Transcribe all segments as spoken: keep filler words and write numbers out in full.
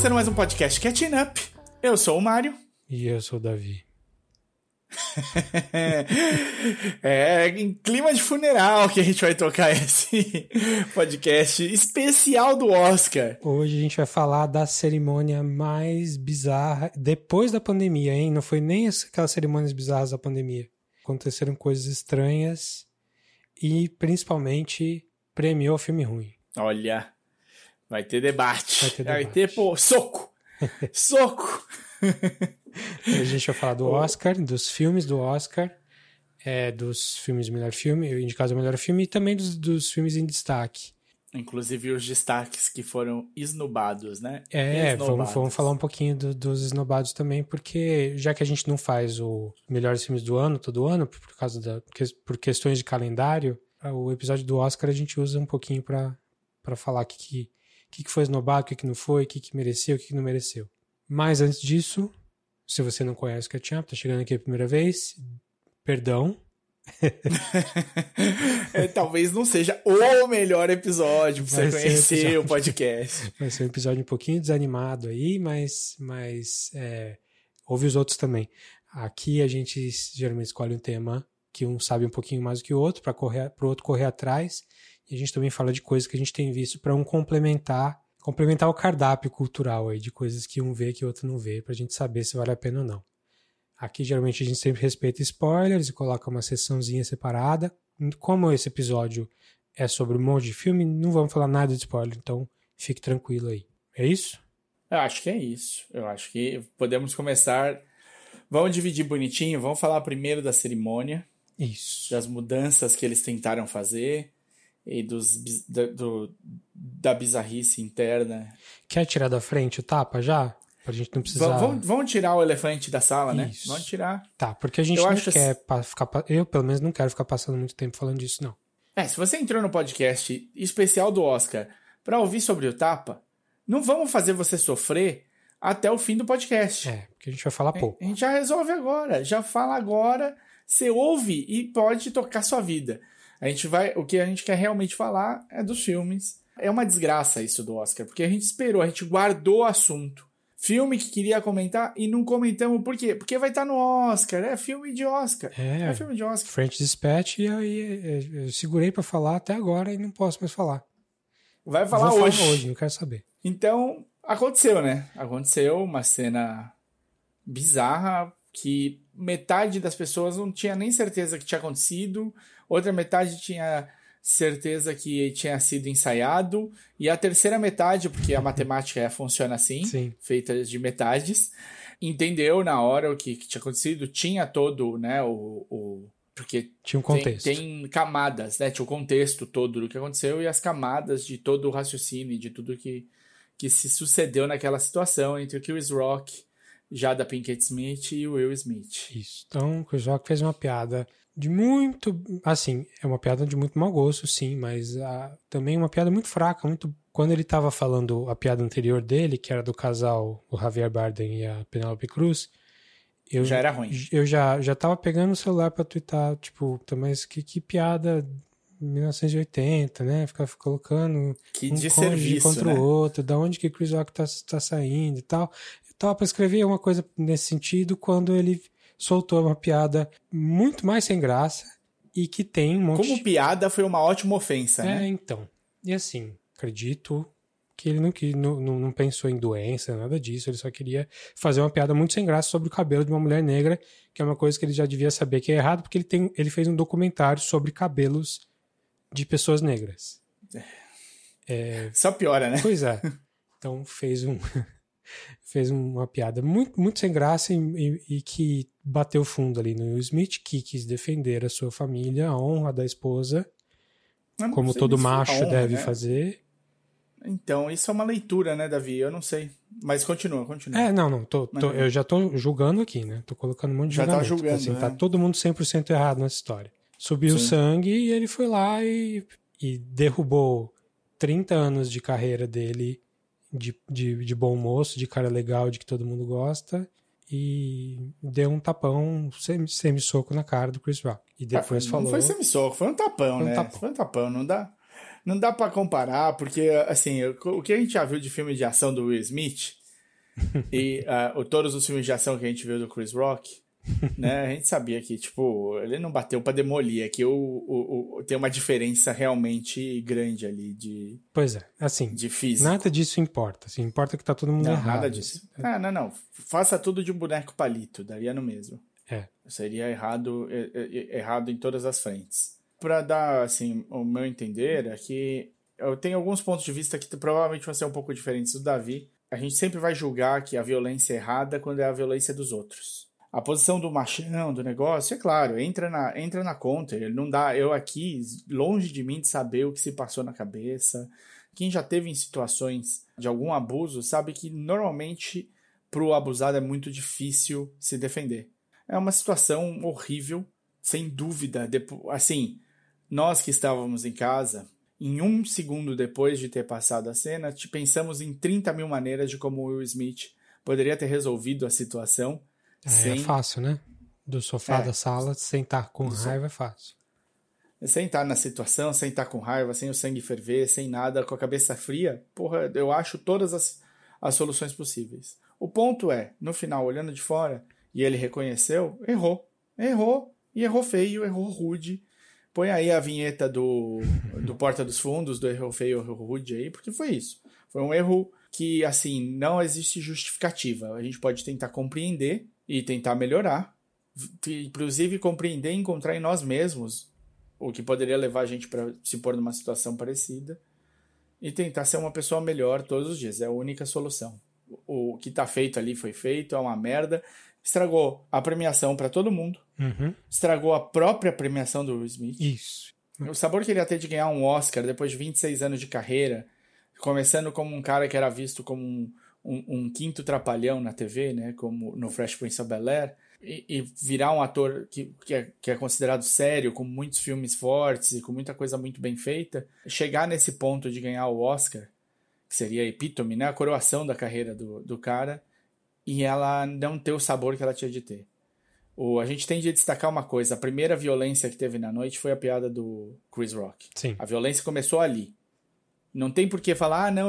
começando mais um podcast Catching Up. Eu sou o Mário. E eu sou o Davi. É em clima de funeral que a gente vai tocar esse podcast especial do Oscar. Hoje a gente vai falar da cerimônia mais bizarra depois da pandemia, hein? Não foi nem aquelas cerimônias bizarras da pandemia. Aconteceram coisas estranhas e, principalmente, premiou filme ruim. Olha, vai ter debate. Vai ter, debate. Vai ter pô, soco. Soco. A gente vai falar do Oscar, dos filmes do Oscar, é, dos filmes de melhor filme, indicados ao melhor filme, e também dos, dos filmes em destaque. Inclusive os destaques que foram esnobados, né? É, esnobados. Vamos, vamos falar um pouquinho do, dos esnobados também, porque já que a gente não faz o melhores filmes do ano, todo ano, por causa da, por questões de calendário, o episódio do Oscar a gente usa um pouquinho para para falar o que, que, que foi esnobado, o que, que não foi, o que, que mereceu, o que, que não mereceu. Mas antes disso, se você não conhece o Catching Up, tá chegando aqui a primeira vez, perdão. É, talvez não seja o melhor episódio pra Vai você ser conhecer episódio, o podcast. Vai ser um episódio um pouquinho desanimado aí, mas, mas é, ouve os outros também. Aqui a gente geralmente escolhe um tema que um sabe um pouquinho mais do que o outro, para correr, pro outro correr atrás. E a gente também fala de coisas que a gente tem visto para um complementar complementar o cardápio cultural aí, de coisas que um vê que o outro não vê, pra gente saber se vale a pena ou não. Aqui, geralmente, a gente sempre respeita spoilers e coloca uma sessãozinha separada. Como esse episódio é sobre um monte de filme, não vamos falar nada de spoiler, então fique tranquilo aí. É isso? Eu acho que é isso. Eu acho que podemos começar. Vamos dividir bonitinho, vamos falar primeiro da cerimônia. Isso. Das mudanças que eles tentaram fazer e dos, da, do, da bizarrice interna. Quer tirar da frente o tapa já? Pra gente não precisar... Vamos, vamos tirar o elefante da sala, né? Isso. Vamos tirar. Tá, porque a gente eu não acho quer assim... ficar... Eu, pelo menos, não quero ficar passando muito tempo falando disso, não. É, se você entrou no podcast especial do Oscar pra ouvir sobre o tapa, não vamos fazer você sofrer até o fim do podcast. É, porque a gente vai falar pouco. A gente já resolve agora. Já fala agora, você ouve e pode tocar sua vida. A gente vai, o que a gente quer realmente falar é dos filmes. É uma desgraça isso do Oscar, porque a gente esperou, a gente guardou o assunto. Filme que queria comentar e não comentamos por quê? Porque vai estar no Oscar, é filme de Oscar. É, é filme de Oscar. French Dispatch, e aí eu, eu segurei pra falar até agora e não posso mais falar. Vai falar Vou hoje. falar hoje, não quero saber. Então, aconteceu, né? Aconteceu uma cena bizarra que metade das pessoas não tinha nem certeza que tinha acontecido, outra metade tinha certeza que tinha sido ensaiado, e a terceira metade, porque a matemática funciona assim, Sim. feita de metades, entendeu na hora o que, que tinha acontecido, tinha todo, né, o... o porque tinha um contexto. Tem, tem camadas, né, tinha o contexto todo do que aconteceu e as camadas de todo o raciocínio, de tudo que, que se sucedeu naquela situação entre o Chris Rock, Jada Pinkett Smith e o Will Smith. Isso. Então, o Chris Rock fez uma piada de muito... Assim, é uma piada de muito mau gosto, sim, mas ah, também uma piada muito fraca. Muito... Quando ele estava falando a piada anterior dele, que era do casal, o Javier Bardem e a Penélope Cruz, eu já era ruim. Eu já, já tava pegando o celular pra twittar, tipo, mas que, que piada mil novecentos e oitenta, né? Ficar colocando que um de cônjuge serviço, contra né? o outro, da onde que Chris Rock tá, tá saindo e tal. Eu tava pra escrever uma coisa nesse sentido quando ele soltou uma piada muito mais sem graça e que tem um monte Como de... piada foi uma ótima ofensa, é, né? É, então. E assim, acredito que ele não, que não, não, não pensou em doença, nada disso, ele só queria fazer uma piada muito sem graça sobre o cabelo de uma mulher negra, que é uma coisa que ele já devia saber que é errado, porque ele, tem, ele fez um documentário sobre cabelos de pessoas negras. É, só piora, né? Pois é. Então fez, um, fez uma piada muito, muito sem graça e, e, e que bateu fundo ali no Will Smith, que quis defender a sua família, a honra da esposa, como todo macho honra, deve né? fazer. Então, isso é uma leitura, né, Davi? Eu não sei. Mas continua, continua. É, não, não. Tô, tô, eu já tô julgando aqui, né? Tô colocando um monte de já julgamento. Tá julgando, assim, né? Tá todo mundo cem por cento errado nessa história. Subiu Sim. sangue e ele foi lá e, e derrubou trinta anos de carreira dele de, de, de bom moço, de cara legal, de que todo mundo gosta, e deu um tapão, semi, semi-soco na cara do Chris Rock. E depois ah, foi, falou... Não foi semi-soco, foi um tapão, foi um né? Tapão. Foi um tapão, não dá... Não dá pra comparar, porque, assim, o que a gente já viu de filme de ação do Will Smith E uh, todos os filmes de ação que a gente viu do Chris Rock, né, a gente sabia que, tipo, ele não bateu pra demolir, é que o, o, o, tem uma diferença realmente grande ali de Pois é, assim, de físico. Nada disso importa, assim, importa que tá todo mundo não, errado. Nada disso. Assim. Ah, não, não, faça tudo de um boneco palito, daria no mesmo. É. Seria errado, er, er, errado em todas as frentes. Pra dar, assim, o meu entender é que eu tenho alguns pontos de vista que provavelmente vão ser um pouco diferentes do Davi. A gente sempre vai julgar que a violência é errada quando é a violência dos outros. A posição do machão, do negócio, é claro, entra na, entra na conta. Ele não dá, eu aqui, longe de mim de saber o que se passou na cabeça. Quem já teve em situações de algum abuso sabe que normalmente pro abusado é muito difícil se defender. É uma situação horrível, sem dúvida. Depois, assim, nós que estávamos em casa, em um segundo depois de ter passado a cena, pensamos em trinta mil maneiras de como o Will Smith poderia ter resolvido a situação. É, sem... é fácil, né? Do sofá é. da sala, sentar com raiva é fácil. Sem estar na situação, sem estar com raiva, sem o sangue ferver, sem nada, com a cabeça fria, porra, eu acho todas as, as soluções possíveis. O ponto é, no final, olhando de fora, e ele reconheceu, errou. Errou, e errou feio, errou rude. Põe aí a vinheta do, do Porta dos Fundos, do errou feio, errou rude aí, porque foi isso. Foi um erro que, assim, não existe justificativa. A gente pode tentar compreender e tentar melhorar. Inclusive, compreender e encontrar em nós mesmos o que poderia levar a gente para se pôr numa situação parecida e tentar ser uma pessoa melhor todos os dias. É a única solução. O que está feito ali foi feito, é uma merda. Estragou a premiação para todo mundo. Uhum. Estragou a própria premiação do Will Smith. Isso. O sabor que ele ia ter de ganhar um Oscar depois de vinte e seis anos de carreira, começando como um cara que era visto como um, um, um quinto trapalhão na T V, né, como no Fresh Prince of Bel-Air, e, e virar um ator que, que, é, que é considerado sério, com muitos filmes fortes e com muita coisa muito bem feita, chegar nesse ponto de ganhar o Oscar, que seria a epítome, né, a coroação da carreira do, do cara, e ela não ter o sabor que ela tinha de ter. O, a gente tem de destacar uma coisa, a primeira violência que teve na noite foi a piada do Chris Rock. Sim. A violência começou ali. Não tem por que falar, ah, não,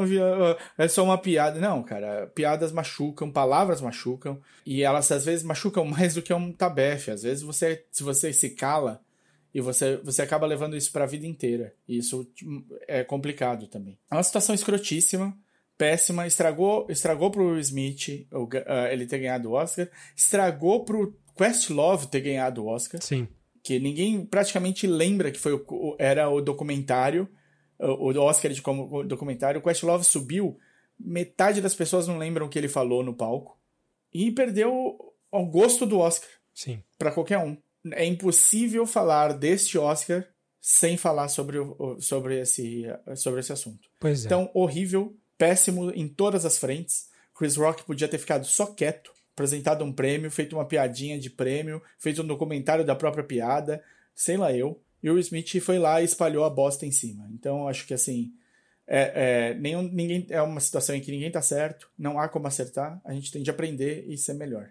é só uma piada. Não, cara, piadas machucam, palavras machucam, e elas às vezes machucam mais do que um tabefe. Às vezes, você, se você se cala, e você, você acaba levando isso para a vida inteira. E isso é complicado também. É uma situação escrotíssima, péssima, estragou, estragou pro Will Smith o, uh, ele ter ganhado o Oscar, estragou pro Questlove ter ganhado o Oscar. Sim. Que ninguém praticamente lembra que foi o, era o documentário, o, o Oscar de como documentário. O Questlove subiu, metade das pessoas não lembram o que ele falou no palco e perdeu o gosto do Oscar. Sim. Para qualquer um. É impossível falar deste Oscar sem falar sobre, o, sobre, esse, sobre esse assunto. Pois é. Então, horrível, péssimo em todas as frentes. Chris Rock podia ter ficado só quieto, apresentado um prêmio, feito uma piadinha de prêmio, feito um documentário da própria piada, sei lá eu. E o Will Smith foi lá e espalhou a bosta em cima. Então, acho que assim, é, é, nenhum, ninguém, é uma situação em que ninguém tá certo, não há como acertar, a gente tem de aprender e ser melhor.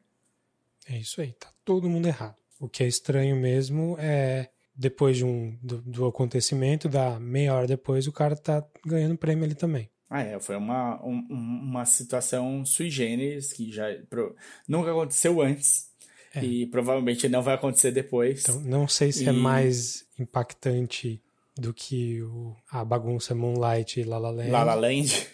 É isso aí, tá todo mundo errado. O que é estranho mesmo é, depois de um, do, do acontecimento, da meia hora depois, o cara tá ganhando prêmio ali também. Ah, é, foi uma, um, uma situação sui generis, que já pro, nunca aconteceu antes, é. E provavelmente não vai acontecer depois. Então, não sei se e... é mais impactante do que o, a bagunça Moonlight e La La Land. La La Land.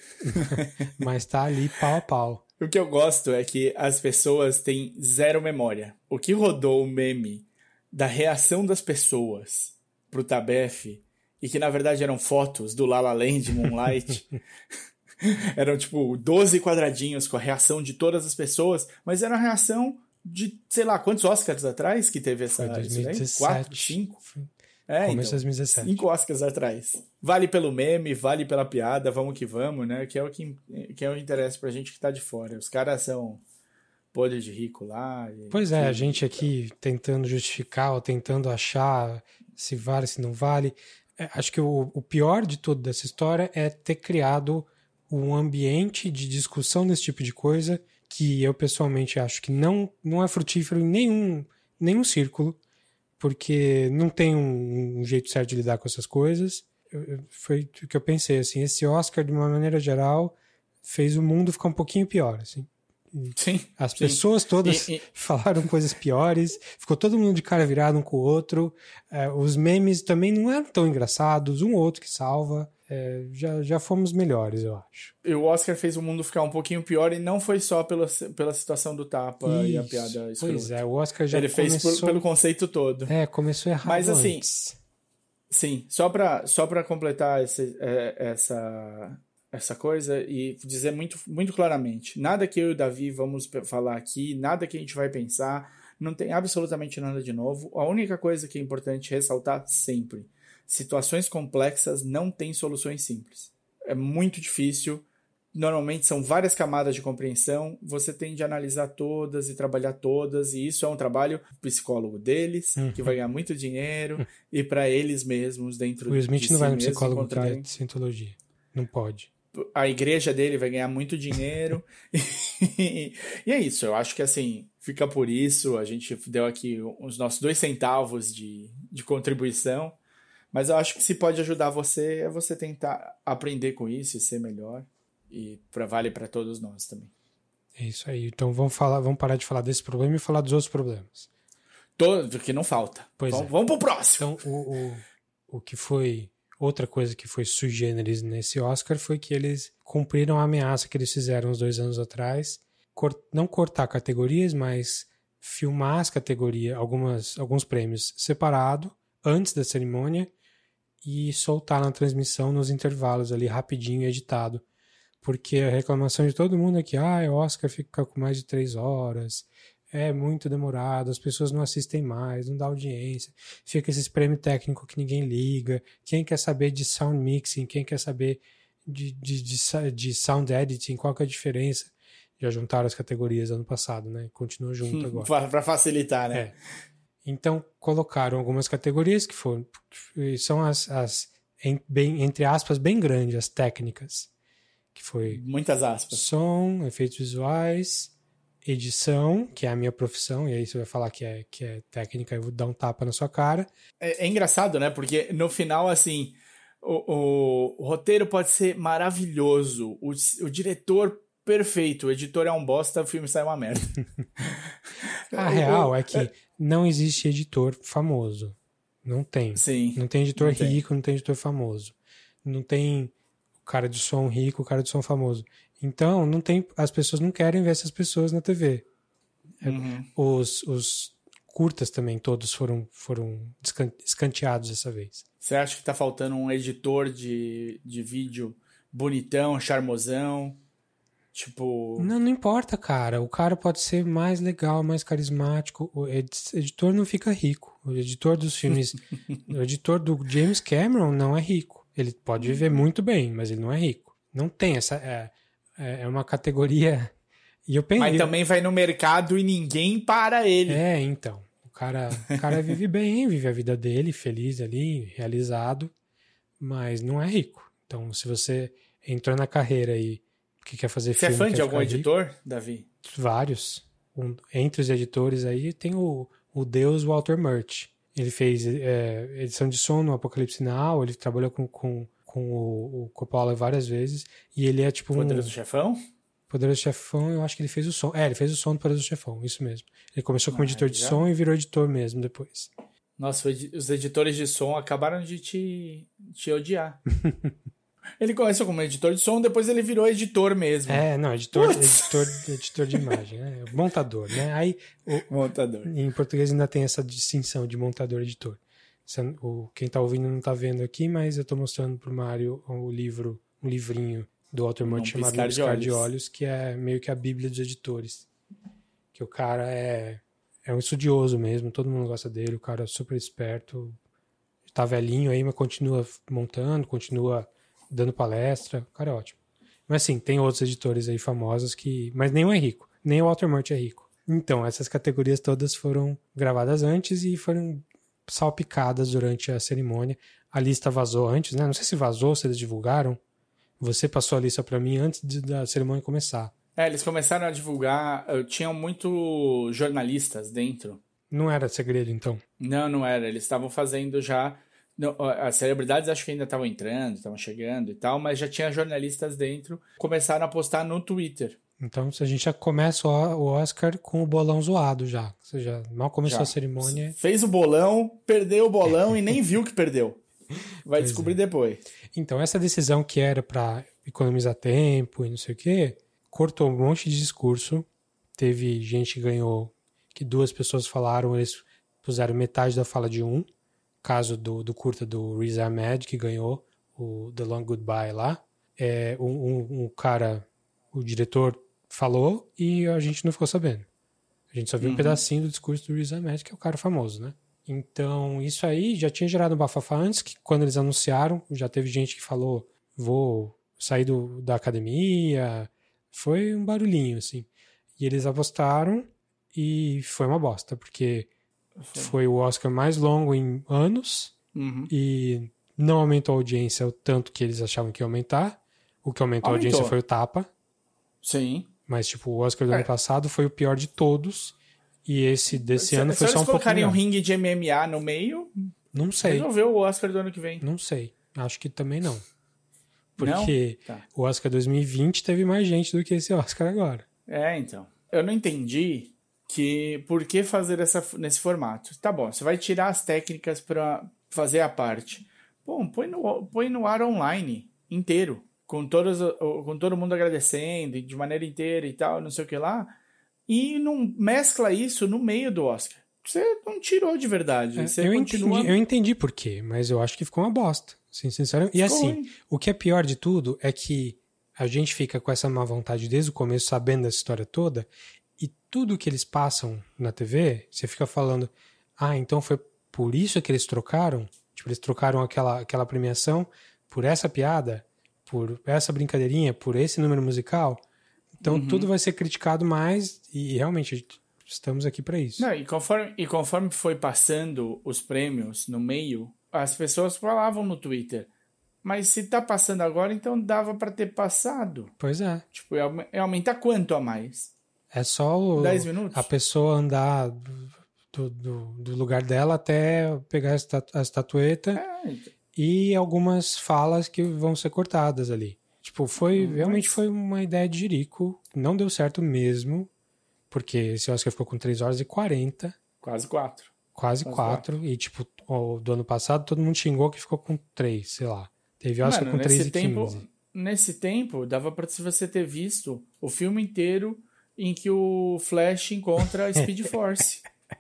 Mas tá ali pau a pau. O que eu gosto é que as pessoas têm zero memória. O que rodou o meme da reação das pessoas pro Tabef, e que na verdade eram fotos do La La Land, Moonlight, eram tipo doze quadradinhos com a reação de todas as pessoas, mas era a reação de, sei lá, quantos Oscars atrás que teve essa... Foi dois mil e dezessete. quatro, cinco? É, começo de então, dois mil e dezessete. Cinco Oscars atrás. Vale pelo meme, vale pela piada, vamos que vamos, né? Que é o que, que é o interesse pra gente que tá de fora. Os caras são podre de rico lá. E, pois é, que... a gente aqui tentando justificar ou tentando achar se vale, se não vale. É, acho que o, o pior de tudo dessa história é ter criado um ambiente de discussão desse tipo de coisa que eu pessoalmente acho que não, não é frutífero em nenhum, nenhum círculo, porque não tem um, um jeito certo de lidar com essas coisas. Eu, eu, foi o que eu pensei, assim, esse Oscar, de uma maneira geral, fez o mundo ficar um pouquinho pior, assim. Sim. As sim. pessoas todas e, e... falaram coisas piores, ficou todo mundo de cara virado um com o outro. É, os memes também não eram tão engraçados, um ou outro que salva. É, já, já fomos melhores, eu acho. E o Oscar fez o mundo ficar um pouquinho pior e não foi só pela, pela situação do tapa Isso, e a piada escrota. Pois é, o Oscar já Ele começou... fez por, pelo conceito todo. É, começou errado Mas assim, antes. Sim, só para só para completar esse, é, essa, essa coisa e dizer muito, muito claramente, nada que eu e o Davi vamos falar aqui, nada que a gente vai pensar, não tem absolutamente nada de novo. A única coisa que é importante ressaltar sempre, situações complexas não têm soluções simples. É muito difícil, normalmente são várias camadas de compreensão, você tem de analisar todas e trabalhar todas, e isso é um trabalho psicólogo deles, Uhum. que vai ganhar muito dinheiro, e para eles mesmos, dentro O Will Smith de não si vai no mesmos, psicólogo encontrarem... de Scientologia. Não pode. A igreja dele vai ganhar muito dinheiro. E é isso, eu acho que assim, fica por isso, a gente deu aqui os nossos dois centavos de, de contribuição, mas eu acho que se pode ajudar você, é você tentar aprender com isso e ser melhor. E pra, vale para todos nós também. É isso aí. Então vamos, falar, vamos parar de falar desse problema e falar dos outros problemas. Todo, que não falta. Pois vamos, é. vamos pro próximo. Então, o, o, o que foi... Outra coisa que foi sui generis nesse Oscar foi que eles cumpriram a ameaça que eles fizeram uns dois anos atrás. Cort, não cortar categorias, mas filmar as categorias, algumas, alguns prêmios separado, antes da cerimônia, e soltar na transmissão nos intervalos ali, rapidinho, editado. Porque a reclamação de todo mundo é que ah, o Oscar fica com mais de três horas, é muito demorado, as pessoas não assistem mais, não dá audiência, fica esses prêmios técnicos que ninguém liga, quem quer saber de sound mixing, quem quer saber de, de, de, de sound editing, qual que é a diferença? Já juntaram as categorias ano passado, né? Continua junto agora. Para facilitar, né? É. Então, colocaram algumas categorias que foram, são as, as bem, entre aspas, bem grandes, as técnicas. Que foi muitas aspas. Som, efeitos visuais, edição, que é a minha profissão, e aí você vai falar que é, que é técnica, eu vou dar um tapa na sua cara. É, é engraçado, né? Porque no final, assim, o, o, o roteiro pode ser maravilhoso, o, o diretor perfeito, o editor é um bosta, o filme sai uma merda. A real é que não existe editor famoso. Não tem. Sim, não tem editor não tem. rico, não tem editor famoso. Não tem o cara de som rico, o cara de som famoso. Então, não tem, as pessoas não querem ver essas pessoas na T V. Uhum. Os, os curtas também, todos foram, foram escanteados dessa vez. Você acha que tá faltando um editor de, de vídeo bonitão, charmosão? Tipo... Não, não importa, cara. O cara pode ser mais legal, mais carismático. O editor não fica rico. O editor dos filmes... o editor do James Cameron não é rico. Ele pode viver muito bem, mas ele não é rico. Não tem essa... É, é uma categoria... E eu pensei, mas também vai no mercado e ninguém para ele. É, então. O cara, o cara vive bem, vive a vida dele, feliz ali, realizado, mas não é rico. Então, se você entrou na carreira e que quer fazer você filme... Você é fã de algum rico, editor, Davi? Vários. Um, entre os editores aí tem o, o deus Walter Murch. Ele fez é, edição de som no Apocalipse Now, ele trabalhou com, com, com o, o Coppola várias vezes, e ele é tipo Poderoso um... Poderoso Chefão? Poderoso Chefão, eu acho que ele fez o som. É, ele fez o som do Poderoso Chefão, isso mesmo. Ele começou como ah, editor de já? som e virou editor mesmo depois. Nossa, os editores de som acabaram de te, te odiar. Ele começou como editor de som, depois ele virou editor mesmo. É, não, editor, editor, editor de imagem, né? Montador, né? Aí, o, montador. Em português ainda tem essa distinção de montador e editor. O, quem tá ouvindo não tá vendo aqui, mas eu tô mostrando pro Mário o livro, um livrinho do Walter Murch chamado Piscar, Piscar de, de Olhos, que é meio que a bíblia dos editores. Que o cara é, é um estudioso mesmo, todo mundo gosta dele, o cara é super esperto, tá velhinho aí, mas continua montando, continua dando palestra, o cara é ótimo. Mas sim, tem outros editores aí famosos que... Mas nenhum é rico, nem o Walter Murch é rico. Então, essas categorias todas foram gravadas antes e foram salpicadas durante a cerimônia. A lista vazou antes, né? Não sei se vazou, se eles divulgaram. Você passou a lista para mim antes de, da cerimônia começar. É, eles começaram a divulgar... Tinham muito jornalistas dentro. Não era segredo, então? Não, não era. Eles estavam fazendo já... Não, as celebridades acho que ainda estavam entrando, estavam chegando e tal, mas já tinha jornalistas dentro. Começaram a postar no Twitter. Então a gente já começa o Oscar com o bolão zoado já. Ou seja, mal começou Já. a cerimônia. Fez o bolão, perdeu o bolão e nem viu que perdeu. Vai Pois descobrir é. depois. Então essa decisão que era para economizar tempo e não sei o quê, cortou um monte de discurso. Teve gente que ganhou, que duas pessoas falaram, eles puseram metade da fala de um. Caso do, do curta do Riz Ahmed, que ganhou o The Long Goodbye lá. É, um, um, um cara, o diretor falou e a gente não ficou sabendo. A gente só viu Uhum. um pedacinho do discurso do Riz Ahmed, que é o cara famoso, né? Então, isso aí já tinha gerado um bafafá antes, que quando eles anunciaram, já teve gente que falou, vou sair do, da academia. Foi um barulhinho, assim. E eles apostaram e foi uma bosta, porque Foi. foi o Oscar mais longo em anos Uhum. e não aumentou a audiência o tanto que eles achavam que ia aumentar. O que aumentou, a audiência Aumentou. foi o Tapa. Sim. Mas, tipo, o Oscar do É. ano passado foi o pior de todos. E esse desse Se, ano se foi eles só um pouco colocarem um melhor. ringue de M M A no meio, Não sei, resolveu o Oscar do ano que vem. não sei. Acho que também não. Porque Não? Tá. o Oscar dois mil e vinte teve mais gente do que esse Oscar agora. É, então. Eu não entendi que por que fazer essa, nesse formato. Tá bom, você vai tirar as técnicas pra fazer a parte. Bom, põe no, põe no ar online inteiro. Com, todas, com todo mundo agradecendo, de maneira inteira e tal, não sei o que lá. E não mescla isso no meio do Oscar. Você não tirou de verdade. É, Você eu, continua... entendi, eu entendi por quê, mas eu acho que ficou uma bosta. Assim, sinceramente. E Ficou assim, ruim. o que é pior de tudo é que a gente fica com essa má vontade desde o começo, sabendo dessa história toda, e tudo que eles passam na T V, você fica falando, ah, então foi por isso que eles trocaram? Tipo, eles trocaram aquela, aquela premiação por essa piada, por essa brincadeirinha, por esse número musical. Então Uhum. tudo vai ser criticado mais e realmente estamos aqui para isso. Não, e conforme, e conforme foi passando os prêmios no meio, as pessoas falavam no Twitter, mas se tá passando agora, então dava pra ter passado. Pois é. Tipo, ia ia aumentar quanto a mais? É só o, dez minutos? a pessoa andar do, do, do lugar dela até pegar a, estatu, a estatueta É, então. e algumas falas que vão ser cortadas ali. Tipo, foi, Mas- realmente foi uma ideia de jirico. Não deu certo mesmo, porque esse Oscar ficou com três horas e quarenta, Quase quatro. quase Quase quatro. E, tipo, o, do ano passado todo mundo xingou que ficou com três, sei lá. Teve Oscar Mano, com três nesse e tempo, quinze. nesse tempo, dava pra você ter visto o filme inteiro em que o Flash encontra a Speed Force.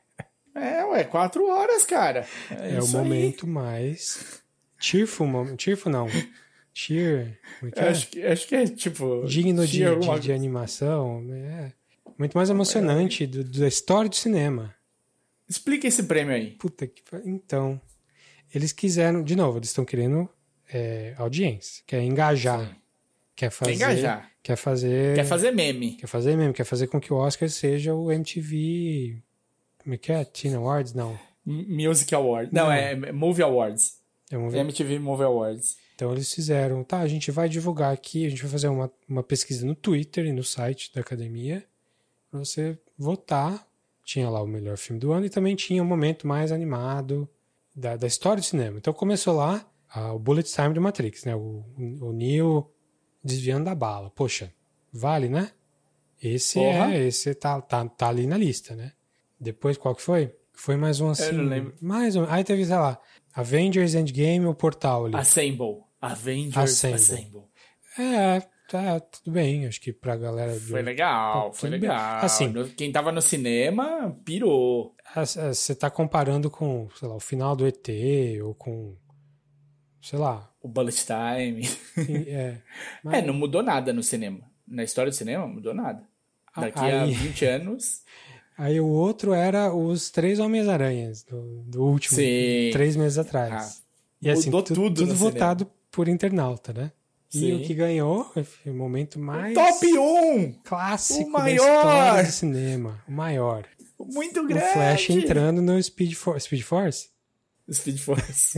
É, ué, quatro horas, cara. É, É o isso aí. momento mais cheerful, mom- cheerful não. Cheer, como é que é? Acho que, acho que é tipo. Digno de, tinha alguma de, de coisa. animação, é muito mais emocionante do, da história do cinema. Explica esse prêmio aí. Puta que pa- então, eles quiseram, de novo, eles estão querendo é, audiência, quer engajar, Sim. quer fazer, engajar. quer fazer, Quer fazer meme. quer fazer mesmo, quer fazer com que o Oscar seja o M T V, como é que é? Teen Awards, não. M- Music Awards. Não, Não. é Movie Awards. É um- M T V Movie Awards. Então eles fizeram, tá, a gente vai divulgar aqui, a gente vai fazer uma, uma pesquisa no Twitter e no site da academia pra você votar. Tinha lá o melhor filme do ano e também tinha o momento mais animado da, da história do cinema. Então começou lá ah, o Bullet Time do Matrix, né? O, o Neo desviando da bala. Poxa, vale, né? Esse Porra. é, esse tá, tá, tá ali na lista, né? Depois qual que foi? Foi mais um assim. não lembro. Mais um. Aí teve, sei lá, Avengers Endgame, o portal ali. Assemble. Avengers Assemble. Assemble. É, tá, tudo bem. Acho que pra galera. Foi do- legal, Tudo foi bem. legal. Assim. No- Quem tava no cinema pirou. Você tá comparando com, sei lá, o final do E T ou com. Sei lá. O Bullet Time. É, É, não mudou nada no cinema. Na história do cinema, não mudou nada. Daqui a Aí- vinte anos. Aí o outro era os três Homens-Aranhas, do, do último, Sim. três meses atrás. Ah, e assim, mudou tu- tudo tudo no votado por internauta, né? E Sim. o que ganhou foi o momento mais Top um! clássico O da maior! história do cinema. O maior. Muito O grande! Flash entrando no Speed, For- Speed Force. Speed Force.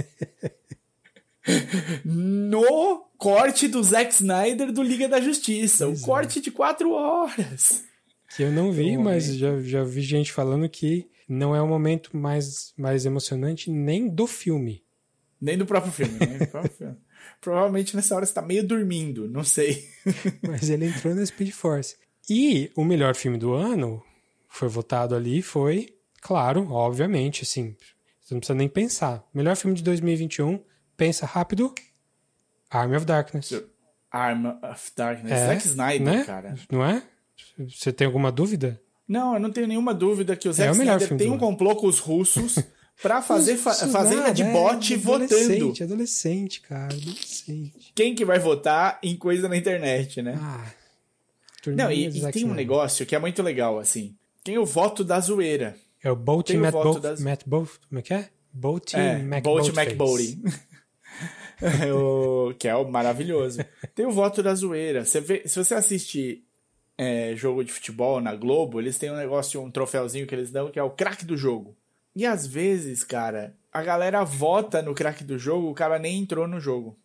No corte do Zack Snyder do Liga da Justiça. Pois o é. corte de quatro horas. Que eu não vi, O mas momento. já, já vi gente falando que não é o momento mais, mais emocionante nem do filme. Nem do próprio filme, nem do próprio filme. Provavelmente nessa hora você tá meio dormindo, não sei. Mas ele entrou na Speed Force. E o melhor filme do ano foi votado ali, foi, claro, obviamente, assim, você não precisa nem pensar. Melhor filme de dois mil e vinte e um, pensa rápido, Army of Darkness. Army of Darkness. É, Zack Snyder, né? cara. Não é? Você tem alguma dúvida? Não, eu não tenho nenhuma dúvida que o Zack É o melhor Snyder filme tem do um ano. complô com os russos pra fazer fa- Os- os fazenda nada, de é, bot votando. Adolescente, adolescente, cara, adolescente. Quem que vai votar em coisa na internet, né? Ah, Não, e, turminha do e Zack tem um Snyder. negócio que é muito legal, assim. Tem o voto da zoeira. É o Boat Tem o Matt voto Both, das- Matt Both, como é que é? Boat É, Mac Bolt Boatface. McBoaty. o, que é o maravilhoso. Tem o voto da zoeira. Você vê, se você assistir é, jogo de futebol na Globo, eles têm um negócio, um troféuzinho que eles dão, que é o craque do jogo. E às vezes, cara, a galera vota no craque do jogo, o cara nem entrou no jogo.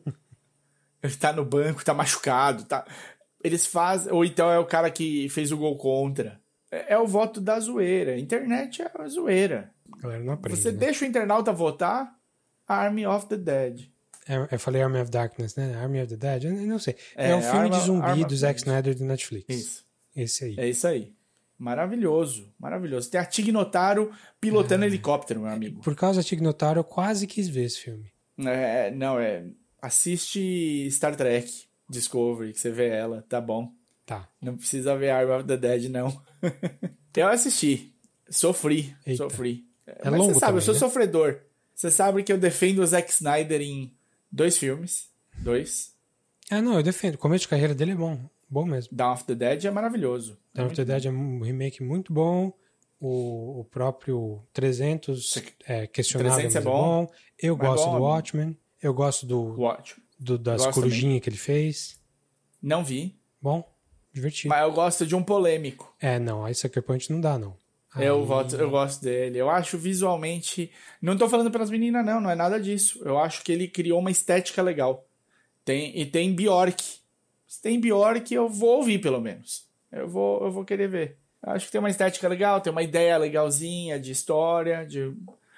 Ele tá no banco, tá machucado, tá... Eles fazem... Ou então é o cara que fez o gol contra. É, é o voto da zoeira. A internet é a zoeira. A galera não aprende, Você né? deixa o internauta votar, Army of the Dead. É, eu falei Army of Darkness, né? Army of the Dead? Eu não sei. É, É, o filme Arma- de zumbi Arma do of Zack the Snyder do Netflix. Isso. Esse aí. É isso aí. Maravilhoso. Maravilhoso. Tem a Tig Notaro pilotando helicóptero, meu amigo. Por causa da Tig Notaro, eu quase quis ver esse filme. É, não, é... Assiste Star Trek Discovery, que você vê ela. Tá bom. Tá. Não precisa ver Army of the Dead, não. Eu assisti. Sofri. Eita. Sofri. É Mas longo você sabe, eu também, sou né? sofredor. Você sabe que eu defendo o Zack Snyder em dois filmes. Dois. Ah, não, eu defendo. O começo de carreira dele é bom. Bom mesmo. Dawn of the Dead é maravilhoso. Dawn of the Dead é um remake muito bom. O, o próprio trezentos é questionável, trezentos mas é é bom. bom. Eu Mas gosto bom, do é bom. Watchmen. Eu gosto do, Watch. do- das Gosto corujinhas que ele fez. Não vi. Bom, divertido. Mas eu gosto de um polêmico. É, não, aí Sucker Punch não dá, não. Eu, Aí- voto, eu gosto dele. Eu acho visualmente... Não tô falando pelas meninas, não. Não é nada disso. Eu acho que ele criou uma estética legal. Tem, e tem Bjork. Se tem Bjork, eu vou ouvir, pelo menos. Eu vou, eu vou querer ver. Eu acho que tem uma estética legal, tem uma ideia legalzinha de história, de...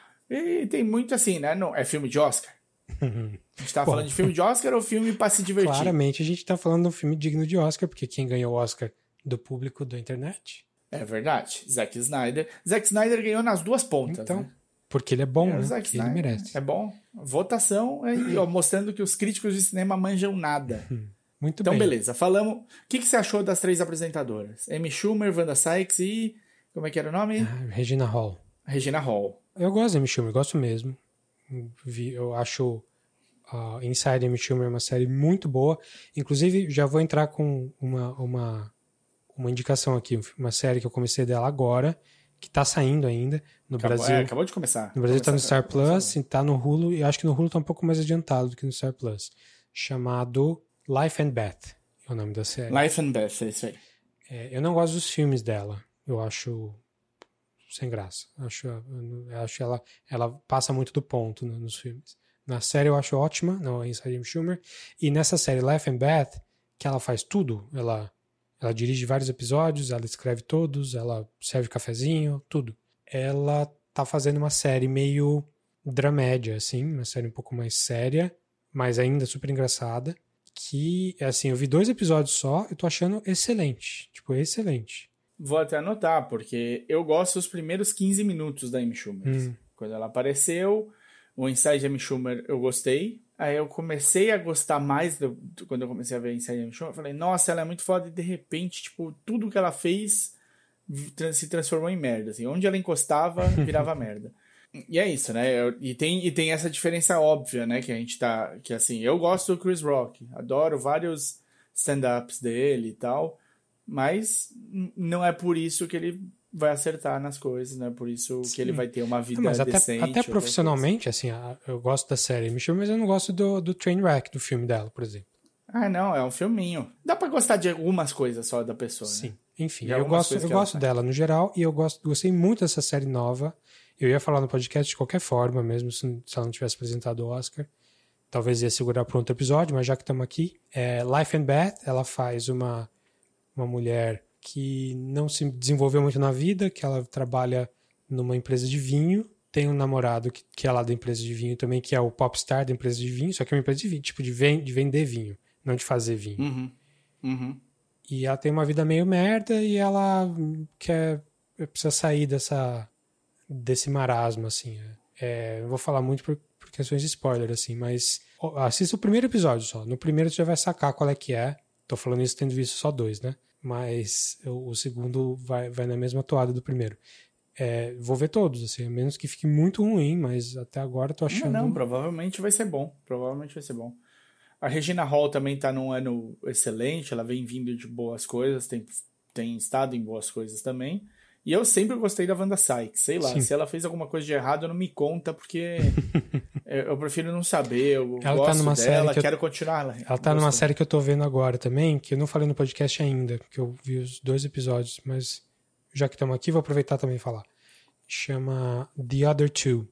E tem muito assim, né? Não, é filme de Oscar? A gente tá Bom. falando de filme de Oscar ou filme pra se divertir? Claramente a gente tá falando de um filme digno de Oscar, porque quem ganhou o Oscar do público da internet. É verdade. Zack Snyder. Zack Snyder ganhou nas duas pontas, Então, né? porque ele é bom, É, o né? Zack Porque ele Snyder merece. É bom. Votação aí, ó, mostrando que os críticos de cinema manjam nada. Muito Então, bem. beleza. Falamos. O que, que você achou das três apresentadoras? Amy Schumer, Wanda Sykes e. Como é que era o nome? Ah, Regina Hall. Regina Hall. Eu gosto da Amy Schumer, gosto mesmo. Vi- Eu acho uh, Inside Amy Schumer uma série muito boa. Inclusive, já vou entrar com uma, uma, uma indicação aqui. Uma série que eu comecei dela agora, que tá saindo ainda no Acabou, Brasil. é, acabou de começar. No Brasil tá no Começar- Star Plus, e tá no Hulu, e acho que no Hulu tá um pouco mais adiantado do que no Star Plus. Chamado Life and Beth, é o nome da série. Life and Beth, é isso aí. É, eu não gosto dos filmes dela. Eu acho sem graça. Eu acho, eu acho ela, ela passa muito do ponto no- nos filmes. Na série eu acho ótima, não, Inside Amy Schumer. E nessa série Life and Beth, que ela faz tudo, ela, ela dirige vários episódios, ela escreve todos, ela serve cafezinho, tudo. Ela tá fazendo uma série meio dramédia, assim, uma série um pouco mais séria, mas ainda super engraçada, que, assim, eu vi dois episódios só, eu tô achando excelente, tipo, excelente. Vou até anotar, porque eu gosto dos primeiros quinze minutos da Amy Schumer. Hum. Quando ela apareceu, o Inside Amy Schumer eu gostei. Aí eu comecei a gostar mais do, do- quando eu comecei a ver Inside Amy Schumer. Eu falei, nossa, ela é muito foda. E de repente, tipo, tudo que ela fez vi- trans- se transformou em merda. Assim. Onde ela encostava, virava merda. E é isso, né? Eu- e, tem, e tem essa diferença óbvia, né? Que a gente tá... Que assim, eu gosto do Chris Rock. Adoro vários stand-ups dele e tal. Mas n- não é por isso que ele vai acertar nas coisas, não é por isso que ele vai ter uma vida Não, mas até, decente. até outra coisa. profissionalmente, assim, a- eu gosto da série Amy Schumer, mas eu não gosto do, do Trainwreck, do filme dela, por exemplo. Ah, não, é um filminho. Dá pra gostar de algumas coisas só da pessoa, Sim. né? Enfim, De eu algumas gosto, coisas eu que ela gosto faz. dela no geral e eu gosto, gostei muito dessa série nova. Eu ia falar no podcast de qualquer forma, mesmo se, se ela não tivesse apresentado o Oscar. Talvez ia segurar para outro episódio, mas já que estamos aqui. É, Life and Beth, ela faz uma, uma mulher que não se desenvolveu muito na vida, que ela trabalha numa empresa de vinho, tem um namorado que, que é lá da empresa de vinho também, que é o popstar da empresa de vinho, só que é uma empresa de vinho, tipo de, ven- de vender vinho, não de fazer vinho. Uhum. Uhum. E ela tem uma vida meio merda e ela quer, precisa sair dessa, desse marasmo, assim. É, não vou falar muito por, por questões de spoiler, assim, mas assista o primeiro episódio só. No primeiro você já vai sacar qual é que é. Tô falando isso tendo visto só dois, né? Mas o, o segundo vai, vai na mesma toada do primeiro. É, vou ver todos, assim, a menos que fique muito ruim, mas até agora tô achando... Não, não, provavelmente vai ser bom. Provavelmente vai ser bom. A Regina Hall também tá num ano excelente, ela vem vindo de boas coisas, tem, tem estado em boas coisas também. E eu sempre gostei da Wanda Sykes, sei lá, Sim. se ela fez alguma coisa de errado, não me conta, porque eu, eu prefiro não saber, eu ela gosto tá numa dela, série que quero eu... continuar. Ela tá gostando. numa série que eu tô vendo agora também, que eu não falei no podcast ainda, que eu vi os dois episódios, mas já que estamos aqui, vou aproveitar também e falar. Chama The Other Two,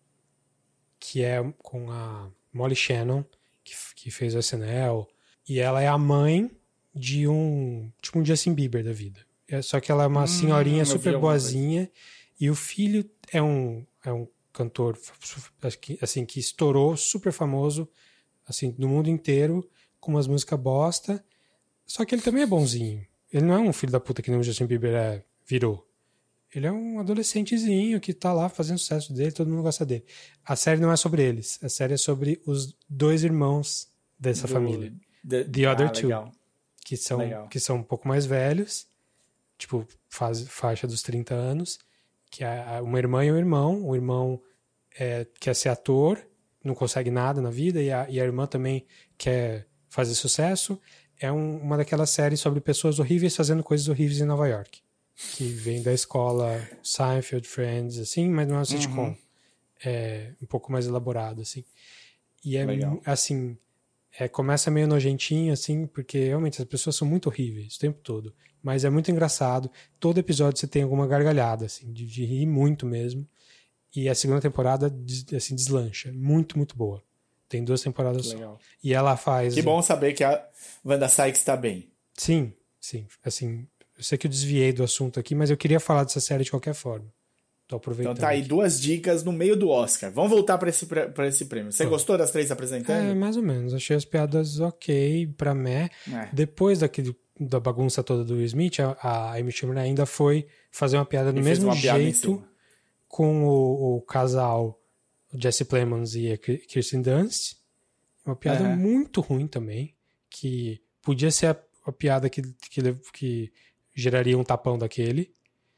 que é com a Molly Shannon, que, que fez o S N L, e ela é a mãe de um, tipo um Justin Bieber da vida. É, só que ela é uma Hum, senhorinha eu vi super alguma boazinha, e o filho é um, é um cantor assim, que estourou, super famoso, assim, no mundo inteiro, com umas músicas bosta, só que ele também é bonzinho. Ele não é um filho da puta que nem o Justin Bieber é, virou. Ele é um adolescentezinho que tá lá fazendo sucesso dele, todo mundo gosta dele. A série não é sobre eles, a série é sobre os dois irmãos dessa Do- família. The, The Other ah, Two, legal. que são, Legal. que são um pouco mais velhos, tipo, faz, faixa dos trinta anos, que é uma irmã e um irmão. O irmão é, quer ser ator, não consegue nada na vida, e a, e a irmã também quer fazer sucesso. É um, uma daquelas séries sobre pessoas horríveis fazendo coisas horríveis em Nova York. Que vem da escola Seinfeld, Friends, assim, mas não é um sitcom. Uhum. É um pouco mais elaborado, assim. E é, Legal. assim, é, começa meio nojentinho, assim, porque realmente as pessoas são muito horríveis o tempo todo. Mas é muito engraçado. Todo episódio você tem alguma gargalhada, assim, de, de rir muito mesmo. E a segunda temporada, assim, deslancha. Muito, muito boa. Tem duas temporadas só. Legal. E ela faz... Que bom saber que a Wanda Sykes tá bem. Sim, sim. Assim, eu sei que eu desviei do assunto aqui, mas eu queria falar dessa série de qualquer forma. Tô aproveitando. Então tá aí aqui. duas dicas no meio do Oscar. Vamos voltar para esse, pra esse prêmio. Você Vamos. gostou das três apresentando? É, mais ou menos. Achei as piadas ok pra mé. É. Depois daquele, da bagunça toda do Will Smith, a, a Amy Schumer ainda foi fazer uma piada do E fez mesmo uma piada em jeito cima. com o, o casal Jesse Plemons e a Kirsten Dunst. Uma piada Uhum. muito ruim também, que podia ser a, a piada que, que, que geraria um tapão daquele,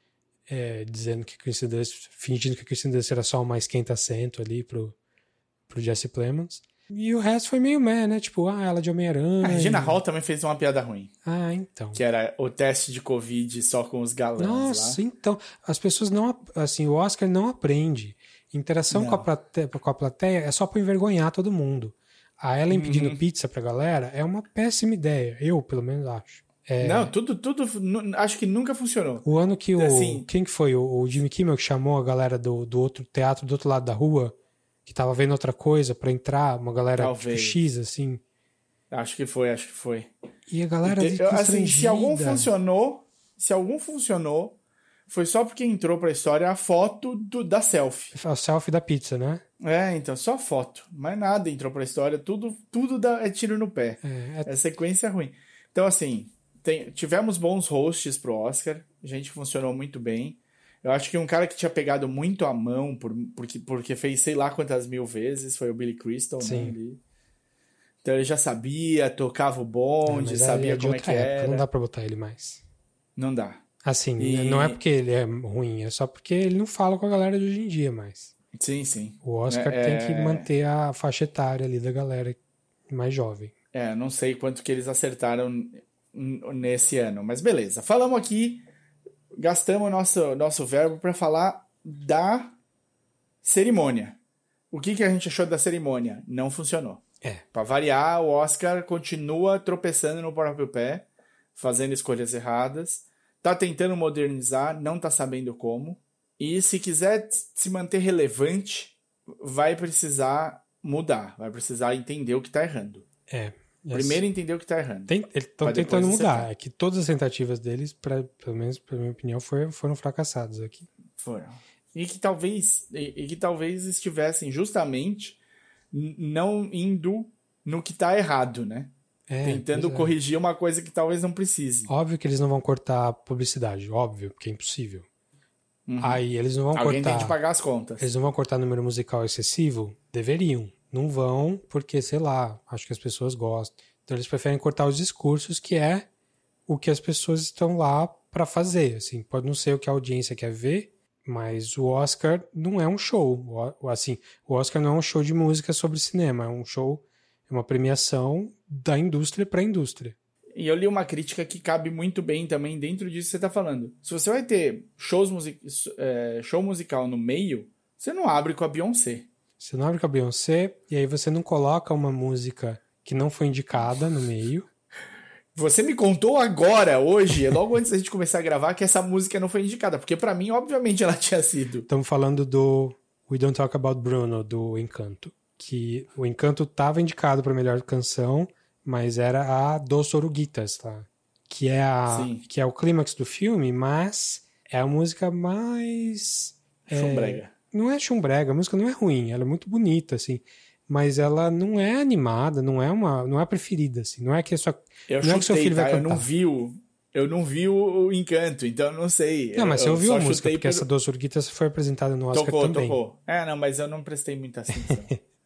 é, dizendo que Kirsten Dunst, fingindo que Kirsten Dunst era só uma esquenta-assento ali pro, pro Jesse Plemons. E o resto foi meio meh, né? Tipo, ah, ela de Homem-Aranha. A Regina Hall também fez uma piada ruim. Ah, então. Que era o teste de Covid só com os galãs Nossa, lá. então. As pessoas não... Assim, o Oscar não aprende. Interação Não. com a, plateia, com a plateia é só pra envergonhar todo mundo. A Ellen Uhum. pedindo pizza pra galera é uma péssima ideia. Eu, pelo menos, acho. É, Não, tudo, tudo, nu- acho que nunca funcionou. o ano que o... Assim- Quem que foi? O, o Jimmy Kimmel que chamou a galera do, do outro teatro do outro lado da rua, que tava vendo outra coisa pra entrar, uma galera Talvez. tipo X, assim. Acho que foi, acho que foi. E a galera E te- eu, assim, se algum constrangida. funcionou, se algum funcionou, foi só porque entrou pra história a foto do, da selfie. A selfie da pizza, né? É, então, só foto. Mais nada entrou pra história. Tudo, tudo dá, é tiro no pé. É, é É sequência ruim. Então, assim, tem- tivemos bons hosts pro Oscar. A gente funcionou muito bem. Eu acho que um cara que tinha pegado muito a mão, por, porque, porque fez sei lá quantas mil vezes, foi o Billy Crystal, Sim. né? Ele, então ele já sabia, tocava o É, bonde, mas sabia é de como é outra que época, era. não dá pra botar ele mais. Não dá. Assim, E- não é porque ele é ruim, é só porque ele não fala com a galera de hoje em dia mais. Sim, sim. O Oscar É, tem que é- manter a faixa etária ali da galera mais jovem. É, não sei quanto que eles acertaram n- nesse ano, mas beleza. Falamos aqui, gastamos nosso, nosso verbo para falar da cerimônia. O que, que a gente achou da cerimônia? Não funcionou. É. Para variar, o Oscar continua tropeçando no próprio pé, fazendo escolhas erradas, tá tentando modernizar, não tá sabendo como. E se quiser se manter relevante, vai precisar mudar, vai precisar entender o que tá errando. É. Primeiro entender o que tá errando. Tem, eles estão pra depois tentando mudar. acertar. É que todas as tentativas deles, pra, pelo menos pela minha opinião, foi, foram fracassadas aqui. Foram. E que talvez, e, e que talvez estivessem justamente n- não indo no que tá errado, né? É, tentando pois é. corrigir uma coisa que talvez não precise. Óbvio que eles não vão cortar a publicidade, óbvio, porque é impossível. Uhum. Aí eles não vão Alguém cortar. tem de pagar as contas. Eles não vão cortar número musical excessivo? Deveriam. Não vão, porque, sei lá, acho que as pessoas gostam. Então eles preferem cortar os discursos, que é o que as pessoas estão lá pra fazer. Assim, pode não ser o que a audiência quer ver, mas o Oscar não é um show. O, assim, o Oscar não é um show de música sobre cinema, é um show, é uma premiação da indústria pra indústria. E eu li uma crítica que cabe muito bem também dentro disso que você tá falando. Se você vai ter shows music... é, show musical no meio, você não abre com a Beyoncé. Você não abre com a Beyoncé, e aí você não coloca uma música que não foi indicada no meio. Você me contou agora, hoje, logo antes da gente começar a gravar, que essa música não foi indicada. Porque pra mim, obviamente, ela tinha sido. Estamos falando do We Don't Talk About Bruno, do Encanto. Que o Encanto estava indicado para melhor canção, mas era a Dos Oruguitas, tá? Que é, a, Sim. que é o clímax do filme, mas é a música mais... Chumbrega. É, não é chumbrega, a música não é ruim, ela é muito bonita, assim. Mas ela não é animada, não é uma, não é a preferida, assim. Não é que a sua, Eu não é que seu chutei, filho tá? vai Eu cantar. não vi o... Eu não vi o Encanto, então eu não sei. Não, mas eu, você ouviu eu a música, porque pelo... essa Dos Oruguitas foi apresentada no Oscar tocou, também. Tocou, É, não, mas eu não prestei muita atenção.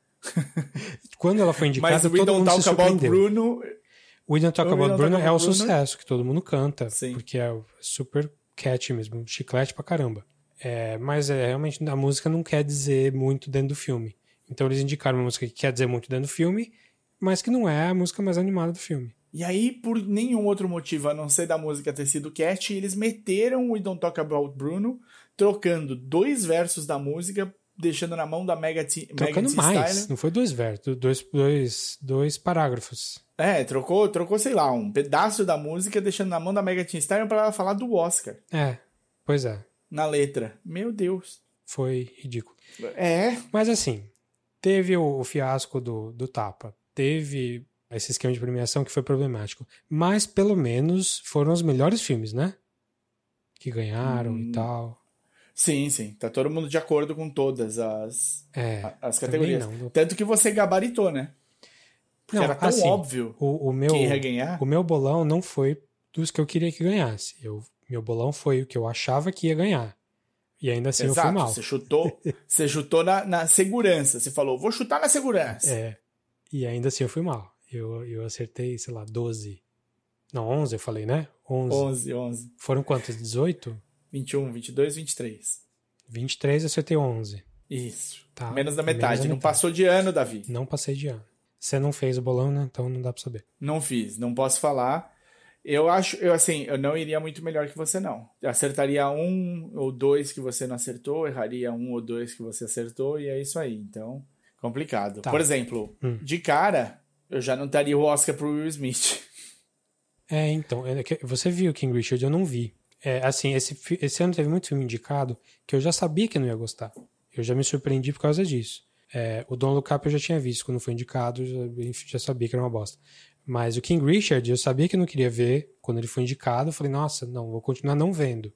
Quando ela foi indicada, Mas o We todo Don't mundo se Talk About surpreendeu. Bruno... O We Don't Talk o We About Don't Bruno Talk é o About Bruno... sucesso, que todo mundo canta, Sim. porque é super catchy mesmo, chiclete pra caramba. É, mas é, realmente a música não quer dizer muito dentro do filme. Então eles indicaram uma música que quer dizer muito dentro do filme, mas que não é a música mais animada do filme. E aí, por nenhum outro motivo, a não ser da música ter sido catchy, eles meteram o We Don't Talk About Bruno, trocando dois versos da música, deixando na mão da Megan Thee Trocando Thee mais, Stallion. não foi dois versos, dois, dois, dois parágrafos. É, trocou, trocou, sei lá, um pedaço da música, deixando na mão da Megan Thee Stallion pra ela falar do Oscar. É, pois é. Na letra. Meu Deus. Foi ridículo. É. Mas assim, teve o, o fiasco do, do Tapa, teve esse esquema de premiação que foi problemático, mas pelo menos foram os melhores filmes, né? Que ganharam hum. e tal. Sim, sim. Tá todo mundo de acordo com todas as, é, as categorias. Não. Tanto que você gabaritou, né? Porque não, era tão assim, óbvio o, o meu, que ia ganhar. O meu bolão não foi dos que eu queria que ganhasse. Eu, meu bolão foi o que eu achava que ia ganhar. E ainda assim Exato, eu fui mal. Você chutou, você chutou na, na segurança. Você falou, vou chutar na segurança. É. E ainda assim eu fui mal. Eu, eu acertei, sei lá, doze. Não, onze eu falei, né? onze. onze, onze. Foram quantos? dezoito? vinte e um, vinte e dois, vinte e três. vinte e três eu acertei onze. Isso. Tá. Menos da metade. Menos da não metade. passou de ano, Davi. Não passei de ano. Você não fez o bolão, né? Então não dá pra saber. Não fiz, não posso falar. Eu acho, eu assim, eu não iria muito melhor que você, não. Eu acertaria um ou dois que você não acertou, erraria um ou dois que você acertou, e é isso aí. Então, complicado. Tá. Por exemplo, hum. de cara, eu já não daria o Oscar pro Will Smith. É, então, você viu King Richard, eu não vi. É, assim, esse, esse ano teve muito filme indicado que eu já sabia que eu não ia gostar. Eu já me surpreendi por causa disso. É, o Don't Look Up eu já tinha visto quando foi indicado, já, já sabia que era uma bosta. Mas o King Richard eu sabia que eu não queria ver quando ele foi indicado. Eu falei, nossa, não, vou continuar não vendo.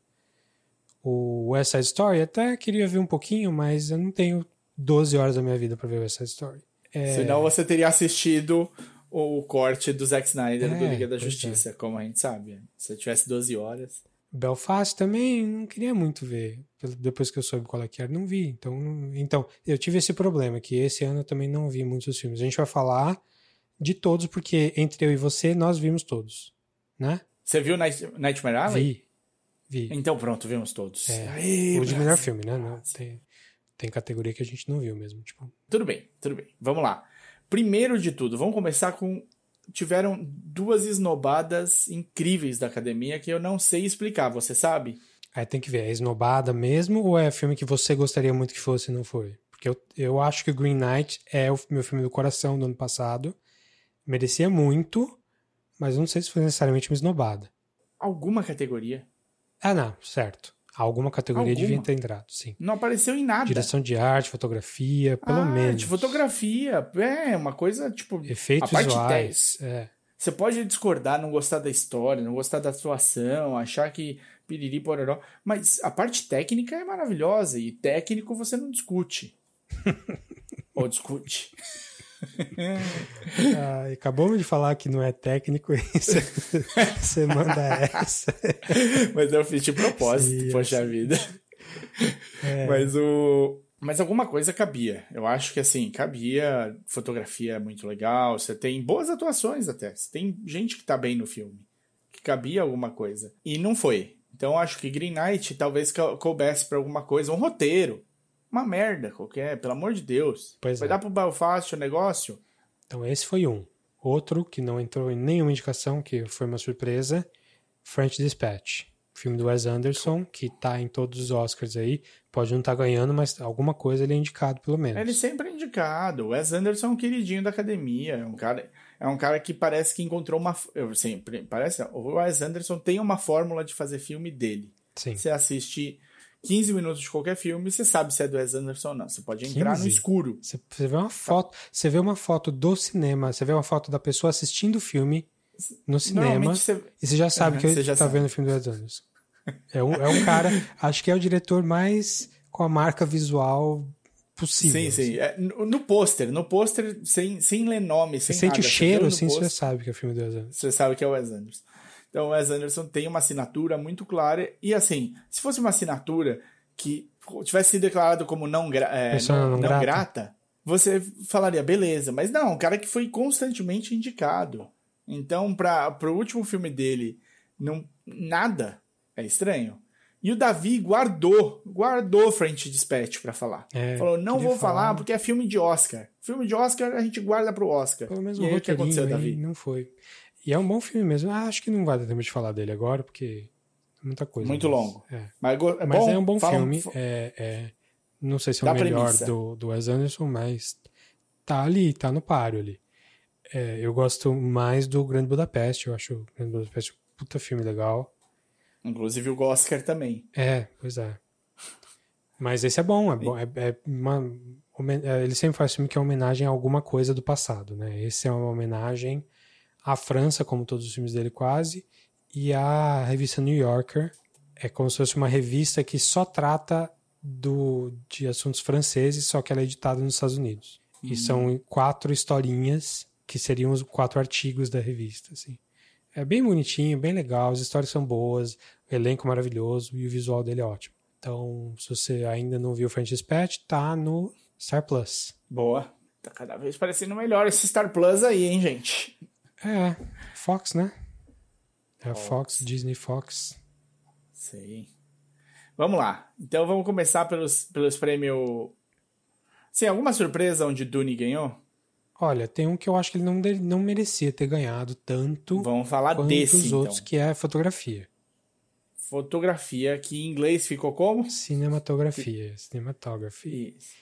O West Side Story até queria ver um pouquinho, mas eu não tenho doze horas da minha vida pra ver o West Side Story. É... Senão você teria assistido o corte do Zack Snyder é, do Liga da Justiça, é. como a gente sabe. Se eu tivesse doze horas... Belfast também não queria muito ver. Depois que eu soube qual é que era, não vi. Então, então, eu tive esse problema, que esse ano eu também não vi muitos filmes. A gente vai falar de todos, porque entre eu e você, nós vimos todos, né? Você viu Night, Nightmare Alley? Vi, vi. Então pronto, vimos todos. É, Aê, o de Brasil. melhor filme, né? Não, tem, tem categoria que a gente não viu mesmo. Tipo. Tudo bem, tudo bem. Vamos lá. Primeiro de tudo, vamos começar com... Tiveram duas esnobadas incríveis da academia que eu não sei explicar, você sabe? Aí tem que ver, é esnobada mesmo ou é filme que você gostaria muito que fosse e não foi? Porque eu, eu acho que o Green Knight é o meu filme do coração do ano passado. Merecia muito, mas não sei se foi necessariamente uma esnobada. Alguma categoria? Ah, não, certo. Alguma categoria Alguma? devia ter entrado, sim. Não apareceu em nada. Direção de arte, fotografia, pelo ah, menos. De fotografia, é uma coisa tipo... Efeitos a parte visuais, é. Você pode discordar, não gostar da história, não gostar da atuação, achar que piriri pororó, mas a parte técnica é maravilhosa e técnico você não discute. Ou discute. Ah, acabamos de falar que não é técnico e você, você manda essa. Mas eu fiz de propósito, Sim, poxa assim. vida. É, Mas o... Mas alguma coisa cabia. Eu acho que assim, cabia, fotografia é muito legal, você tem boas atuações até. Você tem gente que tá bem no filme. Que cabia alguma coisa. E não foi. Então eu acho que Green Knight talvez cou- coubesse pra alguma coisa. Um roteiro. Uma merda qualquer, pelo amor de Deus. Pois Vai é. dar pro Belfast o negócio? Então esse foi um. Outro que não entrou em nenhuma indicação, que foi uma surpresa, French Dispatch. Filme do Wes Anderson, que tá em todos os Oscars aí. Pode não estar ganhando, mas alguma coisa ele é indicado, pelo menos. Ele sempre é indicado. O Wes Anderson é um queridinho da academia. É um cara, é um cara que parece que encontrou uma. Eu sempre, parece. O Wes Anderson tem uma fórmula de fazer filme dele. Sim. Você assiste quinze minutos de qualquer filme, você sabe se é do Wes Anderson ou não. Você pode entrar no quinze? escuro. Você, você vê uma foto, você vê uma foto do cinema, você vê uma foto da pessoa assistindo o filme no cinema, Normalmente você. e você já sabe Uhum, que você ele já tá sabe. vendo o filme do Wes Anderson. É um, é um cara, acho que é o diretor mais com a marca visual possível. Sim, assim. sim. É, no no pôster, no pôster, sem, sem ler nome, Você sem sente nada. o Você cheiro, vê no assim, você pôster, já sabe que é o filme do Wes Anderson. você sabe que é o Wes Anderson. Então o Wes Anderson tem uma assinatura muito clara. E assim, se fosse uma assinatura que tivesse sido declarado como não, gra é, Persona não, não não grata. grata, você falaria, beleza. Mas não, um cara que foi constantemente indicado. Então, para o último filme dele, não, nada é estranho. E o Davi guardou, guardou French Dispatch pra falar. É, Falou, não queria vou falar falar. porque é filme de Oscar. Filme de Oscar a gente guarda pro Oscar. Pelo menos E um aí o que aconteceu, roteirinho aí Davi? não foi. E é um bom filme mesmo. Ah, acho que não vai dar tempo de falar dele agora, porque é muita coisa. Muito mas, longo. É. Mas, go- é Mas bom? é um bom Fala filme. É, é, não sei se é o Da melhor premissa. do, do Wes Anderson, mas tá ali, tá no páreo ali. É, eu gosto mais do Grande Budapeste. Eu acho o Grande Budapeste um puta filme legal. Inclusive o Oscar também. É, pois é. Mas esse é bom, é bom. É, é uma, homen- é, ele sempre faz filme que é homenagem a alguma coisa do passado, né? Esse é uma homenagem à França, como todos os filmes dele quase, e à revista New Yorker. É como se fosse uma revista que só trata do, de assuntos franceses, só que ela é editada nos Estados Unidos. E Hum. são quatro historinhas que seriam os quatro artigos da revista, assim. É bem bonitinho, bem legal, as histórias são boas, o elenco maravilhoso e o visual dele é ótimo. Então, se você ainda não viu French Dispatch, tá no Star Plus. Boa. Tá cada vez parecendo melhor esse Star Plus aí, hein, gente? É, Fox, né? É a Fox. Fox, Disney Fox. Sei. Vamos lá. Então vamos começar pelos, pelos prêmios. Sim, alguma surpresa onde Dune ganhou? Olha, tem um que eu acho que ele não, de- não merecia ter ganhado tanto Vamos falar quanto desse, os outros, então. que é a fotografia. Fotografia, que em inglês ficou como? Cinematografia, cinematography. Isso.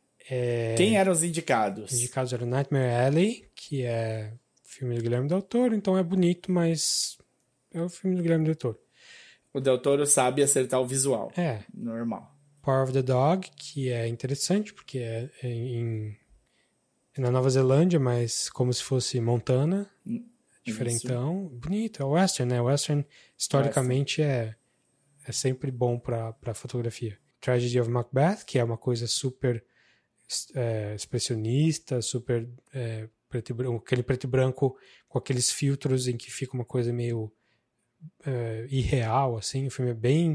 É, Quem eram os indicados? indicados eram Nightmare Alley, que é filme do Guilherme Del Toro, então é bonito, mas é o filme do Guilherme Del Toro. O Del Toro sabe acertar o visual. É, Normal. Power of the Dog, que é interessante, porque é em, é na Nova Zelândia, mas como se fosse Montana, diferentão, bonito, é western, né? Western, historicamente, é, é sempre bom para para fotografia. Tragedy of Macbeth, que é uma coisa super é, expressionista, super é, preto e branco, aquele preto e branco com aqueles filtros em que fica uma coisa meio é, irreal, assim, o filme é bem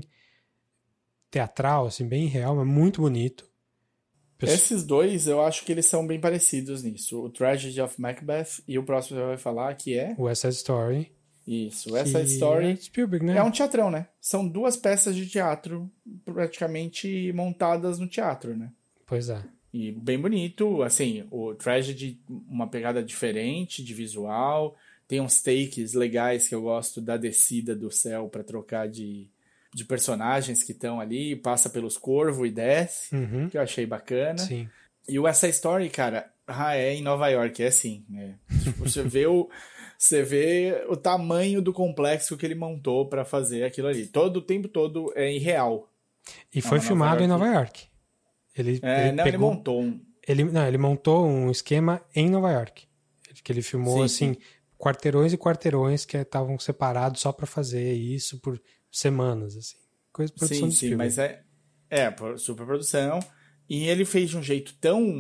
teatral, assim, bem real, mas muito bonito. Pessoa... Esses dois, eu acho que eles são bem parecidos nisso. O Tragedy of Macbeth e o próximo que você vai falar, que é... West Side Story. Isso, que essa Story é Spielberg, né? é um teatrão, né? São duas peças de teatro praticamente montadas no teatro, né? Pois é. E bem bonito, assim, o Tragedy, uma pegada diferente de visual, tem uns takes legais que eu gosto da descida do céu para trocar de, de personagens que estão ali, passa pelos corvos e desce, Uhum. que eu achei bacana. Sim. E o Essa Story, cara, ah, é em Nova York, é assim, é. Tipo, você vê o você vê o tamanho do complexo que ele montou para fazer aquilo ali. Todo o tempo todo é irreal. E foi Nova filmado York. em Nova York. Ele, É, ele não, pegou, ele montou um... ele, não, ele montou um esquema em Nova York. Que ele filmou, Sim, assim, sim. quarteirões e quarteirões que estavam separados só para fazer isso por semanas, assim. Coisa de produção Sim, de sim, Spielberg. mas é, é, por- super produção. E ele fez de um jeito tão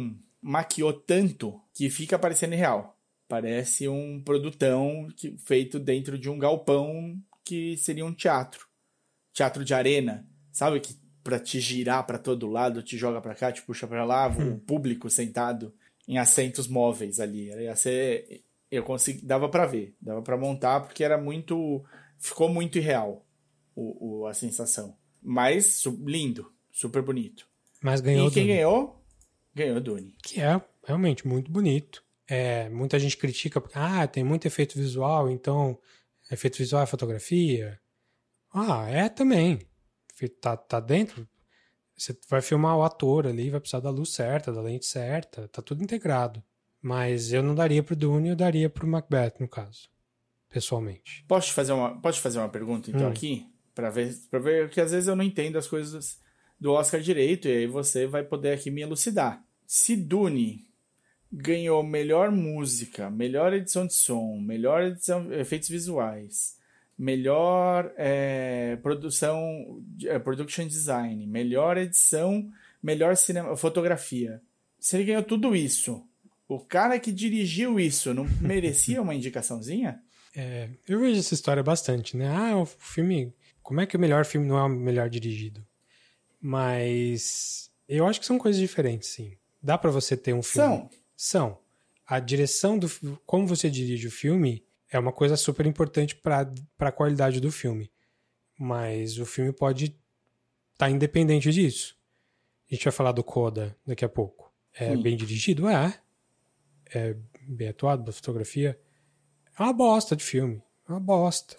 maquiou tanto que fica parecendo real. Parece um produtão que, feito dentro de um galpão que seria um teatro. Teatro de arena, sabe? Que pra te girar pra todo lado, te joga pra cá, te puxa pra lá, hum. o público sentado em assentos móveis ali. Ia ser, eu consegui, dava pra ver, dava pra montar, porque era muito, ficou muito irreal o, o, a sensação. Mas lindo, super bonito. Mas ganhou e quem Dune. ganhou? Ganhou Dune. Que é realmente muito bonito. É, muita gente critica porque ah, tem muito efeito visual, então efeito visual é fotografia. Ah, é também. Tá, tá dentro. Você vai filmar o ator ali, vai precisar da luz certa, da lente certa, tá tudo integrado. Mas eu não daria pro Dune, eu daria pro Macbeth, no caso. Pessoalmente. Posso te fazer uma, posso te fazer uma pergunta, então, hum. aqui? Pra ver, pra ver que às vezes eu não entendo as coisas do Oscar direito, e aí você vai poder aqui me elucidar. Se Dune ganhou melhor música, melhor edição de som, melhor edição, efeitos visuais, melhor é, produção, é, production design, melhor edição, melhor cinema, fotografia. Se ele ganhou tudo isso, o cara que dirigiu isso não merecia uma indicaçãozinha? É, eu vejo essa história bastante, né? Ah, o filme... Como é que o melhor filme não é o melhor dirigido? Mas eu acho que são coisas diferentes, sim. Dá pra você ter um filme... São. São. A direção do... Como você dirige o filme é uma coisa super importante para a qualidade do filme. Mas o filme pode estar tá independente disso. A gente vai falar do Coda daqui a pouco. É hum. bem dirigido? É. É bem atuado, da fotografia. É uma bosta de filme. É uma bosta.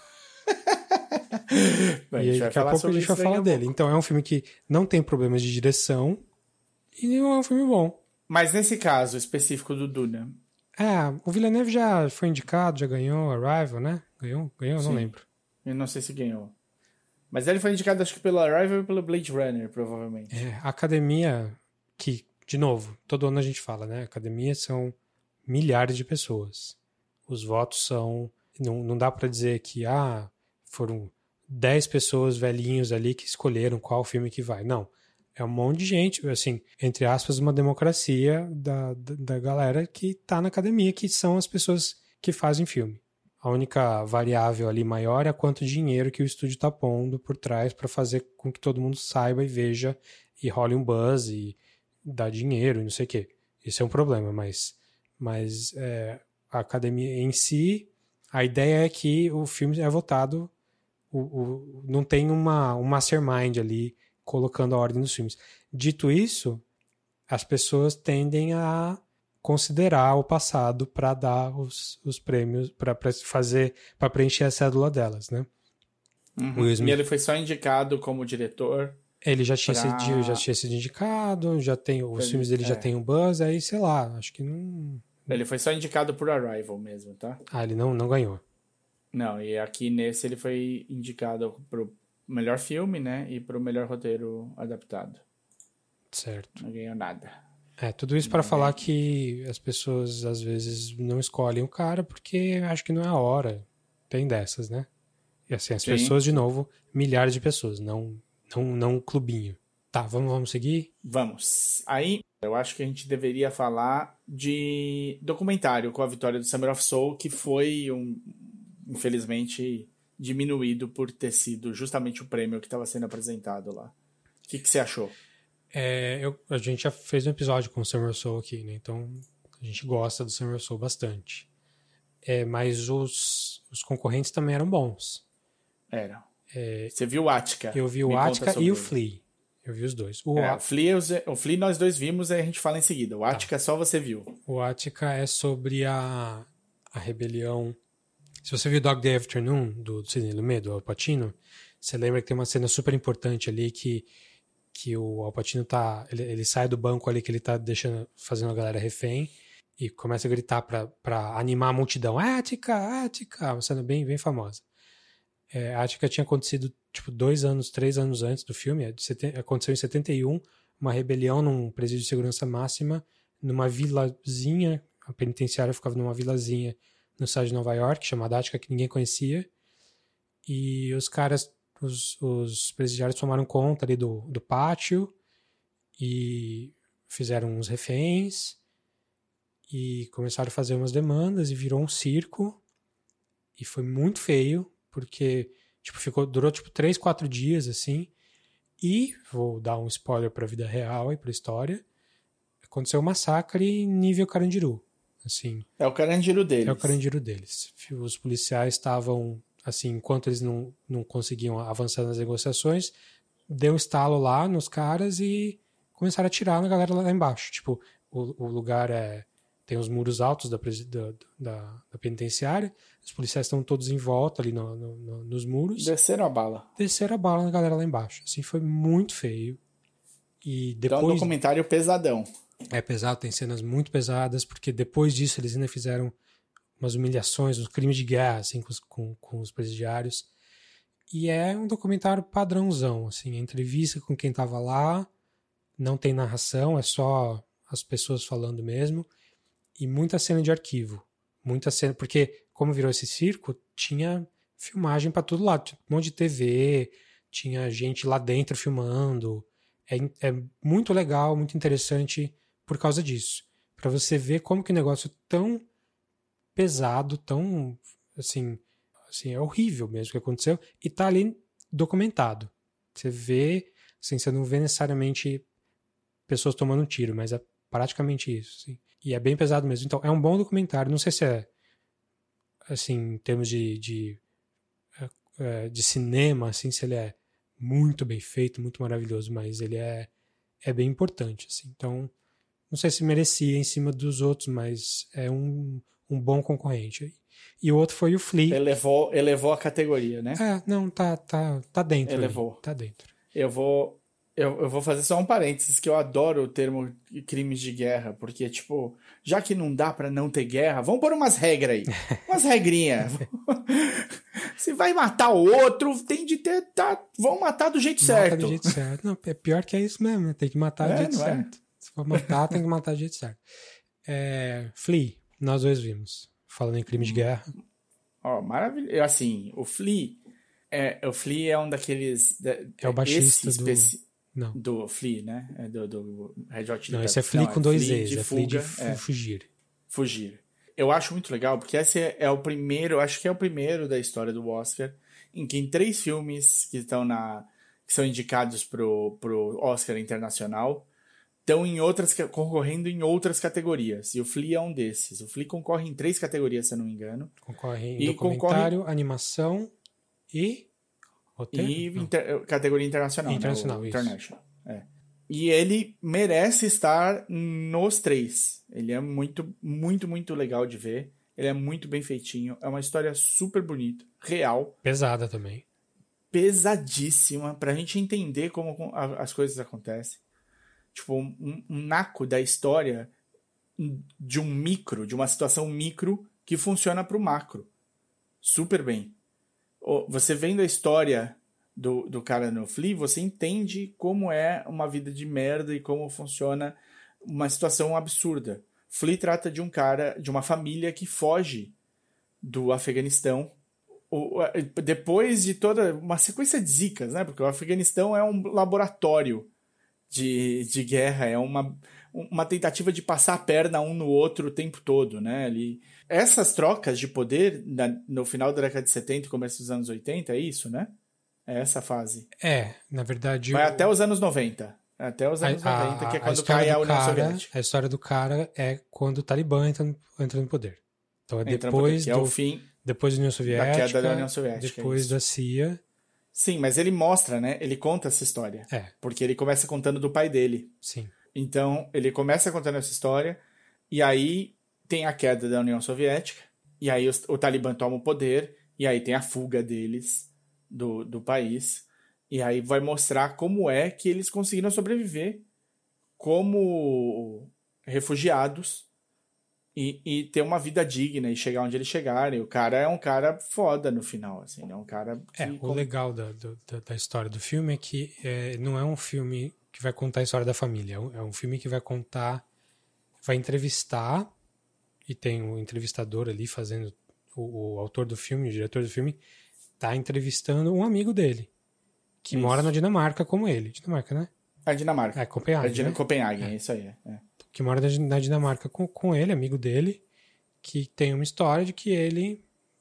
Bem, e daqui a pouco a gente vai falar dele. Então é um filme que não tem problemas de direção e não é um filme bom. Mas nesse caso específico do Duna... É, o Villeneuve já foi indicado, já ganhou Arrival, né? Ganhou? Ganhou? Sim. Não lembro. Eu não sei se ganhou. Mas ele foi indicado, acho que pelo Arrival e pelo Blade Runner, provavelmente. É, a academia, que, de novo, todo ano a gente fala, né? A academia são milhares de pessoas. Os votos são... Não, não dá pra dizer que, ah, foram dez pessoas velhinhos ali que escolheram qual filme que vai. Não. É um monte de gente, assim, entre aspas, uma democracia da, da, da galera que tá na academia, que são as pessoas que fazem filme. A única variável ali maior é quanto dinheiro que o estúdio tá pondo por trás para fazer com que todo mundo saiba e veja e role um buzz e dá dinheiro e não sei o quê. Isso é um problema, mas, mas é, a academia em si, a ideia é que o filme é votado, o, o, não tem uma, um mastermind ali colocando a ordem dos filmes. Dito isso, as pessoas tendem a considerar o passado para dar os, os prêmios, para fazer, para preencher a cédula delas, né? Uhum. E ele foi só indicado como diretor? Ele já tinha, pra... sido, já tinha sido indicado, já tem, os ele, filmes dele é. já tem um buzz, aí sei lá, acho que não... Ele foi só indicado por Arrival mesmo, tá? Ah, ele não, não ganhou. Não, e aqui nesse ele foi indicado pro melhor filme, né? E pro melhor roteiro adaptado. Certo. Não ganhou nada. É, tudo isso para falar que as pessoas às vezes não escolhem o cara porque acho que não é a hora. Tem dessas, né? E assim, as Sim. pessoas, de novo, milhares de pessoas, não, não, não um clubinho. Tá, vamos, vamos seguir? Vamos. Aí, eu acho que a gente deveria falar de documentário com a vitória do Summer of Soul, que foi, um, infelizmente... diminuído por ter sido justamente o prêmio que estava sendo apresentado lá. O que, que você achou? É, eu, a gente já fez um episódio com o Summer Soul aqui, né? Então a gente gosta do Summer Soul bastante. É, mas os, os concorrentes também eram bons. Eram. É, você viu o Attica? Eu vi o Attica e o Flea. Eu vi os dois. O, é, o, Flea, o Flea nós dois vimos e a gente fala em seguida. O Attica tá. Só você viu. O Attica é sobre a, a rebelião... Se você viu Dog Day Afternoon, do, do Sidney Lumet, do Al Pacino, você lembra que tem uma cena super importante ali que, que o Al Pacino tá... Ele, ele sai do banco ali que ele tá deixando, fazendo a galera refém e começa a gritar pra, pra animar a multidão. Attica, Attica! Uma cena bem, bem famosa. É, a Attica tinha acontecido tipo dois anos, três anos antes do filme. Aconteceu em setenta e um, uma rebelião num presídio de segurança máxima, numa vilazinha, a penitenciária ficava numa vilazinha no estado de Nova York, chamada Attica, que ninguém conhecia, e os caras, os, os presidiários tomaram conta ali do, do pátio e fizeram uns reféns e começaram a fazer umas demandas e virou um circo. E foi muito feio, porque tipo, ficou, durou tipo três, quatro dias, assim. E, vou dar um spoiler pra vida real e pra história, aconteceu um massacre nível Carandiru. Assim, é o Carandiru deles. É o Carandiru deles. Os policiais estavam, assim, enquanto eles não, não conseguiam avançar nas negociações, deu estalo lá nos caras e começaram a atirar na galera lá embaixo. Tipo, o, o lugar é... tem os muros altos da, da, da, da penitenciária, os policiais estão todos em volta ali no, no, no, nos muros. Desceram a bala. Desceram a bala na galera lá embaixo. Assim, foi muito feio. E depois... Então é um documentário pesadão. É pesado, tem cenas muito pesadas, porque depois disso eles ainda fizeram umas humilhações, uns crimes de guerra, assim, com os, com, com os presidiários. E é um documentário padrãozão, assim, a entrevista com quem tava lá, não tem narração, é só as pessoas falando mesmo, e muita cena de arquivo. Muita cena, porque como virou esse circo, tinha filmagem pra todo lado, tinha um monte de T V, tinha gente lá dentro filmando. É, é muito legal, muito interessante por causa disso. Pra você ver como que o negócio tão pesado, tão, assim, assim, é horrível mesmo o que aconteceu, e tá ali documentado. Você vê, assim, você não vê necessariamente pessoas tomando um tiro, mas é praticamente isso, assim. E é bem pesado mesmo. Então, é um bom documentário, não sei se é, assim, em termos de, de, de cinema, assim, se ele é muito bem feito, muito maravilhoso, mas ele é, é bem importante, assim. Então, não sei se merecia em cima dos outros, mas é um, um bom concorrente aí. E o outro foi o Flea. Elevou, elevou a categoria, né? É, não, tá, tá, tá dentro. Elevou. Ali, tá dentro. Eu vou, eu, eu vou fazer só um parênteses, que eu adoro o termo crimes de guerra, porque, tipo, já que não dá pra não ter guerra, vamos pôr umas regras aí. Umas regrinhas. Se vai matar o outro, tem de ter. Tá, vão matar do jeito Mata certo. do jeito certo. Não, é pior que é isso mesmo, né? Tem que matar É, do jeito não é? certo. Se for matar, tem que matar do jeito certo. É, Flea, nós dois vimos. Falando em crime de guerra. Ó, maravilhoso. Assim, o Flea. É, o Flea é um daqueles. É o baixista esse do. especi... Não. Do Flea, né? É do, do Red Hot Chili Não, esse é Peppers. Flea Não, com é dois Flea E's. de É Flea de fuga, fu- é. fugir. Fugir. Eu acho muito legal, porque esse é, é o primeiro, acho que é o primeiro da história do Oscar, em que em três filmes que estão na. Que são indicados pro, pro Oscar Internacional, estão em outras, concorrendo em outras categorias. E o Flea é um desses. O Flea concorre em três categorias, se eu não me engano. Concorre em E documentário, concorre... animação e. Roteiro? E Não. inter... categoria internacional. Internacional, né? O isso. International. É. E ele merece estar nos três. Ele é muito, muito, muito legal de ver. Ele é muito bem feitinho. É uma história super bonita, real. Pesada também. Pesadíssima, pra gente entender como as coisas acontecem. Tipo, um, um naco da história de um micro, de uma situação micro que funciona pro macro. Super bem. Você vendo a história do, do cara no Flea, você entende como é uma vida de merda e como funciona uma situação absurda. Flea trata de um cara, de uma família que foge do Afeganistão o, depois de toda uma sequência de zicas, né? Porque o Afeganistão é um laboratório de, de guerra, é uma, uma tentativa de passar a perna um no outro o tempo todo, né? Ali, essas trocas de poder na, no final da década de setenta e começo dos anos oitenta, é isso, né? É essa fase. É, na verdade... Vai o... até os anos noventa. Até os anos a, noventa, que é a quando cai a União cara, Soviética. A história do cara é quando o Talibã entra no, entra no poder. Então é Entra depois poder, que do... é o fim depois da União Soviética, da queda da União Soviética. depois é da C I A. Sim, mas ele mostra, né? Ele conta essa história. É. Porque ele começa contando do pai dele. Sim. Então, ele começa contando essa história, e aí tem a queda da União Soviética, e aí o, o Talibã toma o poder, e aí tem a fuga deles do, do país, e aí vai mostrar como é que eles conseguiram sobreviver como refugiados e, e ter uma vida digna e chegar onde eles chegaram. E o cara é um cara foda no final, assim, é um cara que... É, o legal da, da, da história do filme é que é, não é um filme que vai contar a história da família, é um, é um filme que vai contar, vai entrevistar, e tem o um entrevistador ali fazendo, o, o autor do filme, o diretor do filme, tá entrevistando um amigo dele, que Isso. mora na Dinamarca como ele. Dinamarca, né? A Dinamarca. É, Copenhague, É Dina- né? Copenhague, É. isso aí. É. É. Que mora na na Dinamarca com, com ele, amigo dele, que tem uma história de que ele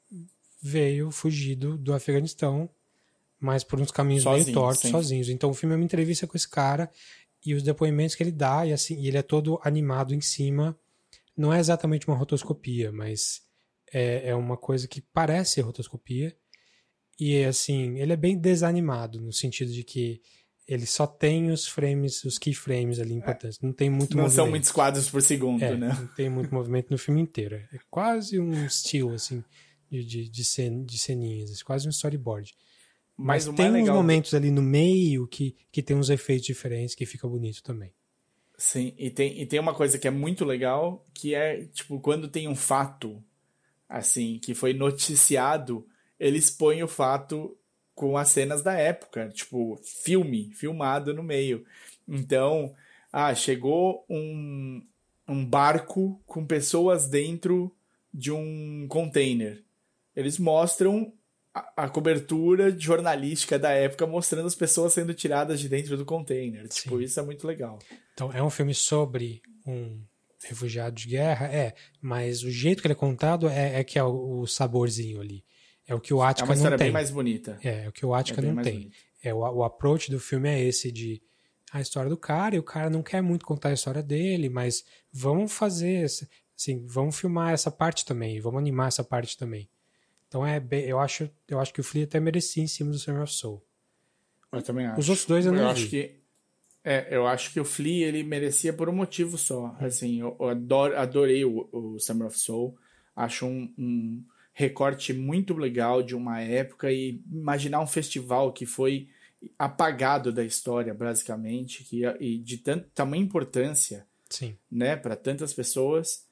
veio fugido do Afeganistão, mas por uns caminhos meio Sozinho, tortos, sem- sozinhos. Então o filme é uma entrevista com esse cara e os depoimentos que ele dá, e assim, e ele é todo animado em cima. Não é exatamente uma rotoscopia, mas é, é uma coisa que parece rotoscopia. E assim, ele é bem desanimado, no sentido de que ele só tem os frames, os keyframes ali importantes. Não tem muito Não movimento. são muitos quadros por segundo, É, né? não tem muito movimento no filme inteiro. É quase um estilo, assim, de, de, de, cen, de ceninhas. É quase um storyboard. Mas, Mas o tem mais uns legal momentos ali no meio que, que tem uns efeitos diferentes que fica bonito também. Sim, e tem, e tem uma coisa que é muito legal, que é, tipo, quando tem um fato, assim, que foi noticiado, eles põem o fato com as cenas da época, tipo, filme, filmado no meio. Então, ah, chegou um, um barco com pessoas dentro de um container. Eles mostram a, a cobertura jornalística da época mostrando as pessoas sendo tiradas de dentro do container. Tipo, Sim. isso é muito legal. Então, é um filme sobre um refugiado de guerra? É, mas o jeito que ele é contado é, é que é o, o saborzinho ali. É o que o É Attica uma não história tem. bem mais bonita. É, é o que o Attica É bem não mais tem. bonito. É, o, o approach do filme é esse de a história do cara, e o cara não quer muito contar a história dele, mas vamos fazer, assim, vamos filmar essa parte também, vamos animar essa parte também. Então é bem, eu acho, eu acho que o Flea até merecia em cima do Summer of Soul. Eu também acho. Os outros dois eu não acho vi. que é, eu acho que o Flea ele merecia por um motivo só. Assim, eu, eu adoro, adorei o, o Summer of Soul. Acho um, um recorte muito legal de uma época e imaginar um festival que foi apagado da história, basicamente, que, e de tant, tamanha importância, Sim. né, para tantas pessoas,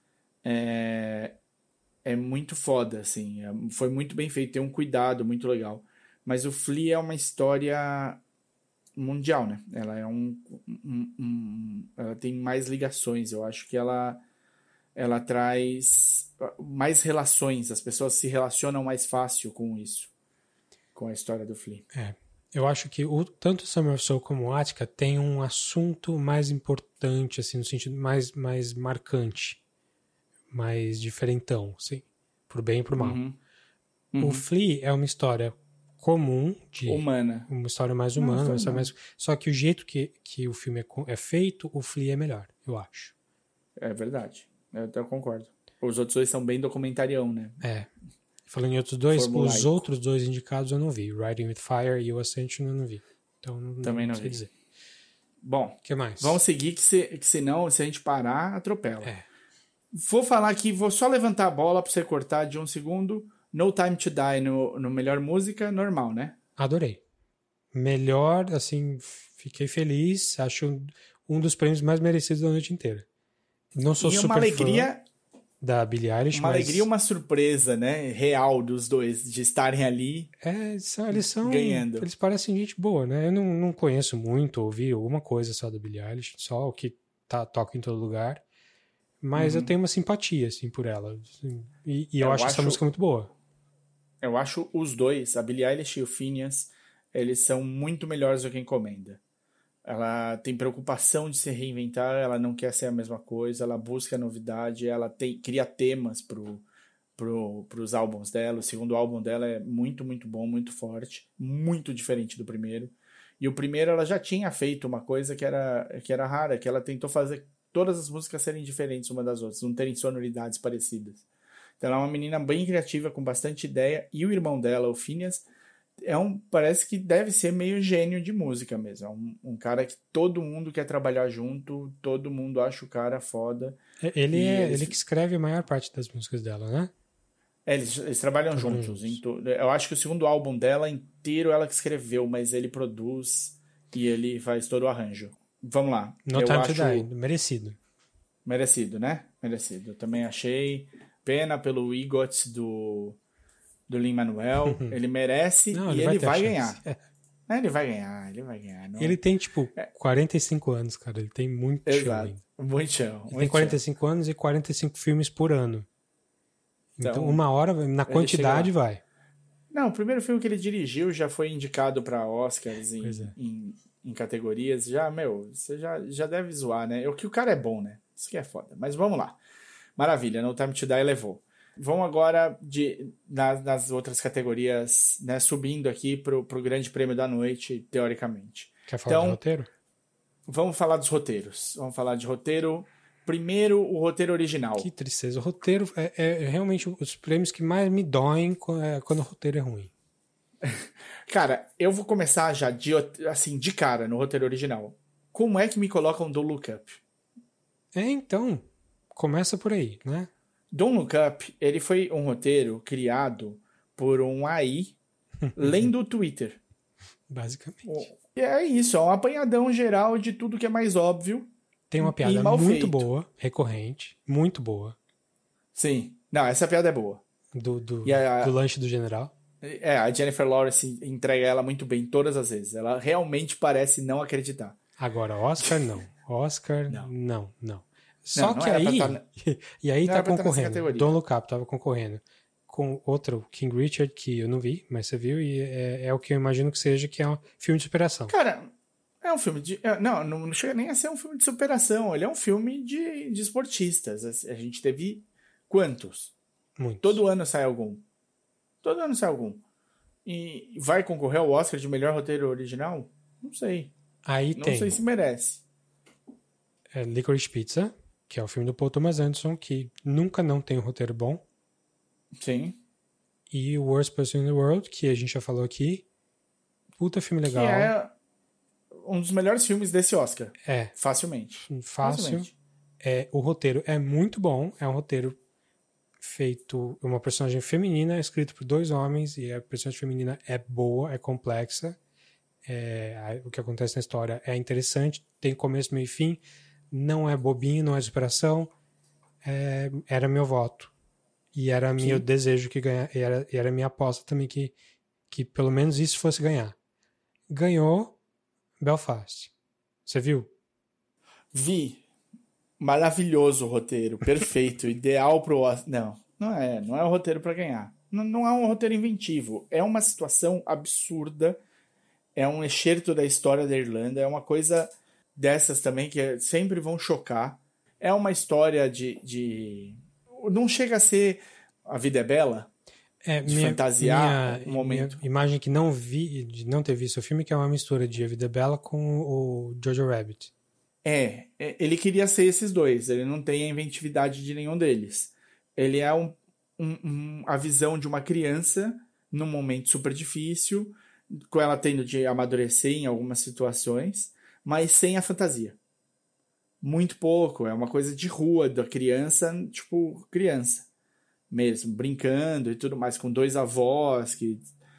é, é muito foda, assim. É, foi muito bem feito, tem um cuidado muito legal. Mas o Flea é uma história mundial, né? Ela é um, um, um, ela tem mais ligações. Eu acho que ela ela traz mais relações. As pessoas se relacionam mais fácil com isso, com a história do Flea. É. Eu acho que o, tanto o Summer of Soul como o Attica tem um assunto mais importante, assim, no sentido mais, mais marcante, mais diferentão, assim, pro bem e pro mal. Uhum. Uhum. O Flea é uma história comum, de humana, uma história mais humana, Não, uma história mais, só que o jeito que, que o filme é, é feito, o Flea é melhor, eu acho. É verdade, eu até concordo. Os outros dois são bem documentarião, né? É. Falando em outros dois, Formulaico. os outros dois indicados eu não vi. Riding with Fire e o Ascension eu não vi. Então não, Também não sei vi. dizer. Bom, O que mais? vamos seguir, que, se, que senão, se a gente parar, atropela. É. Vou falar aqui, vou só levantar a bola pra você cortar de um segundo. No Time to Die no, no melhor música, normal, né? Adorei. Melhor, assim, fiquei feliz. Acho um dos prêmios mais merecidos da noite inteira. Não sou e super uma alegria, fã da Billie Eilish, uma mas... alegria e uma surpresa, né? Real dos dois, de estarem ali É, são, eles são... ganhando. Eles parecem gente boa, né? Eu não, não conheço muito, ouvi alguma coisa só da Billie Eilish, só o que tá, toca em todo lugar. Mas Uhum. eu tenho uma simpatia, assim, por ela. Assim, e, e eu, Eu acho essa acho- música muito boa. Eu acho os dois, a Billie Eilish e o Phineas, eles são muito melhores do que a Encomenda. Ela tem preocupação de se reinventar, ela não quer ser a mesma coisa, ela busca novidade, ela tem, cria temas pro, pro, pros álbuns dela. O segundo álbum dela é muito, muito bom, muito forte, muito diferente do primeiro. E o primeiro ela já tinha feito uma coisa que era, que era rara, que ela tentou fazer todas as músicas serem diferentes uma das outras, não terem sonoridades parecidas. Então ela é uma menina bem criativa, com bastante ideia, e o irmão dela, o Phineas, é um, parece que deve ser meio gênio de música mesmo. É um, um cara que todo mundo quer trabalhar junto, todo mundo acha o cara foda. Ele E é eles- ele que escreve a maior parte das músicas dela, né? É, eles, eles trabalham Trabalham juntos. juntos. em to- Eu acho que o segundo álbum dela inteiro ela que escreveu, mas ele produz e ele faz todo o arranjo. Vamos lá. No Eu Time acho to Die, merecido. merecido, né? Merecido. Eu também achei. Pena pelo EGOT do, do Lin-Manuel. Ele merece Não, e ele vai ele ter vai, a chance. ganhar. É. É, ele vai ganhar, ele vai ganhar. Não... Ele tem, tipo, quarenta e cinco anos, cara. Ele tem muito show Exato. ainda. Muito chão. Ele tem Muito quarenta e chão. cinco anos e quarenta e cinco filmes por ano. Então, Então, uma hora, na quantidade, chega vai. Não, o primeiro filme que ele dirigiu já foi indicado para Oscars em, Pois é. em, em categorias, já, meu, você já, já deve zoar, né? O que o cara é bom, né? Isso que é foda. Mas vamos lá. Maravilha, No Time to Die levou. Vamos agora de, na, nas outras categorias, né? Subindo aqui pro, pro grande prêmio da noite, teoricamente. Quer falar Então, de roteiro? Vamos falar dos roteiros. Vamos falar de roteiro. Primeiro, o roteiro original. Que tristeza. O roteiro é, é realmente os prêmios que mais me doem quando o roteiro é ruim. Cara, eu vou começar já de, assim, de cara no roteiro original. Como é que me colocam Don't Look Up? É, então, começa por aí, né? Don't Look Up, ele foi um roteiro criado por um A I lendo o Twitter. Basicamente. E é isso, é um apanhadão geral de tudo que é mais óbvio. Tem uma piada muito feito. boa, recorrente, muito boa. Sim. Não, essa piada é boa. Do, do, a, do lanche do general. É, a Jennifer Lawrence entrega ela muito bem todas as vezes. Ela realmente parece não acreditar. Agora, Oscar não. Oscar, não, não. não. Só não, não que aí... Tá... e aí não tá concorrendo. Don't Look Up tava concorrendo com outro, King Richard, que eu não vi, mas você viu, e é, é o que eu imagino que seja, que é um filme de superação. Cara, é um filme de... Não, não chega nem a ser um filme de superação. Ele é um filme de, de esportistas. A gente teve quantos? Muitos. Todo ano sai algum. Todo ano sai algum. E vai concorrer ao Oscar de melhor roteiro original? Não sei. Aí não tem... Não sei se merece. É Licorice Pizza, que é o filme do Paul Thomas Anderson, que nunca não tem um roteiro bom. Sim. E o Worst Person in the World, que a gente já falou aqui. Puta filme legal. Que é um dos melhores filmes desse Oscar. É. Facilmente. Fácil. Facilmente. É, o roteiro é muito bom. É um roteiro feito... Uma personagem feminina, escrito por dois homens. E a personagem feminina é boa, é complexa. É, o que acontece na história é interessante. Tem começo, meio e fim. Não é bobinho, não é superação. É, era meu voto. E era meu Sim. desejo que ganhar, e era, e era minha aposta também que, que pelo menos isso fosse ganhar. Ganhou Belfast. Você viu? Vi. Maravilhoso o roteiro, perfeito, ideal pro Oscar. Não, não é, não é o roteiro para ganhar. Não, não é um roteiro inventivo, é uma situação absurda, é um excerto da história da Irlanda, é uma coisa dessas também que sempre vão chocar. É uma história de... de... Não chega a ser A Vida é Bela, é, de minha, fantasiar minha, um momento. Minha imagem que não vi, de não ter visto o filme, que é uma mistura de A Vida é Bela com o Jojo Rabbit. É, ele queria ser esses dois, ele não tem a inventividade de nenhum deles. Ele é um, um, um, a visão de uma criança num momento super difícil, com ela tendo de amadurecer em algumas situações, mas sem a fantasia. Muito pouco, é uma coisa de rua, da criança, tipo, criança mesmo, brincando e tudo mais, com dois avós, que,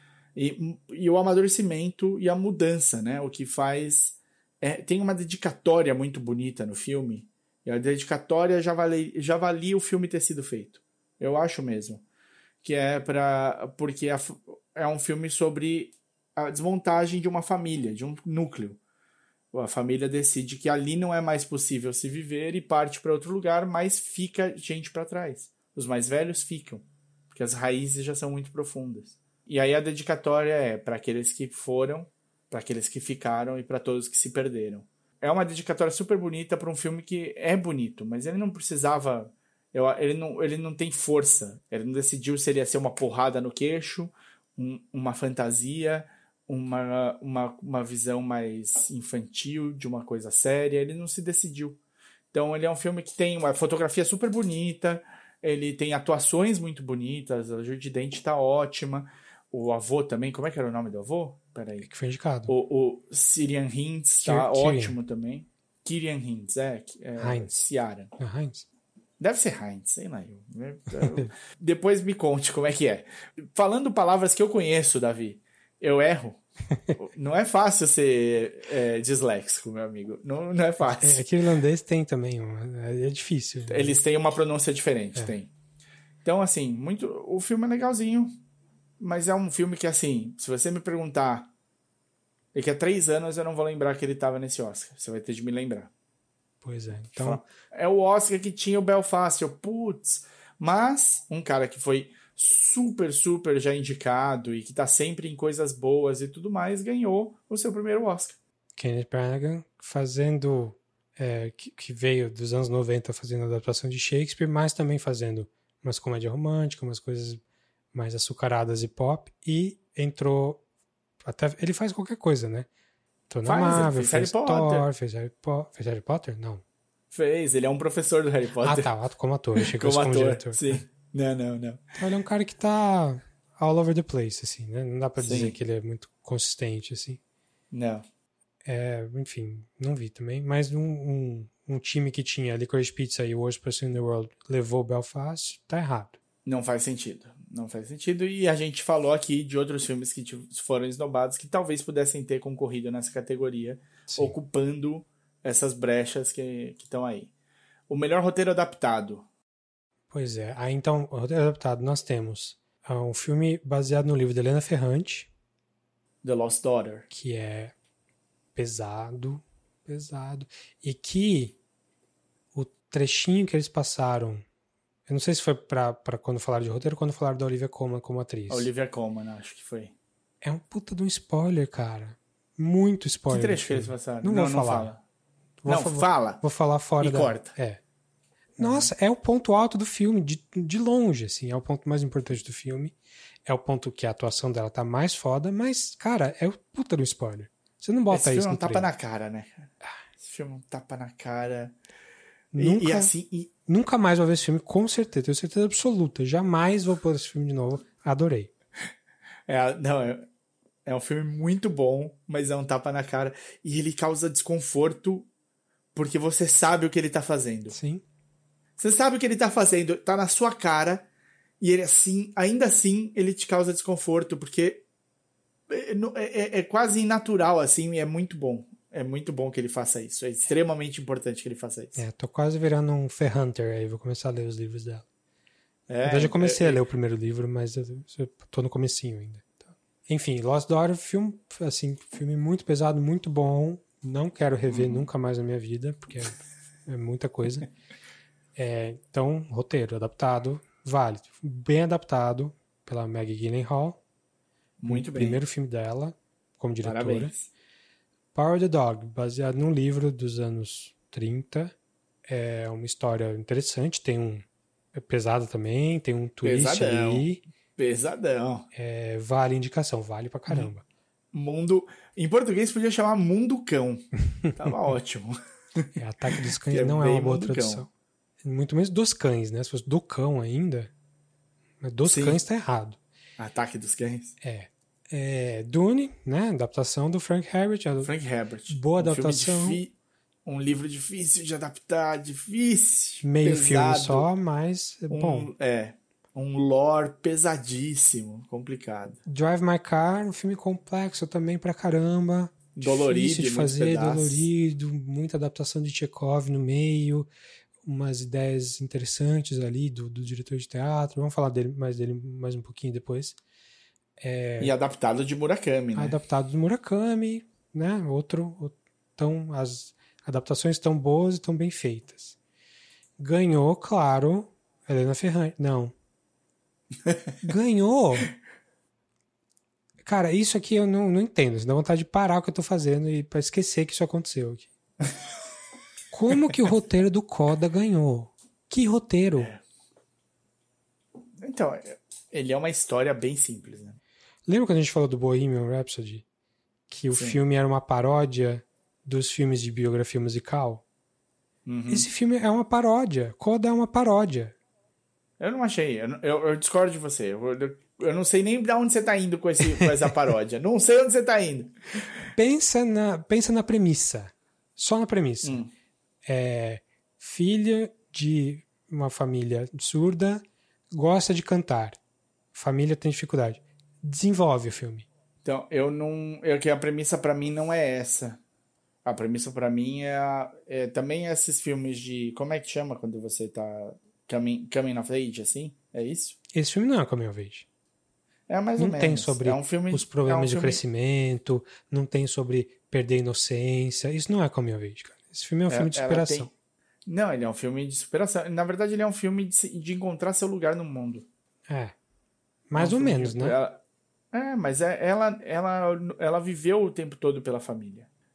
e, e o amadurecimento e a mudança, né, o que faz, é, tem uma dedicatória muito bonita no filme, e a dedicatória já valia, já valia o filme ter sido feito, eu acho mesmo, que é para porque é, é um filme sobre a desmontagem de uma família, de um núcleo. A família decide que ali não é mais possível se viver e parte para outro lugar, mas fica gente para trás. Os mais velhos ficam, porque as raízes já são muito profundas. E aí a dedicatória é para aqueles que foram, para aqueles que ficaram e para todos que se perderam. É uma dedicatória super bonita para um filme que é bonito, mas ele não precisava... Ele não, ele não tem força. Ele não decidiu se ele ia ser uma porrada no queixo, um, uma fantasia... Uma, uma, uma visão mais infantil de uma coisa séria, ele não se decidiu. Então ele é um filme que tem uma fotografia super bonita, ele tem atuações muito bonitas, a Judy Dench tá ótima, o avô também, como é que era o nome do avô? Peraí. Que foi indicado. O, o Ciarán Hinds tá Kir- ótimo também. Ciarán Hinds, é. é Hinds. Ciarán. É Heinz? Deve ser Heinz, sei lá. Eu, eu, depois me conte como é que é. Falando palavras que eu conheço, Davi, eu erro. Não é fácil ser é, disléxico, meu amigo. Não, não é fácil. É, é que o irlandês tem também, uma, é difícil. Né? Eles têm uma pronúncia diferente, É. tem. Então, assim, muito, o filme é legalzinho, mas é um filme que, assim, se você me perguntar daqui a três anos eu não vou lembrar que ele estava nesse Oscar. Você vai ter de me lembrar. Pois é. Então, é o Oscar que tinha o Belfast, eu, putz. Mas um cara que foi super, super já indicado e que tá sempre em coisas boas e tudo mais, ganhou o seu primeiro Oscar. Kenneth Branagh fazendo, é, que, que veio dos anos noventa fazendo adaptação de Shakespeare, mas também fazendo umas comédias românticas, umas coisas mais açucaradas e pop, e entrou, até ele faz qualquer coisa, né? Entrou na Faz, Marvel, fez fez Harry Potter. Thor, fez Harry, Po- fez Harry Potter? Não. Fez, ele é um professor do Harry Ah, Potter. tá, como ator, achei que como fosse como ator, diretor. sim. Não, não, não. Então ele é um cara que tá all over the place, assim, né? Não dá pra Sim. dizer que ele é muito consistente, assim. Não. É, enfim, não vi também, mas um, um, um time que tinha Licorice Pizza e Worst Person in the World levou Belfast, tá errado. Não faz sentido. Não faz sentido. E a gente falou aqui de outros filmes que foram esnobados que talvez pudessem ter concorrido nessa categoria, Sim. ocupando essas brechas que estão aí. O melhor roteiro adaptado. Pois é. Aí então, o roteiro adaptado, nós temos uh, um filme baseado no livro de Helena Ferrante, The Lost Daughter. que é pesado, pesado, e que o trechinho que eles passaram, eu não sei se foi pra, pra quando falaram de roteiro ou quando falaram da Olivia Colman como atriz. A Olivia Colman, acho que foi. É um puta de um spoiler, cara. Muito spoiler. Que trecho que eles passaram? Não, Não, vou não falar. fala. Vou Não, fa- fala. Vou falar fora E da... corta. É. Nossa, é o ponto alto do filme, de, de longe, assim. É o ponto mais importante do filme. É o ponto que a atuação dela tá mais foda, mas, cara, é o puta do spoiler. Você não bota Esse isso filme é um no tapa trailer. na cara, né? Esse filme é um tapa na cara. E, Nunca, e assim... E... nunca mais vou ver esse filme, com certeza. Tenho certeza absoluta. Jamais vou pôr esse filme de novo. Adorei. É, não, é, é um filme muito bom, mas é um tapa na cara. E ele causa desconforto porque você sabe o que ele tá fazendo. Sim. Você sabe o que ele tá fazendo, tá na sua cara, e ele assim, ainda assim, ele te causa desconforto, porque é, é, é quase inatural, assim, e é muito bom. É muito bom que ele faça isso. É extremamente importante que ele faça isso. É, tô quase virando um Ferhunter aí. Vou começar a ler os livros dela. É, Na verdade, eu comecei é, a ler o primeiro livro, mas eu, eu tô no comecinho ainda. Enfim, Lost Daughter, filme, assim, filme muito pesado, muito bom. Não quero rever Uhum. nunca mais na minha vida, porque é, é muita coisa. É, então, roteiro adaptado, válido. Bem adaptado pela Maggie Gyllenhaal. Muito bem. Primeiro filme dela, como diretora. Parabéns. Power the Dog, baseado num livro dos anos trinta. É uma história interessante, tem um... É pesado também, tem um twist Pesadão. ali. Pesadão. É, vale indicação, vale pra caramba. Mundo... Em português podia chamar Mundo Cão. Tava ótimo. É, Ataque dos Cães Que é não é bem uma boa Mundo tradução. Muito menos dos cães, né? Se fosse do cão ainda, mas dos Sim. cães tá errado. Ataque dos Cães. É. É Dune, né? Adaptação do Frank Herbert. Frank Herbert. Boa um adaptação. Filme difi... Um livro difícil de adaptar, difícil. Meio pesado. filme só, mas é um, bom. É. Um lore pesadíssimo, complicado. Drive My Car, um filme complexo também pra caramba. Dolorido, difícil de fazer, dolorido, muita adaptação de Chekhov no meio, umas ideias interessantes ali do, do diretor de teatro. Vamos falar dele, mais dele mais um pouquinho depois. É, e adaptado de Murakami, né? Adaptado do Murakami, né? Outro, então as adaptações estão boas e estão bem feitas. Ganhou, claro, Helena Ferrante. Não. Ganhou. Cara, isso aqui eu não, não entendo. Dá vontade de parar o que eu tô fazendo e pra esquecer que isso aconteceu aqui. Como que o roteiro do Coda ganhou? Que roteiro? É. Então, ele é uma história bem simples, né? Lembra quando a gente falou do Bohemian Rhapsody? Que o Sim. filme era uma paródia dos filmes de biografia musical? Uhum. Esse filme é uma paródia. Coda é uma paródia. Eu não achei. Eu, eu, eu discordo de você. Eu, eu, eu não sei nem de onde você tá indo com, esse, com essa paródia. Não sei onde você tá indo. Pensa na, pensa na premissa. Só na premissa. Hum. É, filha de uma família surda, gosta de cantar. Família tem dificuldade. Desenvolve o filme. Então, eu não... Eu, que a premissa pra mim não é essa. A premissa pra mim é, a, é também esses filmes de... Como é que chama quando você tá... Coming, coming of age, assim? É isso? Esse filme não é coming of age. É mais não ou menos. Tem sobre é um filme, os problemas é um de filme... crescimento, não tem sobre perder a inocência. Isso não é coming of age, cara. Esse filme é um é, filme de superação. Tem... Não, ele é um filme de superação. Na verdade, ele é um filme de, de encontrar seu lugar no mundo. É. Mais é um ou menos, de... né? Ela... É, mas é, ela, ela, ela viveu o tempo todo pela família.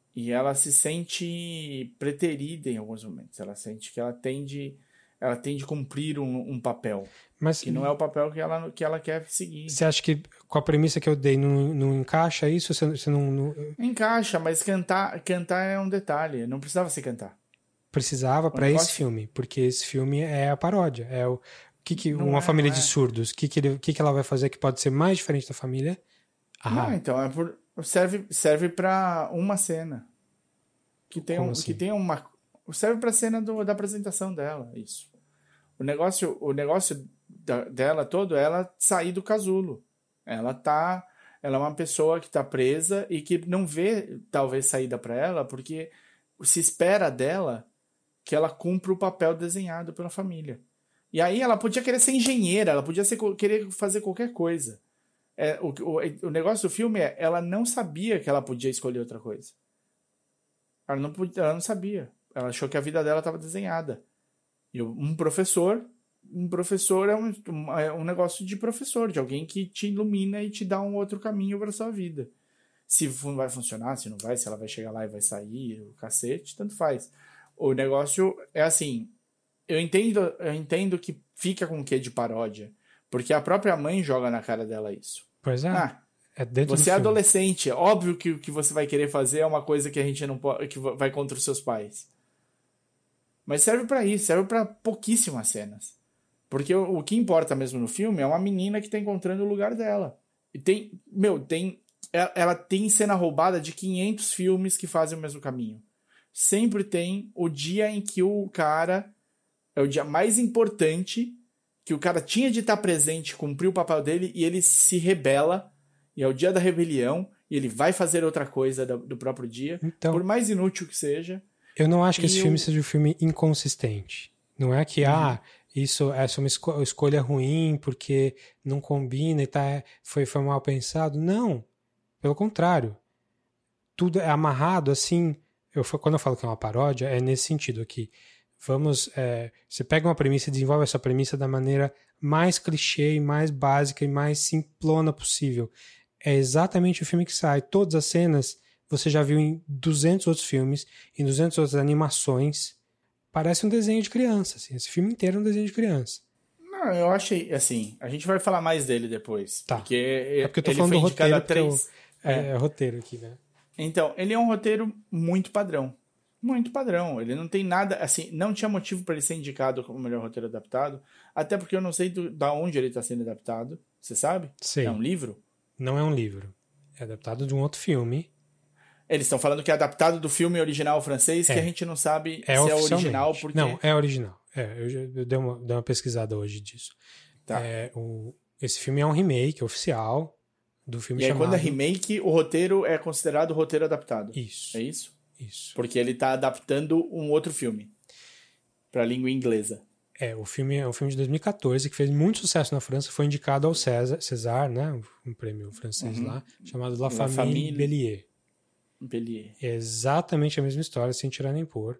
E ela se sente preterida em alguns momentos. Ela sente que ela tem de, ela tem de cumprir um, um papel. Mas Que não é o papel que ela, que ela quer seguir. você acha que com a premissa que eu dei não, não encaixa isso? Você, você não, não Encaixa, mas cantar, cantar é um detalhe. Não precisava se cantar. precisava O para esse negócio filme? Porque esse filme é a paródia. É o que, que não uma é, não família de é. surdos, o que, que, ele- que, que ela vai fazer que pode ser mais diferente da família? Não, Ah, então, é por, serve, serve para uma cena. Que tem, como um, que assim? tem uma. Serve pra cena do, da apresentação dela, isso. O negócio, o negócio da- dela todo é ela sair do casulo. Ela tá. Ela é uma pessoa que tá presa e que não vê, talvez, saída para ela, porque se espera dela que ela cumpra o papel desenhado pela família. E aí ela podia querer ser engenheira, ela podia ser, querer fazer qualquer coisa. É, o, o, o negócio do filme é ela não sabia que ela podia escolher outra coisa. Ela não, podia, ela não sabia. Ela achou que a vida dela estava desenhada. E um professor, um professor é um, um, é um negócio de professor, de alguém que te ilumina e te dá um outro caminho para sua vida. Se vai funcionar, se não vai, se ela vai chegar lá e vai sair, o cacete, tanto faz. O negócio é assim, eu entendo, eu entendo que fica com o quê de paródia, porque a própria mãe joga na cara dela isso. Pois é, Ah, é dentro do você é filme. adolescente, é óbvio que o que você vai querer fazer é uma coisa que a gente não pode, que vai contra os seus pais. Mas serve pra isso, serve pra pouquíssimas cenas. Porque o, o que importa mesmo no filme é uma menina que tá encontrando o lugar dela. E tem, meu, tem ela, ela tem cena roubada de quinhentos filmes que fazem o mesmo caminho. Sempre tem o dia em que o cara é o dia mais importante, que o cara tinha de estar presente, cumprir o papel dele e ele se rebela, e é o dia da rebelião, e ele vai fazer outra coisa do, do próprio dia, por Então, mais inútil que seja. eu não acho que esse E filme o. seja um filme inconsistente. Não é que, Uhum. ah, isso essa é uma esco- escolha ruim porque não combina e tá, foi, foi mal pensado. Não, pelo contrário. Tudo é amarrado assim. Eu, quando eu falo que é uma paródia, é nesse sentido aqui. Vamos, é, você pega uma premissa e desenvolve essa premissa da maneira mais clichê e mais básica e mais simplona possível. É exatamente o filme que sai. Todas as cenas você já viu em duzentos outros filmes, em duzentas outras animações. Parece um desenho de criança. Assim. Esse filme inteiro é um desenho de criança. Não, eu achei, assim, a gente vai falar mais dele depois, Tá. É porque porque eu tô ele falando foi do indicado a roteiro, porque eu, três. é, É. é roteiro aqui, né? Então, ele é um roteiro muito padrão. Muito padrão. Ele não tem nada, assim, não tinha motivo para ele ser indicado como o melhor roteiro adaptado, até porque eu não sei do, da onde ele está sendo adaptado. Você sabe? É um Sei. livro? Não é um livro. É adaptado de um outro filme. Eles estão falando que é adaptado do filme original francês, que a É. gente não sabe É se é original, oficialmente. Não, porque. é original. É, eu, já- eu dei, uma, dei uma pesquisada hoje disso. Tá. É, o, esse filme é um remake oficial do filme E aí, quando é chamado. remake, o roteiro é considerado roteiro adaptado. É Isso. isso? Isso. Porque ele está adaptando um outro filme para a língua inglesa. É, o filme é um filme de dois mil e quatorze que fez muito sucesso na França, foi indicado ao César, César, né, um prêmio francês Uhum. lá, chamado La, La Famille, Famille Bélier. Bellier. É exatamente a mesma história, sem tirar nem pôr.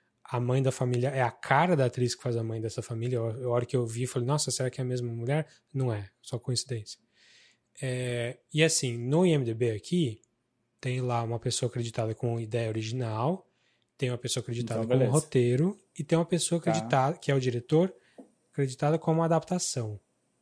A mãe da família é a cara da atriz que faz a mãe dessa família. A hora que eu vi, eu falei, nossa, será que é a mesma mulher? Não é, só coincidência. É, e assim, no I M D B aqui, tem lá uma pessoa acreditada com ideia original, tem uma pessoa acreditada Então, com o beleza. roteiro, e tem uma pessoa Tá. acreditada, que é o diretor, acreditada como adaptação.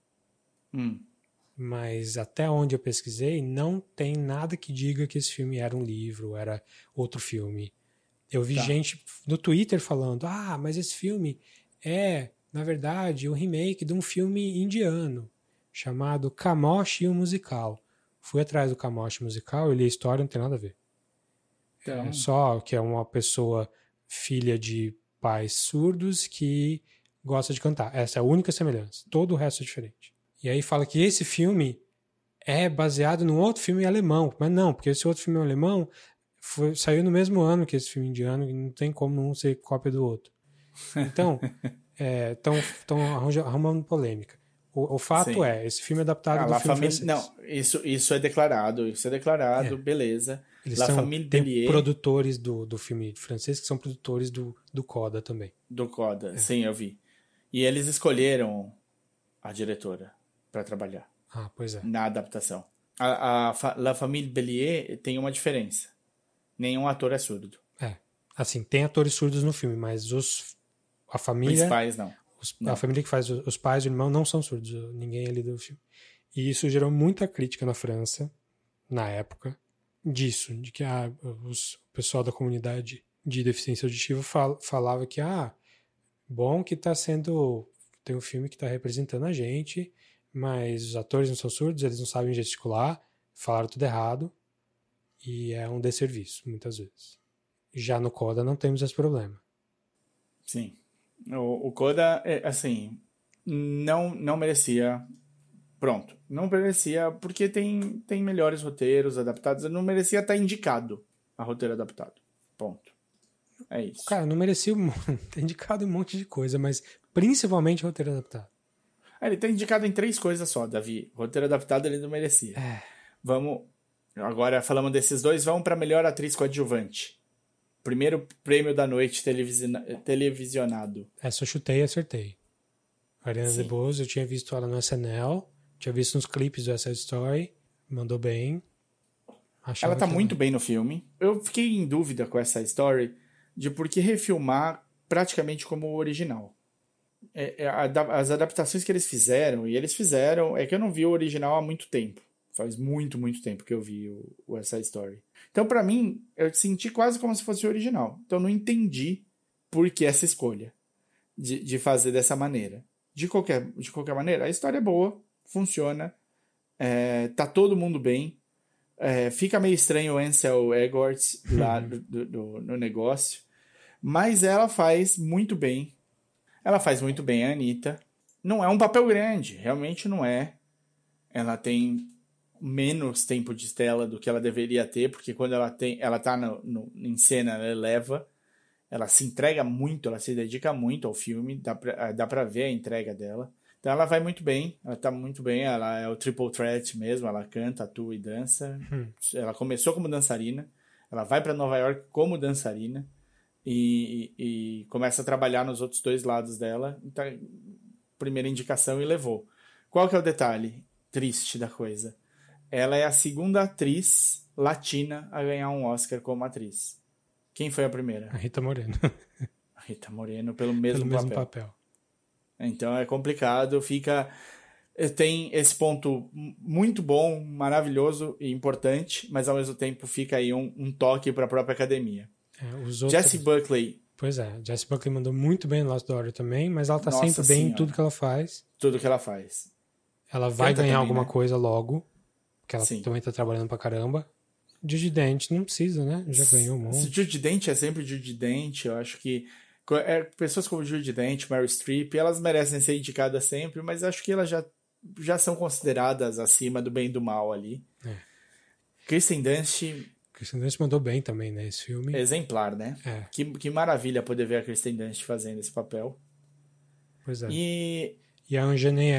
Hum. Mas até onde eu pesquisei, não tem nada que diga que esse filme era um livro, era outro filme. Eu vi Tá. gente no Twitter falando, ah, mas esse filme é, na verdade, um remake de um filme indiano chamado Kamosh e o Musical. Fui atrás do Kamosh Musical, ele é história, não tem nada a ver. Então, É só que é uma pessoa filha de pais surdos que gosta de cantar. Essa é a única semelhança. Todo o resto é diferente. E aí fala que esse filme é baseado num outro filme alemão. Mas não, porque esse outro filme alemão foi, saiu no mesmo ano que esse filme indiano e não tem como um ser cópia do outro. Então, estão é, arrumando polêmica. O, o fato sim. é, esse filme é adaptado Ah, do La filme Famille. francês. Não, isso, isso é declarado. Isso é declarado, É. beleza. Eles La são, Famille tem Bellier produtores do, do filme francês que são produtores do, do Coda também. do Coda. É. Sim, eu vi. E eles escolheram a diretora para trabalhar Ah, pois é. na adaptação. A, a, La Famille Bellier tem uma diferença. Nenhum ator é surdo. É. Assim, tem atores surdos no filme, mas os, a família... Principais, não. Os, não. A família que faz os, os pais e o irmão não são surdos, ninguém ali do filme. E isso gerou muita crítica na França, na época, disso, de que ah, os, o pessoal da comunidade de deficiência auditiva fal, falava que, ah, bom que tá sendo... Tem um filme que tá representando a gente, mas os atores não são surdos, eles não sabem gesticular, falaram tudo errado, e é um desserviço, muitas vezes. Já no Coda não temos esse problema. Sim. O, o Coda, é, assim, não, não merecia... Pronto. Não merecia, porque tem, tem melhores roteiros adaptados. Não merecia estar indicado a roteiro adaptado. Ponto. É isso. Cara, não merecia um... ter indicado um monte de coisa, mas principalmente roteiro adaptado. Ele tá indicado em três coisas só, Davi. Roteiro adaptado ele não merecia. É. Vamos... Agora, falamos desses dois, vamos para melhor atriz coadjuvante. Primeiro prêmio da noite televisiona... televisionado. Essa eu chutei e acertei. Ariana DeBose, eu tinha visto ela no S N L, tinha visto nos clipes do West Side Story, mandou bem. Achava ela tá que muito ela... bem no filme. Eu fiquei em dúvida com essa story de por que refilmar praticamente como o original. É, é, as adaptações que eles fizeram, e eles fizeram, é que eu não vi o original há muito tempo. Faz muito, muito tempo que eu vi o, o West Side Story. Então, pra mim, eu senti quase como se fosse o original. Então, eu não entendi por que essa escolha de, de fazer dessa maneira. De qualquer, de qualquer maneira, a história é boa, funciona, é, tá todo mundo bem. É, fica meio estranho o Ansel Elgort lá do, do, do, no negócio, mas ela faz muito bem. Ela faz muito bem a Anitta. Não é um papel grande, realmente não é. Ela tem menos tempo de tela do que ela deveria ter, porque quando ela tem, ela tá no, no, em cena, ela eleva, ela se entrega muito, ela se dedica muito ao filme, dá pra, dá pra ver a entrega dela. Então ela vai muito bem, ela tá muito bem, ela é o triple threat mesmo, ela canta, atua e dança. Hum. Ela começou como dançarina, ela vai para Nova York como dançarina e, e, e começa a trabalhar nos outros dois lados dela. Então, primeira indicação e levou. Qual que é o detalhe triste da coisa? Ela é a segunda atriz latina a ganhar um Oscar como atriz. Quem foi a primeira? A Rita Moreno. A Rita Moreno, pelo mesmo, pelo mesmo papel. papel. Então é complicado, fica... Tem esse ponto muito bom, maravilhoso e importante, mas ao mesmo tempo fica aí um, um toque para a própria academia. É, os outros... Jessie Buckley. Pois é, Jessie Buckley mandou muito bem no Lost Daughter também, mas ela tá Nossa sempre bem senhora. em tudo que ela faz. Tudo que ela faz. Ela vai Canta ganhar também, alguma né? coisa logo, porque ela Sim. também tá trabalhando pra caramba. Judy Dench não precisa, né? Já ganhou um monte. Judy Dench é sempre Judy Dench, eu acho que é, pessoas como Judy Dench, Meryl Streep, elas merecem ser indicadas sempre, mas acho que elas já, já são consideradas acima do bem e do mal ali. É. Kristen Dunst... Kristen Dunst mandou bem também, né? Esse filme. Exemplar, né? É. Que, que maravilha poder ver a Kristen Dunst fazendo esse papel. Pois é. E... E a Anjanou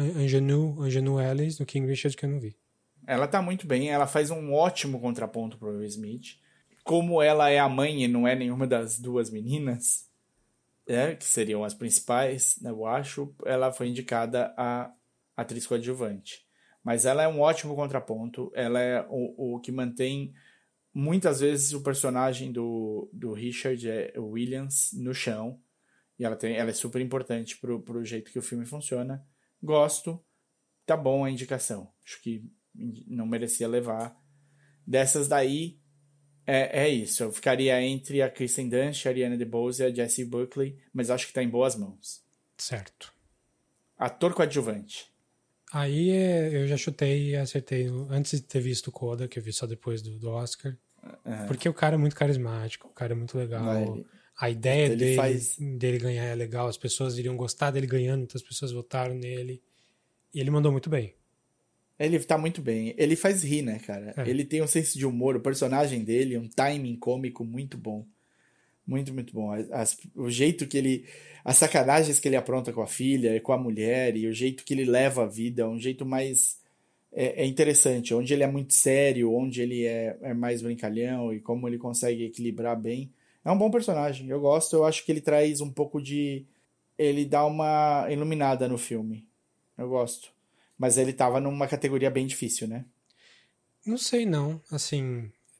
Anjanou Ellis no King Richard que eu não vi. Ela tá muito bem, ela faz um ótimo contraponto pro Will Smith. Como ela é a mãe e não é nenhuma das duas meninas, é, que seriam as principais, né, eu acho, ela foi indicada a atriz coadjuvante. Mas ela é um ótimo contraponto, ela é o, o que mantém muitas vezes o personagem do, do Richard Williams no chão. E ela, tem, ela é super importante pro, pro jeito que o filme funciona. Gosto, tá bom a indicação. Acho que não merecia levar. Dessas daí, é, é isso. Eu ficaria entre a Kristen Dunst, a Ariana DeBose e a Jessie Buckley, mas acho que tá em boas mãos. Certo. Ator coadjuvante. Aí eu já chutei e acertei antes de ter visto o Coda, que eu vi só depois do, do Oscar. Uhum. Porque o cara é muito carismático, o cara é muito legal. Ele, a ideia dele, faz... dele ganhar é legal, as pessoas iriam gostar dele ganhando, muitas pessoas votaram nele. E ele mandou muito bem. Ele tá muito bem. Ele faz rir, né, cara? É. Ele tem um senso de humor, o personagem dele, um timing cômico muito bom. Muito, muito bom. As, o jeito que ele... As sacanagens que ele apronta com a filha e com a mulher, e o jeito que ele leva a vida, um jeito mais... É, é interessante. Onde ele é muito sério, onde ele é, é mais brincalhão, e como ele consegue equilibrar bem. É um bom personagem. Eu gosto. Eu acho que ele traz um pouco de... Ele dá uma iluminada no filme. Eu gosto. Mas ele tava numa categoria bem difícil, né? Não sei, não. Assim,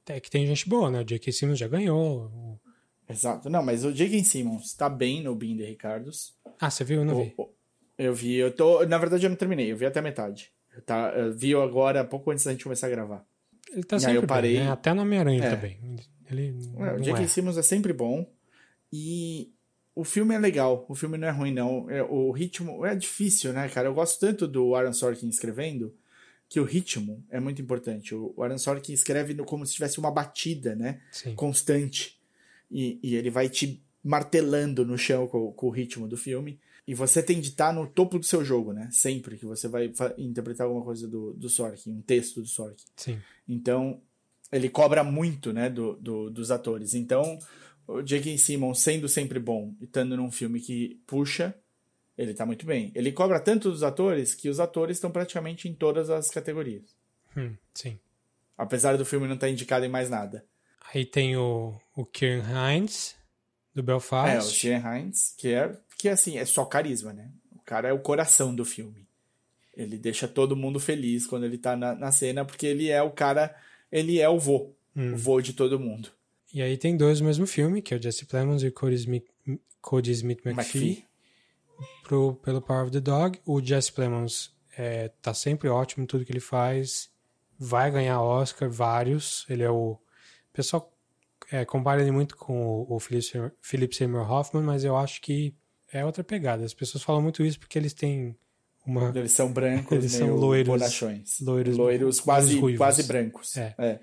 é que tem gente boa, né? O J K. Simmons já ganhou. O... Exato. Não, mas o J K. Simmons tá bem no Being the Ricardos. Ah, você viu? Eu não o, vi. O, eu vi, eu tô... Na verdade, eu não terminei, eu vi até a metade. Eu, tá, eu vi agora, pouco antes da gente começar a gravar. Ele tá E sempre aí eu parei... bem, né? Até no Homem-Aranha é. ele tá bem. Ele É, o não J K. é. Simmons é sempre bom. E o filme é legal. O filme não é ruim, não. É, o ritmo... É difícil, né, cara? Eu gosto tanto do Aaron Sorkin escrevendo que o ritmo é muito importante. O Aaron Sorkin escreve no, como se tivesse uma batida, né? Sim. Constante. E, e ele vai te martelando no chão com, com o ritmo do filme. E você tem de estar no topo do seu jogo, né? Sempre que você vai interpretar alguma coisa do, do Sorkin, um texto do Sorkin. Sim. Então, ele cobra muito, né, do, do, dos atores. Então, o J K. Simmons sendo sempre bom e estando num filme que puxa, ele tá muito bem. Ele cobra tanto dos atores que os atores estão praticamente em todas as categorias. Hum, sim. Apesar do filme não estar indicado em mais nada. Aí tem o, o Kieran Hines, do Belfast. É, o Cian Hines, que é, que assim, é só carisma, né? O cara é o coração do filme. Ele deixa todo mundo feliz quando ele tá na, na cena, porque ele é o cara, ele é o vô, hum. o vô de todo mundo. E aí tem dois no mesmo filme, que é o Jesse Plemons e o Cody Smith, Cody Smith McPhee, McPhee. Pro, pelo Power of the Dog. O Jesse Plemons é, tá sempre ótimo em tudo que ele faz, vai ganhar Oscar, vários. Ele é o... O pessoal é, compara ele muito com o, o Philip, Philip Seymour Hoffman, mas eu acho que é outra pegada. As pessoas falam muito isso porque eles têm uma... Eles são brancos, eles são loiros, bonachões. Loiros, loiros quase, quase brancos. É. É.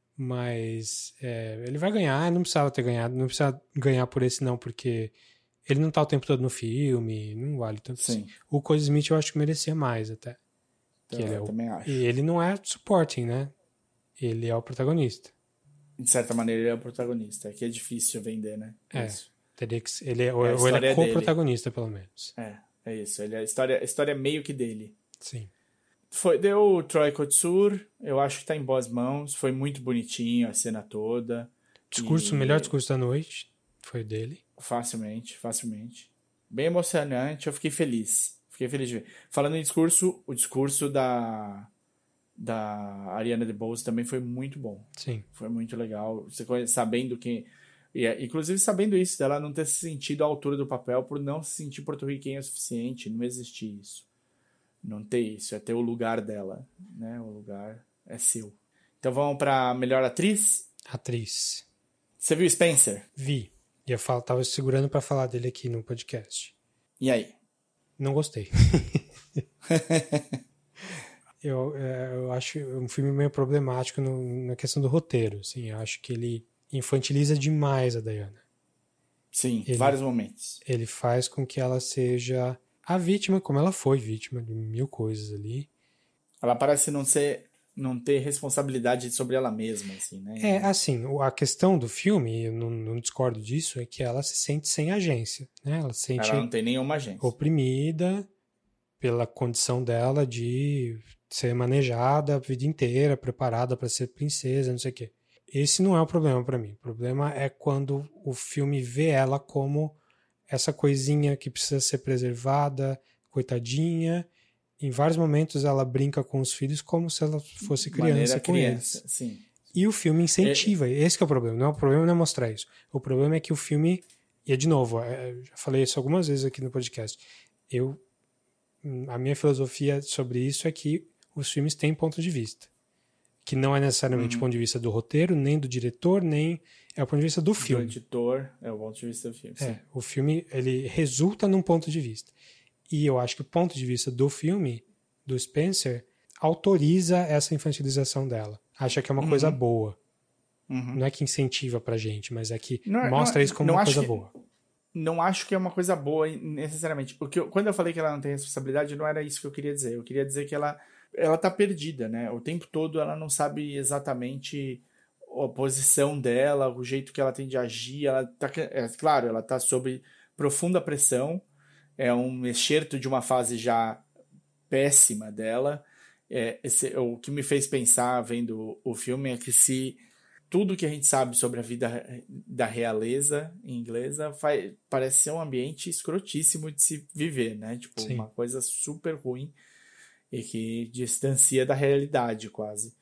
Mas é, ele vai ganhar, não precisava ter ganhado, não precisa ganhar por esse não, porque ele não tá o tempo todo no filme, não vale tanto Sim. assim. O Cody Smith eu acho que merecia mais até. Então, que ele eu é o, também acho. E ele não é supporting, né? Ele é o protagonista. De certa maneira, ele é o protagonista. Aqui é difícil vender, né? É, isso. Teria que, ele é, ou ele é co-protagonista, pelo menos. É, é isso. Ele é, a, história, a história é meio que dele. Sim. Foi, deu o Troy Kotsur, eu acho que tá em boas mãos. Foi muito bonitinho a cena toda. Discurso, e... o melhor discurso da noite foi dele. Facilmente, facilmente. Bem emocionante, eu fiquei feliz. Fiquei feliz de ver. Falando em discurso, o discurso da... da Ariana DeBose também foi muito bom. Sim. Foi muito legal. Você conhece, sabendo que... E, inclusive sabendo isso, dela não ter se sentido à altura do papel por não se sentir porto-riquenha o suficiente, não existir isso. Não ter isso, é ter o lugar dela, né? O lugar é seu. Então vamos pra melhor atriz? Atriz. Você viu Spencer? Vi. E eu falo, tava segurando pra falar dele aqui no podcast. E aí? Não gostei. Eu, eu acho um filme meio problemático no, na questão do roteiro. Assim, eu acho que ele infantiliza demais a Diana. Sim, ele, vários momentos. Ele faz com que ela seja a vítima, como ela foi vítima de mil coisas ali. Ela parece não ser, não ter responsabilidade sobre ela mesma, assim, né? É, assim, a questão do filme, eu não, não discordo disso, é que ela se sente sem agência, né? Ela se sente ela não tem nenhuma agência. oprimida pela condição dela de ser manejada a vida inteira, preparada para ser princesa, não sei o quê. Esse não é o problema para mim. O problema é quando o filme vê ela como essa coisinha que precisa ser preservada, coitadinha. Em vários momentos ela brinca com os filhos como se ela fosse criança Maneira com criança, eles. sim. E o filme incentiva. É... Esse que é o problema. Não é o problema não é mostrar isso. O problema é que o filme... E, de novo, eu já falei isso algumas vezes aqui no podcast. Eu... A minha filosofia sobre isso é que os filmes têm ponto de vista. Que não é necessariamente o uhum. ponto de vista do roteiro, nem do diretor, nem... É o ponto de vista do filme. Do editor, é o ponto de vista do filme. É, sim. o filme, ele resulta num ponto de vista. E eu acho que o ponto de vista do filme, do Spencer, autoriza essa infantilização dela. Acha que é uma uhum. coisa boa. Uhum. Não é que incentiva pra gente, mas é que não, mostra não, isso como uma coisa que, boa. Não acho que é uma coisa boa necessariamente. Porque eu, quando eu falei que ela não tem responsabilidade, não era isso que eu queria dizer. Eu queria dizer que ela, ela tá perdida, né? O tempo todo ela não sabe exatamente a posição dela, o jeito que ela tem de agir. Ela tá, é claro, ela tá sob profunda pressão. É um excerto de uma fase já péssima dela. É, esse, o que me fez pensar vendo o filme é que se tudo que a gente sabe sobre a vida da realeza inglesa faz, parece ser um ambiente escrotíssimo de se viver, né? Tipo, Sim. uma coisa super ruim e que distancia da realidade quase.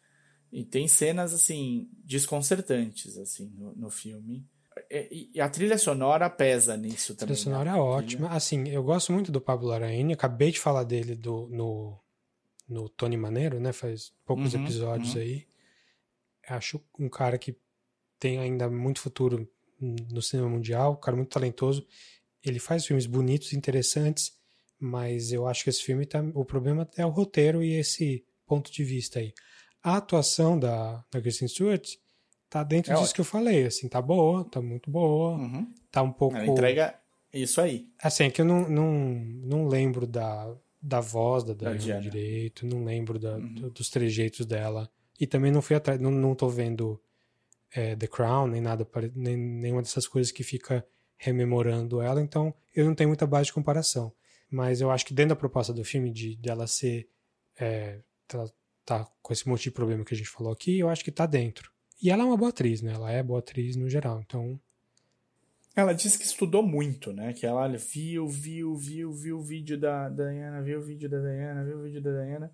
E tem cenas, assim, desconcertantes, assim, no, no filme. E, e a trilha sonora pesa nisso A também, trilha né? sonora é ótima. Assim, eu gosto muito do Pablo Larraín. Acabei de falar dele do, no, no Tony Maneiro, né? Faz poucos Uhum, episódios uhum. aí. Acho um cara que tem ainda muito futuro no cinema mundial, um cara muito talentoso. Ele faz filmes bonitos, interessantes, mas eu acho que esse filme tá, o problema é o roteiro e esse ponto de vista aí. A atuação da, da Kristen Stewart tá dentro É disso que eu ótimo. falei, assim, tá boa, tá muito boa, Uhum. tá um Ela pouco, entrega isso aí, assim, é que eu não, não, não lembro da, da voz da da Diana Diana. direito, não lembro da, Uhum. do- dos trejeitos dela, e também não fui atrás, não, não tô vendo é, The Crown, nem nada, pare- nem nenhuma dessas coisas que fica rememorando ela, então eu não tenho muita base de comparação. Mas eu acho que dentro da proposta do filme, de dela ser. É, tá, tá com esse monte de problema que a gente falou aqui, eu acho que tá dentro. E ela é uma boa atriz, né? Ela é boa atriz no geral, então. Ela disse que estudou muito, né? Que ela viu, viu, viu, viu o vídeo da Diana, viu o vídeo da Diana, viu o vídeo da Diana.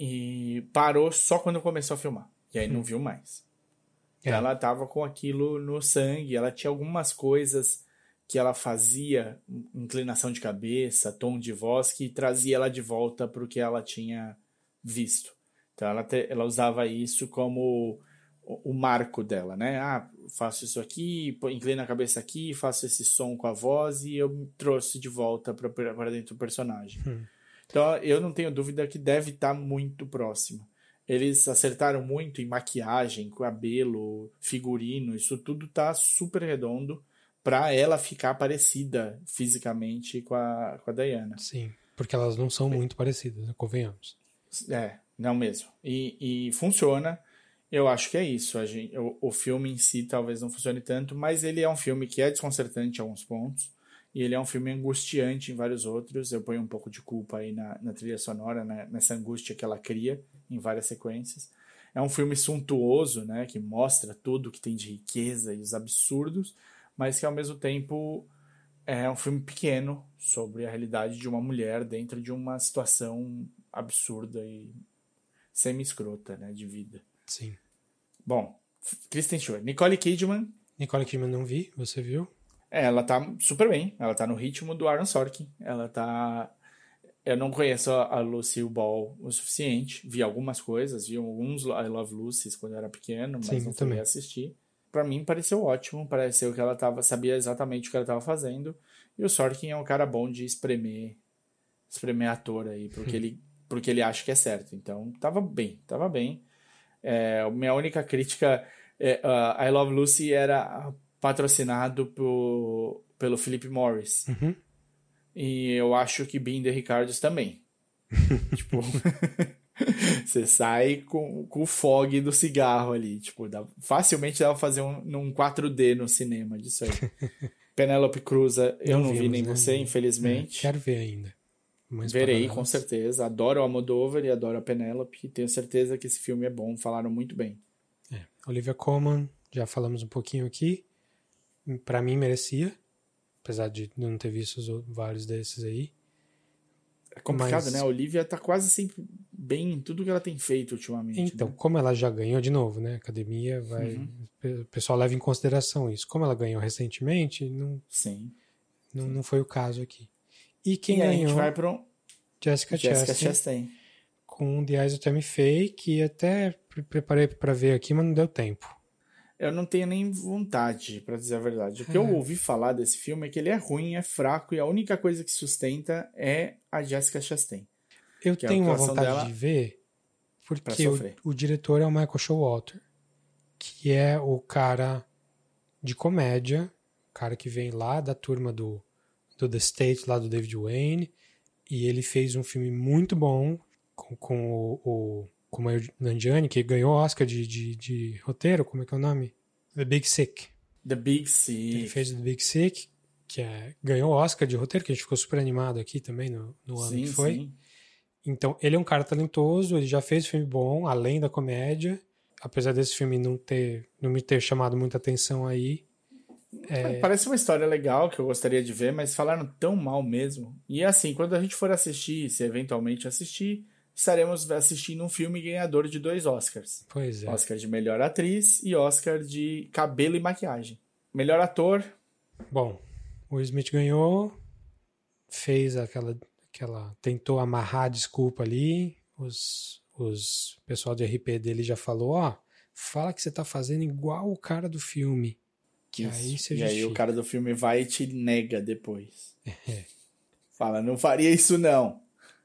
E parou só quando começou a filmar. E aí não Hum, viu mais. Então é, ela tava com aquilo no sangue. Ela tinha algumas coisas que ela fazia, inclinação de cabeça, tom de voz, que trazia ela de volta para o que ela tinha visto. Então ela, te, ela usava isso como o, o marco dela, né? Ah, faço isso aqui, inclino a cabeça aqui, faço esse som com a voz e eu me trouxe de volta para dentro do personagem. hum, Então eu não tenho dúvida que deve estar muito próximo. Eles acertaram muito em maquiagem, cabelo, figurino, isso tudo tá super redondo para ela ficar parecida fisicamente com a, com a Diana. sim. Porque elas não são muito parecidas, né? Convenhamos. É, não mesmo. E, e funciona. Eu acho que é isso. A gente, o, o filme em si talvez não funcione tanto, mas ele é um filme que é desconcertante em alguns pontos. E ele é um filme angustiante em vários outros. Eu ponho um pouco de culpa aí na, na trilha sonora, né, nessa angústia que ela cria em várias sequências. É um filme suntuoso, né, que mostra tudo que tem de riqueza e os absurdos, mas que ao mesmo tempo é um filme pequeno sobre a realidade de uma mulher dentro de uma situação absurda e semi-escrota, né, de vida. Sim. Bom, Kristen Stewart. Nicole Kidman, Nicole Kidman não vi, você viu? ela tá super bem. Ela tá no ritmo do Aaron Sorkin. Ela tá... Eu não conheço a Lucille Ball o suficiente. Vi algumas coisas, vi alguns I Love Lucy's quando eu era pequeno, mas Sim, não eu fui também. reassistir. Pra mim pareceu ótimo, pareceu que ela tava, sabia exatamente o que ela tava fazendo. E o Sorkin é um cara bom de espremer, espremer ator aí, porque ele, porque ele acha que é certo. Então, tava bem, tava bem. É, minha única crítica é, uh, I Love Lucy era patrocinado por, pelo Philip Morris. Uhum. E eu acho que Being the Ricardos também. Tipo, você sai com, com o fog do cigarro ali. Tipo, dá, facilmente dá pra fazer um, num quatro D no cinema disso aí. Penélope Cruz, eu Não não vi vimos, nem né? você, É, infelizmente. quero ver ainda. Umas Verei, com paralelas. certeza. Adoro o Almodóvar e adoro a Penélope. Tenho certeza que esse filme é bom. Falaram muito bem. É. Olivia Colman, já falamos um pouquinho aqui. Pra mim merecia, apesar de não ter visto os outros- vários desses aí. É complicado, né? A Mas, Olivia tá quase sempre bem em tudo que ela tem feito ultimamente, então, né? como ela já ganhou de novo, né? A academia vai. Uhum. O pessoal leva em consideração isso. Como ela ganhou recentemente, não, Sim, não, sim. não foi o caso aqui. E quem E aí a gente vai ganhou? pro Jessica Jessica Chastain, Chastain. com The Eyes of Tammy Faye, que até pre- preparei pra ver aqui, mas não deu tempo. Eu não tenho nem vontade, pra dizer a verdade. O que eu É, ouvi falar desse filme é que ele é ruim, é fraco e a única coisa que sustenta é a Jessica Chastain, eu que é a tenho uma atuação vontade de dela ver, pra porque o, sofrer. o diretor é o Michael Showalter, que é o cara de comédia, o cara que vem lá da turma do, do The State, lá do David Wayne, e ele fez um filme muito bom com, com o, o com o Nanjiani, que ganhou o Oscar de, de, de roteiro, como é que é o nome? The Big Sick. The Big Ele Sick. fez o The Big Sick, que é, ganhou o Oscar de roteiro, que a gente ficou super animado aqui também no, no ano que Sim, foi. sim. Então, ele é um cara talentoso, ele já fez filme bom, além da comédia. Apesar desse filme não ter não me ter chamado muita atenção aí. Parece uma história legal que eu gostaria de ver, mas falaram tão mal mesmo. E assim, quando a gente for assistir, se eventualmente assistir, estaremos assistindo um filme ganhador de dois Oscars. Pois é. Oscar de melhor atriz e Oscar de cabelo e maquiagem. Melhor ator... Bom, o Will Smith ganhou, fez aquela, aquela... tentou amarrar a desculpa ali, os, os o pessoal de R P dele já falou, ó, fala que você tá fazendo igual o cara do filme. Que Isso. aí você E justifica. aí o cara do filme vai e te nega depois. É. Fala, não faria isso não.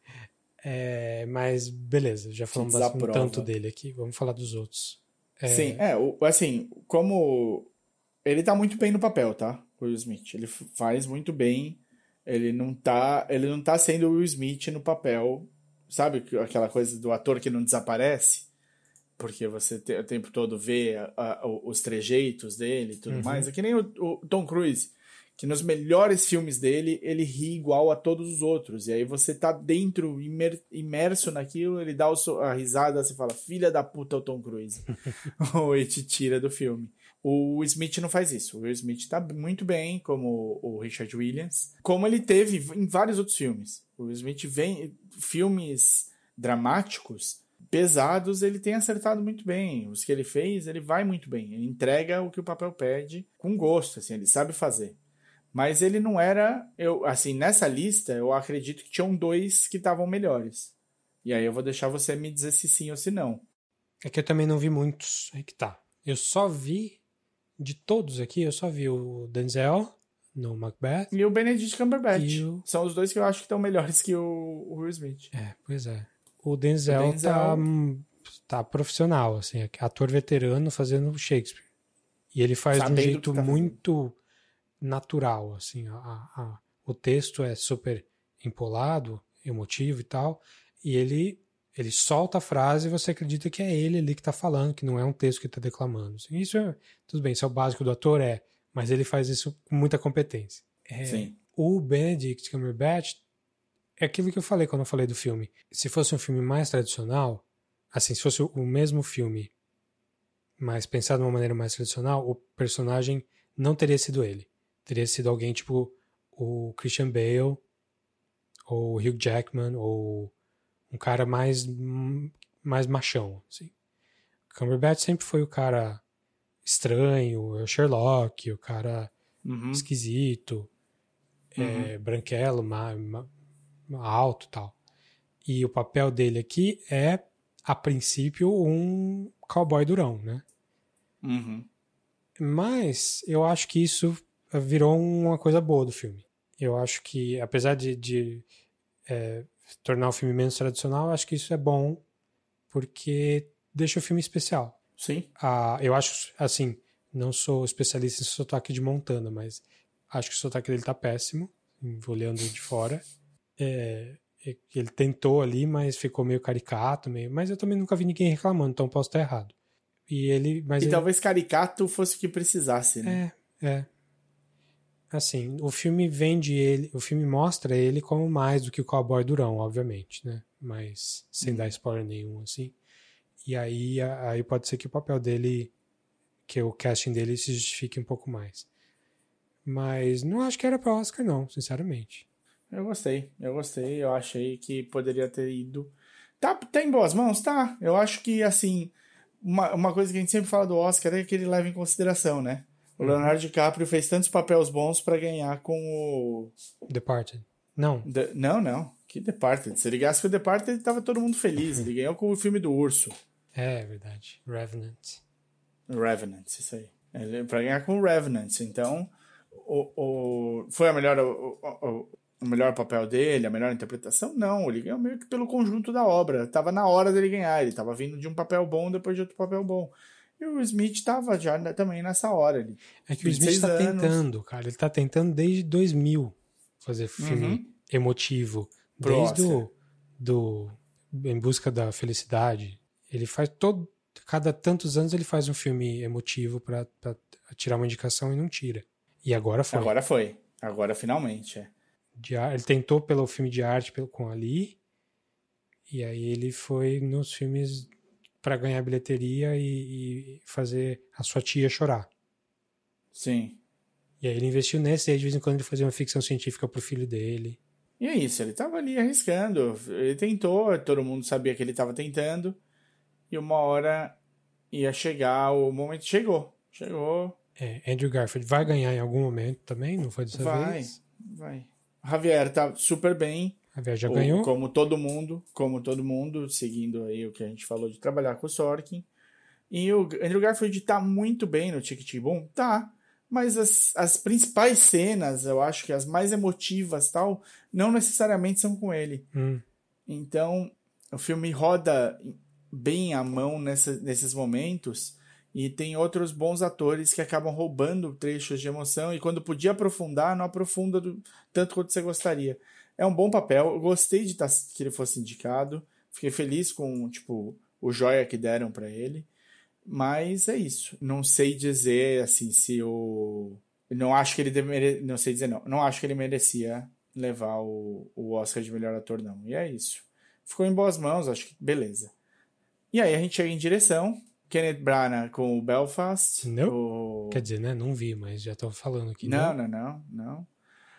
É, mas beleza, já falamos bastante um tanto dele aqui, vamos falar dos outros. É... Sim, é, o, assim, como... Ele tá muito bem no papel, tá? O Will Smith. Ele faz muito bem. Ele não tá, ele não tá sendo o Will Smith no papel. Sabe aquela coisa do ator que não desaparece? Porque você te, o tempo todo vê a, a, os trejeitos dele e tudo Uhum. mais. É que nem o, o Tom Cruise, que nos melhores filmes dele, ele ri igual a todos os outros. E aí você tá dentro, imer, imerso naquilo, ele dá o, a risada, você fala, filha da puta, o Tom Cruise. Ou ele te tira do filme. O Smith não faz isso. O Will Smith tá muito bem, como o Richard Williams, como ele teve em vários outros filmes. O Will Smith vem... Filmes dramáticos, pesados, ele tem acertado muito bem. Os que ele fez, ele vai muito bem. Ele entrega o que o papel pede com gosto, assim, ele sabe fazer. Mas ele não era... Eu, assim, nessa lista, eu acredito que tinham dois que estavam melhores. E aí eu vou deixar você me dizer se sim ou se não. É que eu também não vi muitos. Aí que tá. Eu só vi... De todos aqui, eu só vi o Denzel no Macbeth. E o Benedict Cumberbatch. O... São os dois que eu acho que estão melhores que o, o Will Smith. É, pois é. O Denzel, o Denzel... Tá, tá profissional, assim, ator veterano fazendo Shakespeare. E ele faz Sabendo de um jeito tá muito natural, assim. A, a, o texto é super empolado, emotivo e tal. E ele... Ele solta a frase e você acredita que é ele ali que está falando, que não é um texto que está declamando. Isso é, tudo bem, isso é o básico do ator, é, mas ele faz isso com muita competência. É, Sim. O Benedict Cumberbatch é aquilo que eu falei quando eu falei do filme. Se fosse um filme mais tradicional, assim, se fosse o mesmo filme, mas pensado de uma maneira mais tradicional, o personagem não teria sido ele. Teria sido alguém tipo o Christian Bale, ou o Hugh Jackman, ou um cara mais, mais machão, assim. Cumberbatch sempre foi o cara estranho, o Sherlock, o cara uhum. esquisito, uhum. é, branquelo, ma, ma, alto e tal. E o papel dele aqui é, a princípio, um cowboy durão, né? Uhum. Mas eu acho que isso virou uma coisa boa do filme. Eu acho que, apesar de... de é, tornar o filme menos tradicional, acho que isso é bom, porque deixa o filme especial. Sim. Ah, eu acho, assim, não sou especialista em sotaque de Montana, mas acho que o sotaque dele tá péssimo, olhando de fora. É, ele tentou ali, mas ficou meio caricato, meio... mas eu também nunca vi ninguém reclamando, então posso estar errado. E ele... Mas e ele... talvez caricato fosse o que precisasse, né? É, é. Assim, o filme vende ele, o filme mostra ele como mais do que o cowboy durão, obviamente, né? Mas sem hum. dar spoiler nenhum, assim. E aí, aí pode ser que o papel dele, que o casting dele se justifique um pouco mais. Mas não acho que era pra Oscar, não, sinceramente. Eu gostei, eu gostei, eu achei que poderia ter ido. Tá, tá em boas mãos, tá? Eu acho que, assim, uma, uma coisa que a gente sempre fala do Oscar é que ele leva em consideração, né? O Leonardo DiCaprio fez tantos papéis bons pra ganhar com o... Departed. Não. De... Não, não. Que Departed? Se ele ganhasse com o Departed, tava todo mundo feliz. Ele ganhou com o filme do Urso. É, é verdade. Revenant. Revenant, isso aí. Ele... Pra ganhar com o Revenant. Então, o, o... foi a melhor, o, o, o melhor papel dele, a melhor interpretação? Não, ele ganhou meio que pelo conjunto da obra. Tava na hora dele ganhar. Ele tava vindo de um papel bom depois de outro papel bom. E o Smith tava já também nessa hora ali. É que o Smith tá anos. tentando, cara. Ele tá tentando desde dois mil fazer filme uhum. emotivo. Pro desde o do, do Em Busca da Felicidade. Ele faz todo... Cada tantos anos ele faz um filme emotivo pra, pra tirar uma indicação e não tira. E agora foi. Agora foi. Agora finalmente, é. De, ele tentou pelo filme de arte pelo, com a Lee. E aí ele foi nos filmes... para ganhar bilheteria e, e fazer a sua tia chorar. Sim. E aí ele investiu nesse, e aí de vez em quando ele fazia uma ficção científica pro filho dele. E é isso, ele tava ali arriscando. Ele tentou, todo mundo sabia que ele tava tentando. E uma hora ia chegar, o momento chegou. Chegou. É, Andrew Garfield vai ganhar em algum momento também, não foi dessa Vai, vez. vai. Javier tá super bem. Javier já o, ganhou. Como todo mundo, como todo mundo, seguindo aí o que a gente falou de trabalhar com o Sorkin. E o Andrew Garfield tá muito bem no Tic Tic Boom, tá. Mas as, as principais cenas, eu acho que as mais emotivas tal, não necessariamente são com ele. Hum. Então, o filme roda bem a mão nessa, nesses momentos e tem outros bons atores que acabam roubando trechos de emoção e quando podia aprofundar, não aprofunda do, tanto quanto você gostaria. É um bom papel, eu gostei de tá, que ele fosse indicado, fiquei feliz com tipo, o joia que deram para ele. Mas é isso. Não sei dizer assim se o. Não acho que ele deveria. Não sei dizer não. Não acho que ele merecia levar o, o Oscar de melhor ator, não. E é isso. Ficou em boas mãos, acho que beleza. E aí a gente chega em direção. Kenneth Branagh com o Belfast. Não? O... Quer dizer, né? Não vi, mas já tô falando aqui. Não, não, não, não.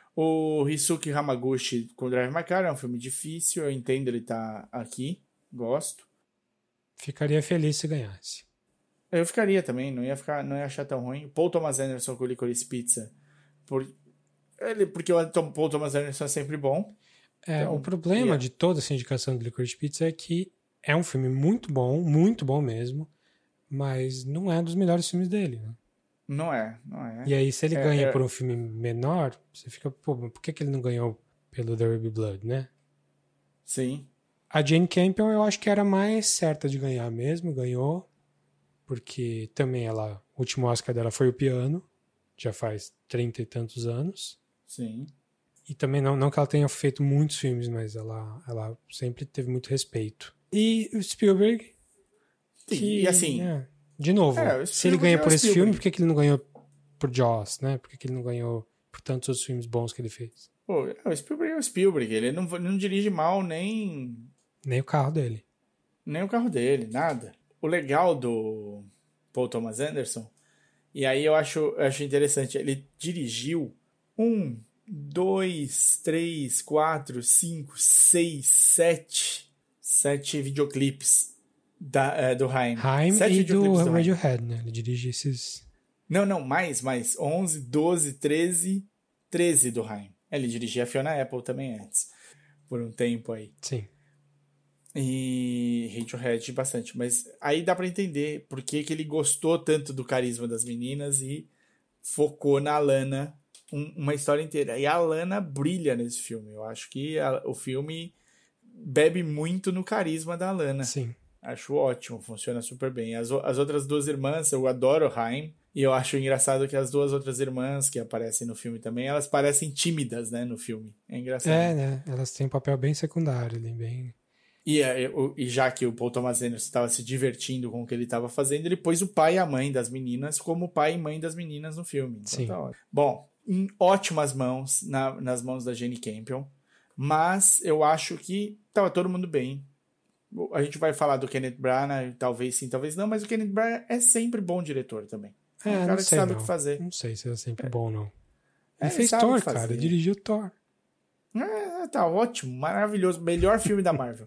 O Ryusuke Hamaguchi com Drive My Car é um filme difícil. Eu entendo ele tá aqui. Gosto. Ficaria feliz se ganhasse. Eu ficaria também, não ia, ficar, não ia achar tão ruim. Paul Thomas Anderson com Licorice Pizza. Por, ele, porque o Paul Thomas Anderson é sempre bom. É, então, o problema yeah. de toda essa indicação do Licorice Pizza é que é um filme muito bom, muito bom mesmo, mas não é um dos melhores filmes dele, né? Não é, não é. E aí, se ele é, ganha é... por um filme menor, você fica, pô, por que, que ele não ganhou pelo There Will Be Blood, né? Sim. A Jane Campion eu acho que era mais certa de ganhar mesmo, ganhou. Porque também ela, o último Oscar dela foi o Piano, já faz trinta e tantos anos. Sim. E também não, não que ela tenha feito muitos filmes, mas ela, ela sempre teve muito respeito. E o Spielberg, Sim, que, e assim... É, de novo, é, se ele ganha é por esse Spielberg. filme, por que, que ele não ganhou por Jaws, né? Por que, que ele não ganhou por tantos outros filmes bons que ele fez? Pô, o Spielberg é o Spielberg, ele não, não dirige mal nem... Nem o carro dele. Nem o carro dele, nada. O legal do Paul Thomas Anderson, e aí eu acho, eu acho interessante, ele dirigiu um, dois, três, quatro, cinco, seis, sete, sete videoclipes da, é, do Haim. Haim sete e videoclipes do, do Radiohead, né? Ele dirige esses... Não, não, mais, mais. onze, doze, treze, treze do Haim. Ele dirigia a Fiona Apple também antes, por um tempo aí. Sim. E Radiohead bastante, mas aí dá pra entender por que, que ele gostou tanto do carisma das meninas e focou na Lana um, uma história inteira. E a Lana brilha nesse filme. Eu acho que a, o filme bebe muito no carisma da Lana. Sim. Acho ótimo, funciona super bem. As, as outras duas irmãs, eu adoro Haim, e eu acho engraçado que as duas outras irmãs que aparecem no filme também, elas parecem tímidas, né, no filme. É engraçado. É, né? Elas têm um papel bem secundário ali, bem... E, e já que o Paul Thomas Anderson estava se divertindo com o que ele estava fazendo, ele pôs o pai e a mãe das meninas como pai e mãe das meninas no filme. Então Sim. tá ótimo. Bom, em ótimas mãos, na, nas mãos da Jane Campion, mas eu acho que estava todo mundo bem. A gente vai falar do Kenneth Branagh, talvez sim, talvez não, mas o Kenneth Branagh é sempre bom diretor também. É um É, cara não que sei sabe não. o que fazer. Não sei se é sempre bom, não. É, Ele fez sabe o Thor, que fazer. cara. Ele dirigiu Thor. É, tá ótimo, maravilhoso. Melhor filme da Marvel.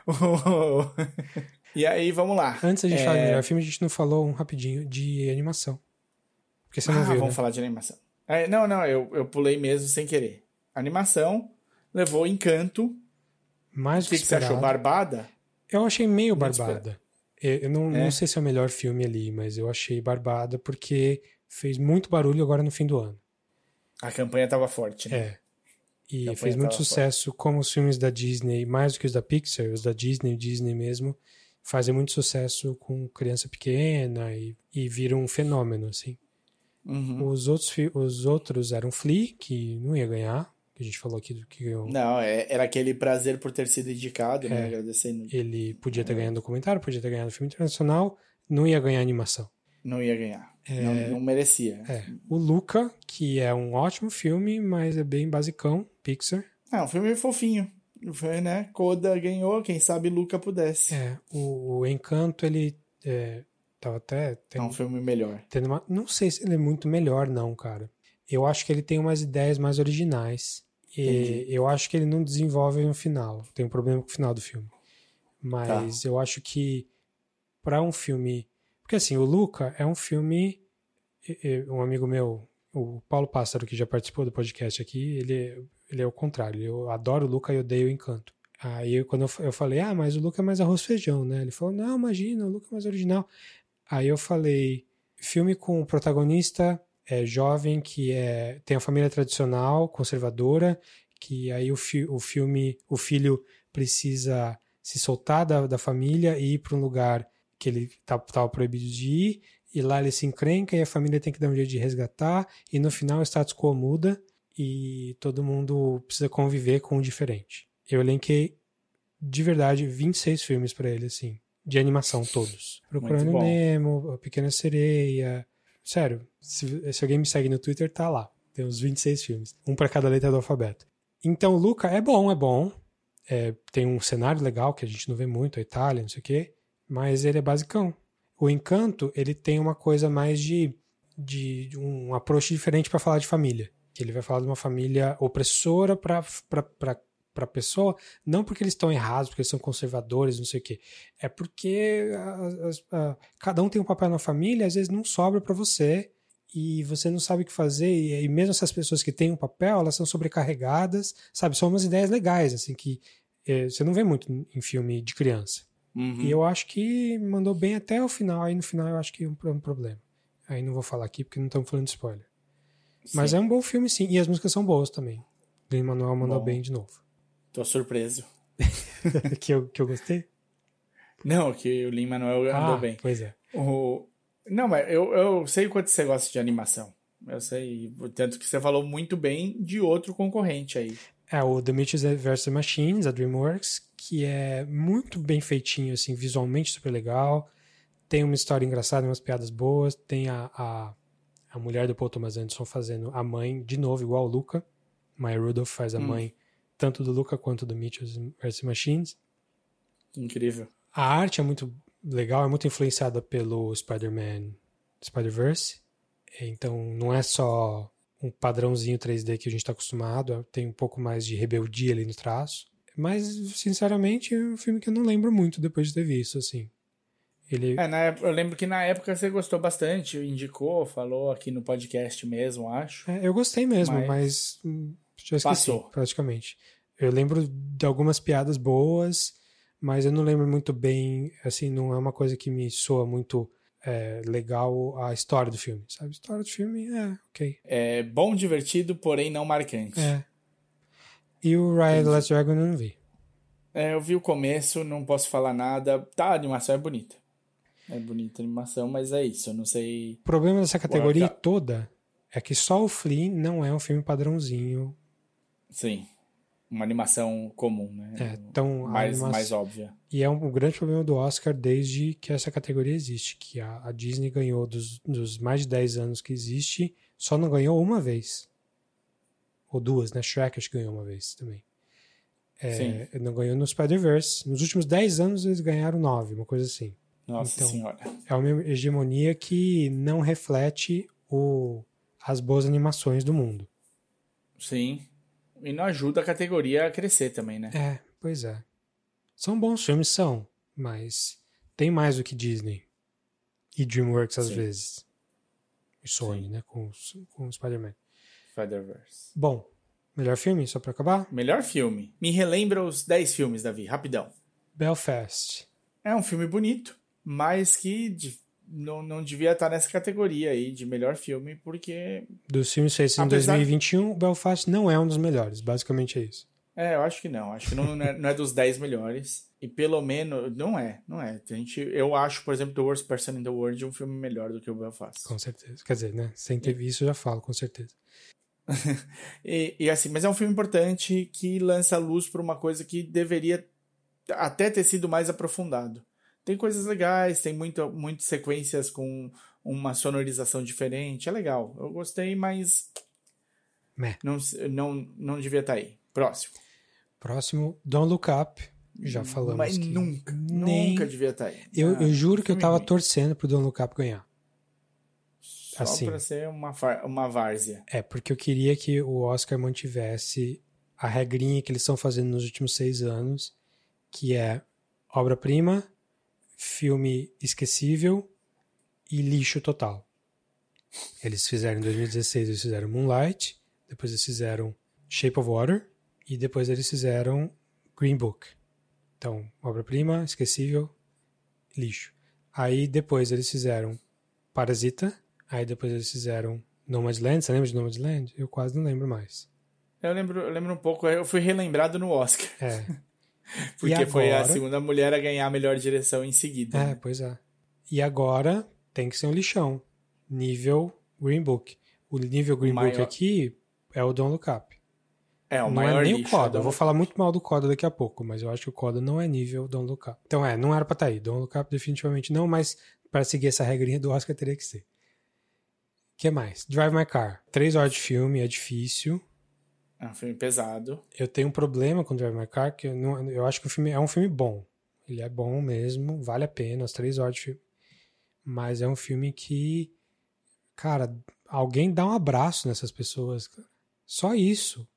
E aí, vamos lá. Antes a gente é... falar do melhor filme, a gente não falou um rapidinho de animação. Porque você não ah, viu, vamos né? falar de animação. É, não, não, eu, eu pulei mesmo sem querer. Animação levou Encanto. Mais O do que, que, que você achou? Barbada? Eu achei meio Muito Barbada. Eu, eu não, é? não sei se é o melhor filme ali, mas eu achei Barbada porque fez muito barulho agora no fim do ano. A campanha tava forte, né? É. E fez muito sucesso, forte. Como os filmes da Disney, mais do que os da Pixar, os da Disney, Disney mesmo, fazem muito sucesso com criança pequena e, e viram um fenômeno, assim. Uhum. Os, outros, os outros eram Flea, que não ia ganhar, que a gente falou aqui do que ganhou. Não, é, era aquele prazer por ter sido indicado, é, né? Agradecendo. Ele podia ter é. ganhado documentário, podia ter ganhado filme internacional, não ia ganhar animação. Não ia ganhar. É, não, não merecia. É. O Luca, que é um ótimo filme, mas é bem basicão, Pixar. É um filme fofinho. Foi, né? Coda ganhou, quem sabe Luca pudesse. É, o, o Encanto, ele é, tava até... Tendo, é um filme melhor. Tendo uma, não sei se ele é muito melhor, não, cara. Eu acho que ele tem umas ideias mais originais. E eu acho que ele não desenvolve no final. Tem um problema com o final do filme. Mas tá. Eu acho que para um filme... Porque assim, o Luca é um filme... Um amigo meu, o Paulo Pássaro, que já participou do podcast aqui, ele, ele é o contrário. Eu adoro o Luca e odeio o Encanto. Aí quando eu, eu falei, ah, mas o Luca é mais arroz e feijão, né? Ele falou, não, imagina, o Luca é mais original. Aí eu falei, filme com o protagonista é, jovem, que é, tem a família tradicional, conservadora, que aí o, fi, o filme, o filho precisa se soltar da, da família e ir para um lugar que ele estava proibido de ir, e lá ele se encrenca e a família tem que dar um jeito de resgatar, e no final o status quo muda e todo mundo precisa conviver com o diferente. Eu elenquei, de verdade, vinte e seis filmes pra ele, assim, de animação, todos. Procurando Nemo, A Pequena Sereia... Sério, se, se alguém me segue no Twitter, tá lá. Tem uns vinte e seis filmes. Um pra cada letra do alfabeto. Então, o Luca é bom, é bom. É, tem um cenário legal, que a gente não vê muito, a Itália, não sei o quê. Mas ele é basicão. O Encanto, ele tem uma coisa mais de, de, de um approach diferente para falar de família. Ele vai falar de uma família opressora para a pessoa, não porque eles estão errados, porque eles são conservadores, não sei o quê. É porque a, a, a, cada um tem um papel na família, às vezes não sobra para você e você não sabe o que fazer. E, e mesmo essas pessoas que têm um papel, elas são sobrecarregadas, sabe? São umas ideias legais, assim, que é, você não vê muito em filme de criança. Uhum. E eu acho que mandou bem até o final. Aí no final eu acho que é um, um problema. Aí não vou falar aqui porque não estamos falando de spoiler. Sim. Mas é um bom filme, sim. E as músicas são boas também. Lin-Manuel mandou bom. Bem de novo. Tô surpreso. que, eu, que eu gostei? Não, que o Lin-Manuel ah, andou bem. Pois é. O... Não, mas eu, eu sei o quanto você gosta de animação. Eu sei. Tanto que você falou muito bem de outro concorrente aí. É o The Mitchells versus. Machines, a DreamWorks, que é muito bem feitinho, assim, visualmente super legal. Tem uma história engraçada, umas piadas boas. Tem a, a, a mulher do Paul Thomas Anderson fazendo a mãe, de novo, igual o Luca. Maya Rudolph faz a hum. mãe, tanto do Luca quanto do Mitchells versus. Machines. Incrível. A arte é muito legal, é muito influenciada pelo Spider-Man Spider-Verse. Então, não é só um padrãozinho três D que a gente está acostumado, tem um pouco mais de rebeldia ali no traço. Mas, sinceramente, é um filme que eu não lembro muito depois de ter visto, assim. Ele... É, na época, eu lembro que na época você gostou bastante, indicou, falou aqui no podcast mesmo, acho. É, eu gostei mesmo, mas, mas já esqueci, passou. Praticamente. Eu lembro de algumas piadas boas, mas eu não lembro muito bem, assim, não é uma coisa que me soa muito... É legal a história do filme, sabe? A história do filme é ok. É bom, divertido, porém não marcante. É. E o Raya the Last Dragon eu não vi. É, eu vi o começo, não posso falar nada. Tá, a animação é bonita. É bonita a animação, mas é isso, eu não sei... O problema dessa categoria Boa, toda é que só o Flea não é um filme padrãozinho. Sim. Uma animação comum, né? É, tão mais, animação... mais óbvia. E é um, um grande problema do Oscar desde que essa categoria existe, que a, a Disney ganhou dos, dos mais de dez anos que existe, só não ganhou uma vez. Ou duas, né? Shrek acho que ganhou uma vez também. É, não ganhou no Spider-Verse. Nos últimos dez anos eles ganharam nove, uma coisa assim. Nossa então, senhora. É uma hegemonia que não reflete o, as boas animações do mundo. Sim. E não ajuda a categoria a crescer também, né? É, pois é. São bons filmes, são. Mas tem mais do que Disney. E DreamWorks às Sim. vezes. E Sony, Sim. né? Com, com o Spider-Man. Spider-Verse. Bom, melhor filme, só pra acabar? Melhor filme. Me relembra os dez filmes, Davi, rapidão. Belfast. É um filme bonito, mas que de, não, não devia estar nessa categoria aí de melhor filme, porque... Dos filmes feitos em apesar... dois mil e vinte e um, Belfast não é um dos melhores, basicamente é isso. É, eu acho que não. Acho que não, não, é, não é dos dez melhores. E pelo menos... Não é, não é. A gente, eu acho, por exemplo, The Worst Person in the World um filme melhor do que o Belfast. Com certeza. Quer dizer, né? Sem ter visto, eu já falo, com certeza. e, e assim, mas é um filme importante que lança luz para uma coisa que deveria até ter sido mais aprofundado. Tem coisas legais, tem muito, muitas sequências com uma sonorização diferente. É legal. Eu gostei, mas não, não, não devia estar aí. Próximo. Próximo, Don't Look Up. Já falamos mas que nunca, nem... nunca devia estar aí. Eu, ah, eu juro que eu tava ruim. torcendo pro Don't Look Up ganhar. Só assim, pra ser uma, uma várzea. É, porque eu queria que o Oscar mantivesse a regrinha que eles estão fazendo nos últimos seis anos, que é obra-prima, filme esquecível e lixo total. Eles fizeram em dois mil e dezesseis, eles fizeram Moonlight, depois eles fizeram Shape of Water e depois eles fizeram Green Book. Então, obra-prima, esquecível, lixo. Aí depois eles fizeram Parasita, aí depois eles fizeram Nomadland. Você lembra de Nomadland? Eu quase não lembro mais. Eu lembro, eu lembro um pouco, eu fui relembrado no Oscar. É. Porque agora... foi a segunda mulher a ganhar a melhor direção em seguida. É, né? pois é. E agora tem que ser um lixão. Nível Green Book. O nível Green o Book maior... aqui é o Don't Look Up. É, o não maior é nem lixo o Coda. é Eu vou falar muito mal do Coda daqui a pouco, mas eu acho que o Coda não é nível Don't Look Up. Então é, não era pra estar aí. Don't Look Up definitivamente não, mas para seguir essa regrinha do Oscar teria que ser. O que mais? Drive My Car. Três horas de filme, é difícil. É um filme pesado. Eu tenho um problema com Drive My Car, que eu, não, eu acho que o filme é um filme bom. Ele é bom mesmo, vale a pena, as três horas de filme. Mas é um filme que, cara, alguém dá um abraço nessas pessoas. Só isso.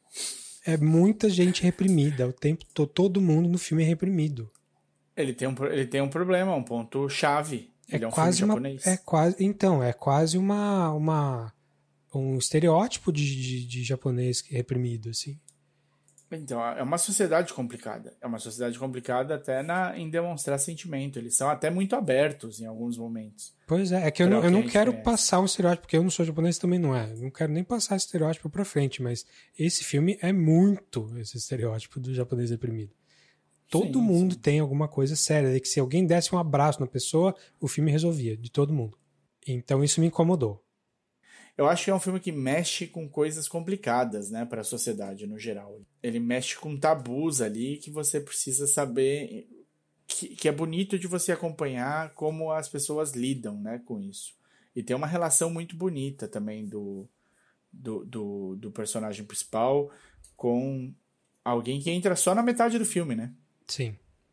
É muita gente reprimida. O tempo todo, todo mundo no filme é reprimido. Ele tem um, ele tem um problema, um ponto chave. É Ele é um quase filme uma, japonês. é quase, então, é quase uma, uma um estereótipo de, de, de japonês reprimido, assim. Então, é uma sociedade complicada. É uma sociedade complicada até na, em demonstrar sentimento. Eles são até muito abertos em alguns momentos. Pois é, é que eu não, eu não que quero conhece. passar um estereótipo, porque eu não sou japonês também não é. Eu não quero nem passar esse estereótipo pra frente, mas esse filme é muito esse estereótipo do japonês reprimido. Todo sim, mundo sim. tem alguma coisa séria, de que se alguém desse um abraço na pessoa, o filme resolvia, de todo mundo. Então isso me incomodou. Eu acho que é um filme que mexe com coisas complicadas, né, para a sociedade no geral. Ele mexe com tabus ali que você precisa saber, que, que é bonito de você acompanhar como as pessoas lidam, né, com isso. E tem uma relação muito bonita também do, do, do, do personagem principal com alguém que entra só na metade do filme, né? Sim.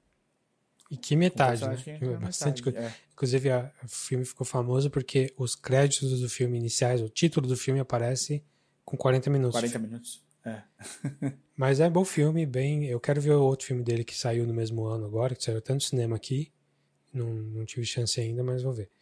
E que metade, né? Que entra na Bastante metade, coisa. é. Inclusive, a, o filme ficou famoso porque os créditos do filme iniciais, o título do filme aparece com quarenta minutos. quarenta minutos, é. Mas é bom filme, bem... Eu quero ver o outro filme dele que saiu no mesmo ano agora, que saiu até no cinema aqui. Não, não tive chance ainda, mas vou ver.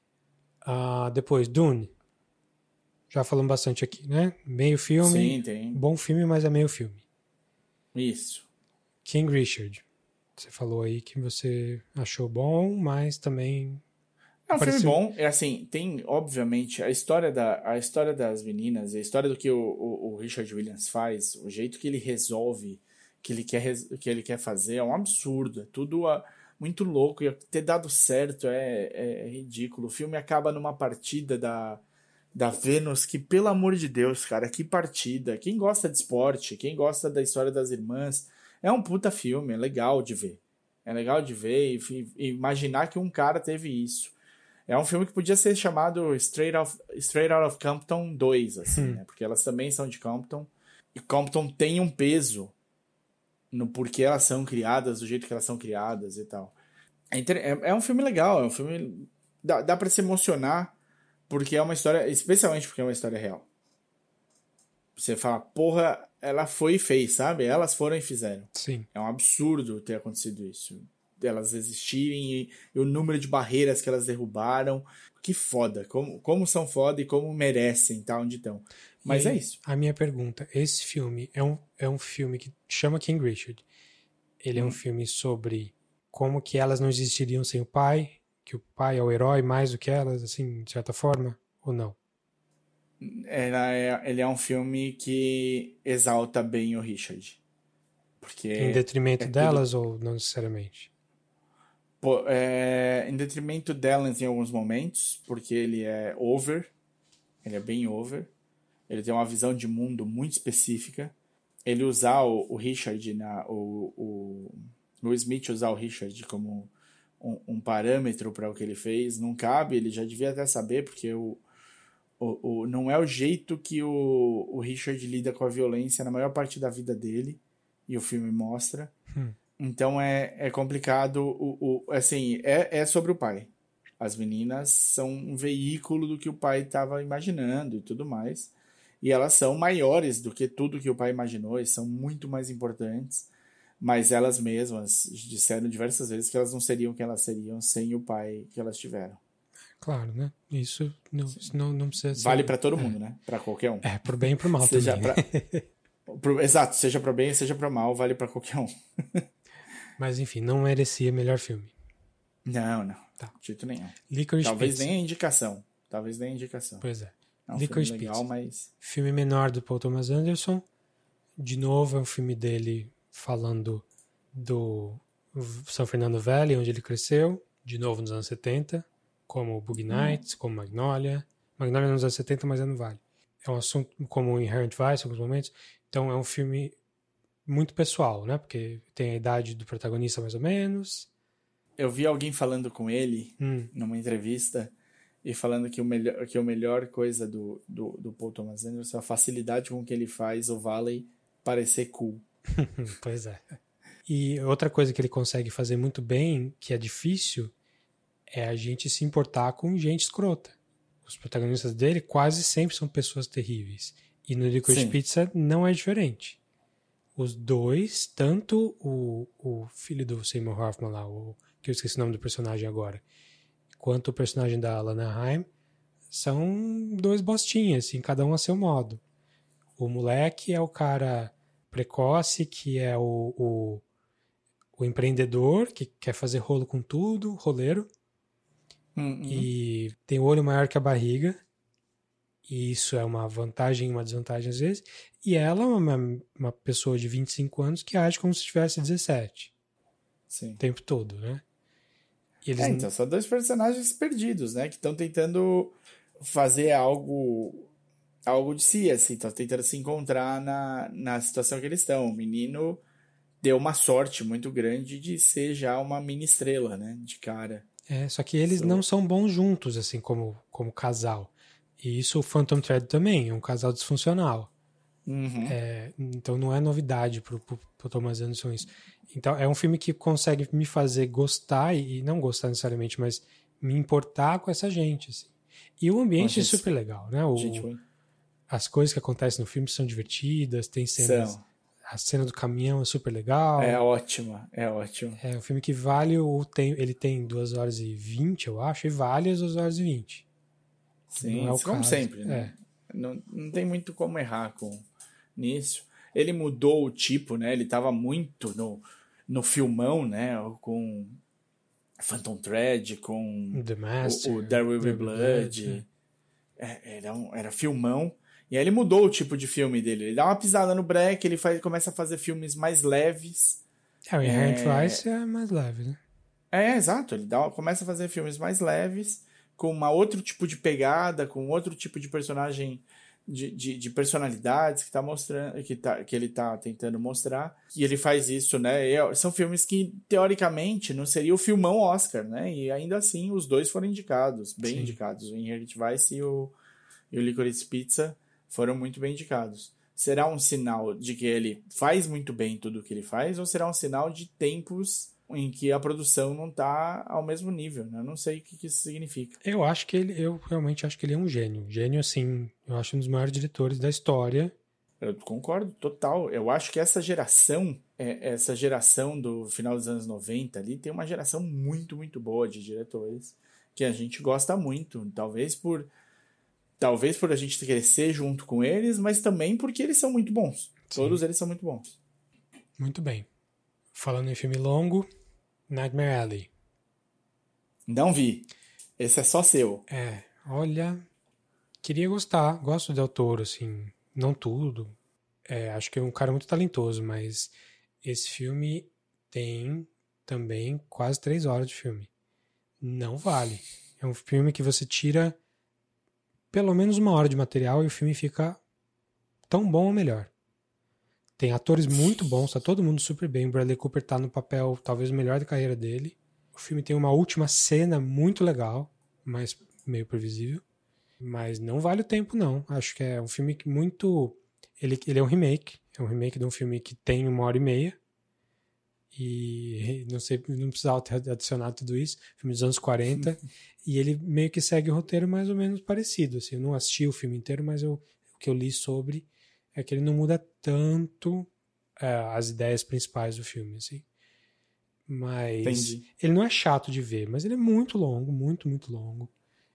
Ah, depois, Dune. Já falamos bastante aqui, né? Meio filme. Sim, tem. Bom filme, mas é meio filme. Isso. King Richard. Você falou aí que você achou bom, mas também... É um Pareceu... filme bom. É assim, tem, obviamente, a história, da, a história das meninas, a história do que o, o, o Richard Williams faz, o jeito que ele resolve, que ele quer, que ele quer fazer, é um absurdo. É tudo a, muito louco. E ter dado certo é, é ridículo. O filme acaba numa partida da, da Vênus, que, pelo amor de Deus, cara, que partida. Quem gosta de esporte, quem gosta da história das irmãs, é um puta filme, é legal de ver. É legal de ver e, e imaginar que um cara teve isso. É um filme que podia ser chamado Straight, Off, Straight Out of Compton dois, assim, hum. né? Porque elas também são de Compton. E Compton tem um peso no porquê elas são criadas, do jeito que elas são criadas e tal. É, é, é um filme legal, é um filme... Dá, dá pra se emocionar, porque é uma história... Especialmente porque é uma história real. Você fala, porra, ela foi e fez, sabe? Elas foram e fizeram. Sim. É um absurdo ter acontecido isso. Elas existirem e, e o número de barreiras que elas derrubaram. Que foda. Como, como são foda e como merecem estar onde estão. Mas aí, é isso. A minha pergunta, esse filme é um, é um filme que chama King Richard. Ele hum. é um filme sobre como que elas não existiriam sem o pai, que o pai é o herói mais do que elas, assim, de certa forma, ou não? Ela é, ele é um filme que exalta bem o Richard. Porque em detrimento é delas tudo... ou não necessariamente? Pô, é... Em detrimento delas em alguns momentos, porque ele é over, ele é bem over, ele tem uma visão de mundo muito específica. Ele usar o, o Richard, na, o, o, o Smith usar o Richard como um, um parâmetro para o que ele fez, não cabe, ele já devia até saber, porque o O, o, não é o jeito que o, o Richard lida com a violência na maior parte da vida dele, e o filme mostra. Hum. Então é, é complicado. O, o, assim, é, é sobre o pai. As meninas são um veículo do que o pai estava imaginando e tudo mais. E elas são maiores do que tudo que o pai imaginou, e são muito mais importantes. Mas elas mesmas disseram diversas vezes que elas não seriam o que elas seriam sem o pai que elas tiveram. Claro, né? Isso não, não, não precisa ser... Vale para todo é. mundo, né? Para qualquer um. É, pro bem e pro mal seja também. Pra... pro... Exato, seja para bem, seja para mal, vale para qualquer um. Mas enfim, não merecia melhor filme. Não, não. Tá. De jeito nenhum. Licorice Talvez Pizza. nem a indicação. Talvez nem a indicação. Pois é. É um Licorice filme legal, Pizza. mas... Filme menor do Paul Thomas Anderson. De novo, é um filme dele falando do São Fernando Valley, onde ele cresceu. De novo nos anos setenta. Como Boogie Nights, hum. como Magnolia. Magnolia nos anos setenta, mas é no Vale. É um assunto como Inherent Vice, em alguns momentos. Então é um filme muito pessoal, né? Porque tem a idade do protagonista mais ou menos. Eu vi alguém falando com ele hum. numa entrevista e falando que, o melhor, que a melhor coisa do, do, do Paul Thomas Anderson é a facilidade com que ele faz o Valley parecer cool. Pois é. E outra coisa que ele consegue fazer muito bem, que é difícil, é a gente se importar com gente escrota. Os protagonistas dele quase sempre são pessoas terríveis. E no Licorice Sim. Pizza não é diferente. Os dois, tanto o, o filho do Seymour Hoffman lá, o, que eu esqueci o nome do personagem agora, quanto o personagem da Lana Haim, são dois bostinhas, assim, cada um a seu modo. O moleque é o cara precoce, que é o, o, o empreendedor, que quer fazer rolo com tudo, roleiro. Uhum. E tem o olho maior que a barriga. E isso é uma vantagem e uma desvantagem às vezes. E ela é uma, uma pessoa de vinte e cinco anos que age como se tivesse dezessete. Sim. O tempo todo, né? Eles... É, então são dois personagens perdidos, né? Que estão tentando fazer algo algo de si, assim. Estão tentando se encontrar na, na situação que eles estão. O menino deu uma sorte muito grande de ser já uma mini estrela, né? De cara. É, só que eles So... não são bons juntos, assim, como, como casal. E isso o Phantom Thread também, é um casal disfuncional. Uhum. É, então não é novidade pro, pro, pro Thomas Anderson isso. Então é um filme que consegue me fazer gostar, e, e não gostar necessariamente, mas me importar com essa gente, assim. E o ambiente é super legal, né? O, gente, as coisas que acontecem no filme são divertidas, tem cenas... São. A cena do caminhão é super legal. É ótima, é ótimo. É um filme que vale o tempo. Ele tem duas horas e vinte, eu acho, e vale as duas horas e vinte. Sim, não é o como caso. sempre, né? É. Não, não tem muito como errar com nisso. Ele mudou o tipo, né? Ele tava muito no, no filmão, né? Com Phantom Thread, com The Master, o, o There Will Be Blood. Blood é. Era, um, era filmão. E aí ele mudou o tipo de filme dele. Ele dá uma pisada no break, ele faz, começa a fazer filmes mais leves. É, o Inherent é... Vice é mais leve, né? É, exato. Ele dá, começa a fazer filmes mais leves, com uma outro tipo de pegada, com outro tipo de personagem, de, de, de personalidades que, tá mostrando, que, tá, que ele tá tentando mostrar. E ele faz isso, né? E são filmes que, teoricamente, não seria o filmão Oscar, né? E ainda assim, os dois foram indicados, bem Sim. indicados. O Inherent Vice e o, e o Licorice Pizza foram muito bem indicados. Será um sinal de que ele faz muito bem tudo o que ele faz, ou será um sinal de tempos em que a produção não está ao mesmo nível, né? Eu não sei o que, que isso significa. Eu acho que ele, eu realmente acho que ele é um gênio. Gênio, assim, eu acho um dos maiores diretores da história. Eu concordo, total. Eu acho que essa geração, é, essa geração do final dos anos noventa ali, tem uma geração muito, muito boa de diretores que a gente gosta muito. Talvez por Talvez por a gente crescer junto com eles, mas também porque eles são muito bons. Sim. Todos eles são muito bons. Muito bem. Falando em filme longo, Nightmare Alley. Não vi. Esse é só seu. É, olha, queria gostar. Gosto do Del Toro, assim, não tudo. É, acho que é um cara muito talentoso, mas esse filme tem também quase três horas de filme. Não vale. É um filme que você tira pelo menos uma hora de material e o filme fica tão bom ou melhor. Tem atores muito bons, tá todo mundo super bem. O Bradley Cooper tá no papel talvez o melhor da carreira dele. O filme tem uma última cena muito legal, mas meio previsível. Mas não vale o tempo, não. Acho que é um filme que muito... Ele, ele é um remake. É um remake de um filme que tem uma hora e meia. E não sei, não precisava ter adicionado tudo isso. Filme dos anos quarenta. E ele meio que segue o roteiro mais ou menos parecido. Assim, eu não assisti o filme inteiro, mas eu, que eu li sobre é que ele não muda tanto é, as ideias principais do filme, assim. Mas Entendi. ele não é chato de ver, mas ele é muito longo, muito, muito longo.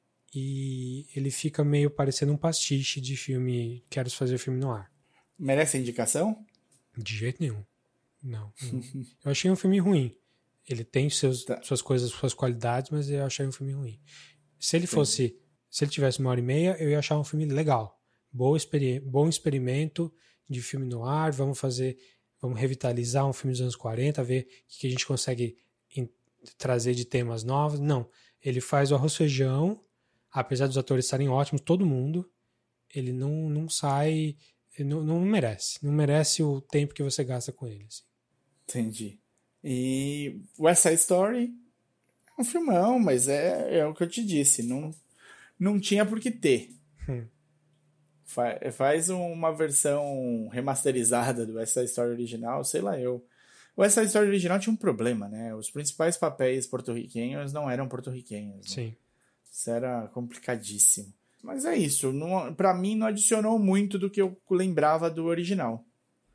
E ele fica meio parecendo um pastiche de filme, quero fazer filme no ar. Merece a indicação? De jeito nenhum. Não, não. Eu achei um filme ruim. Ele tem seus, Tá. suas coisas, suas qualidades, mas eu achei um filme ruim. Se ele fosse, Entendi. Se ele tivesse uma hora e meia, eu ia achar um filme legal. Boa experi- bom experimento de filme no ar, vamos fazer, vamos revitalizar um filme dos anos quarenta, ver o que a gente consegue in- trazer de temas novos. Não, ele faz o arroz feijão, apesar dos atores estarem ótimos, todo mundo, ele não, não sai, não, não merece, não merece o tempo que você gasta com ele. Assim. Entendi. E West Side Story é um filmão, mas é, é o que eu te disse, não, não tinha por que ter. Hum. Fa- Faz uma versão remasterizada do West Side Story original, sei lá eu. O West Side Story original tinha um problema, né? Os principais papéis porto-riquenhos não eram porto-riquenhos. Né? Sim. Isso era complicadíssimo. Mas é isso, não, pra mim não adicionou muito do que eu lembrava do original.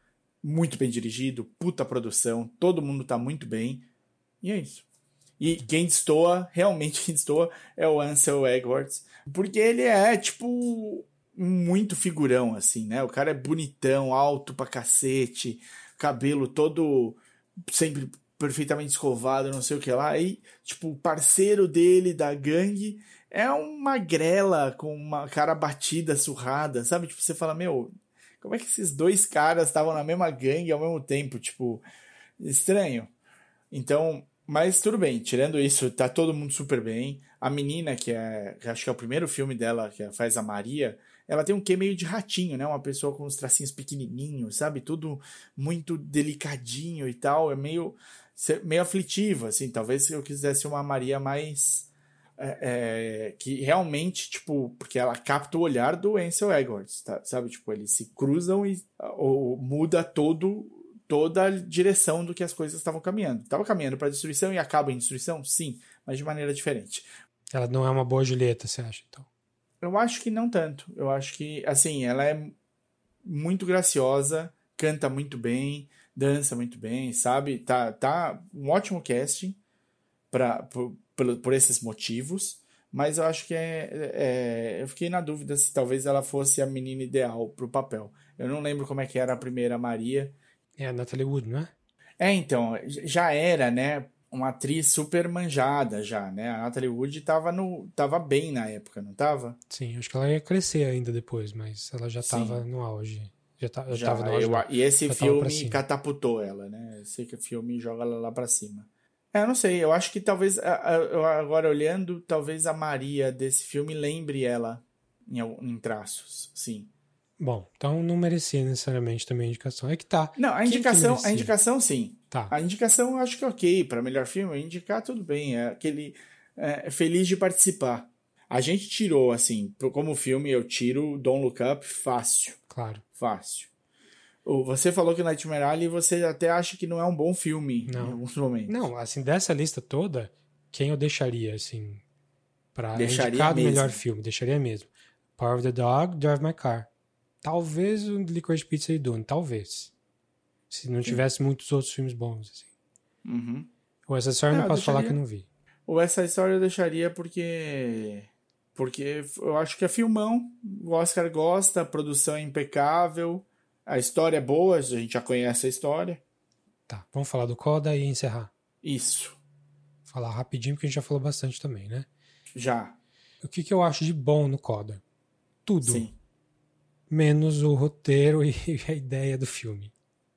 Muito bem dirigido, puta produção, todo mundo tá muito bem. E é isso. E quem destoa, realmente quem destoa, é o Ansel Elgort. Porque ele é, tipo, muito figurão, assim, né? O cara é bonitão, alto pra cacete, cabelo todo sempre perfeitamente escovado, não sei o que lá. E, tipo, o parceiro dele da gangue é uma grela com uma cara batida, surrada, sabe? Tipo, você fala, meu, como é que esses dois caras estavam na mesma gangue ao mesmo tempo? Tipo, estranho. Então, mas tudo bem, tirando isso, tá todo mundo super bem. A menina, que é, que acho que é o primeiro filme dela, que faz a Maria, ela tem um quê meio de ratinho, né? Uma pessoa com os tracinhos pequenininhos, sabe? Tudo muito delicadinho e tal. É meio, meio aflitivo, assim. Talvez eu quisesse uma Maria mais... É, é, que realmente, tipo, porque ela capta o olhar do Ansel Elgort, tá? Sabe? Tipo, eles se cruzam e ou, muda todo, toda a direção do que as coisas estavam caminhando. Estava caminhando para destruição e acaba em destruição? Sim, mas de maneira diferente. Ela não é uma boa Julieta, você acha, então? Eu acho que não tanto. Eu acho que, assim, ela é muito graciosa, canta muito bem, dança muito bem, sabe? Tá, tá um ótimo casting pra, por, por, por esses motivos, mas eu acho que é, é... Eu fiquei na dúvida se talvez ela fosse a menina ideal pro papel. Eu não lembro como é que era a primeira Maria. É a Natalie Wood, não é? É, então, já era, né? Uma atriz super manjada já, né? A Natalie Wood tava, no, tava bem na época, não tava? Sim, acho que ela ia crescer ainda depois, mas ela já estava Sim. no auge. Já, tá, já, Já, tava no auge, eu, não. e esse Já tava pra filme cima. catapultou ela, né? Esse filme joga ela lá pra cima. É, eu não sei, eu acho que talvez, agora olhando, talvez a Maria desse filme lembre ela em, em traços, sim. Bom, então não merecia necessariamente também a indicação. É que tá. Não, a Quem que indicação, a merecia? indicação sim. Tá. A indicação eu acho que é ok, para melhor filme, indicar tudo bem, é aquele é, feliz de participar. A gente tirou, assim, como filme eu tiro Don't Look Up fácil. Claro. Fácil. Você falou que Nightmare Alley você até acha que não é um bom filme não. em alguns momentos. Não, assim, dessa lista toda, quem eu deixaria, assim, pra Deixaria indicar do mesmo. melhor filme? Deixaria mesmo. Power of the Dog, Drive My Car. Talvez o Licorice Pizza e Dune, talvez. Se não Sim. tivesse muitos outros filmes bons, assim. Uhum. O West Side Story é, não posso deixaria... falar que eu não vi. O West Side Story eu deixaria porque... Porque eu acho que é filmão, o Oscar gosta, a produção é impecável, a história é boa, a gente já conhece a história. Tá, vamos falar do Coda e encerrar. Isso. Falar rapidinho, porque a gente já falou bastante também, né? Já. O que, que eu acho de bom no Coda? Tudo. Sim. Menos o roteiro e a ideia do filme.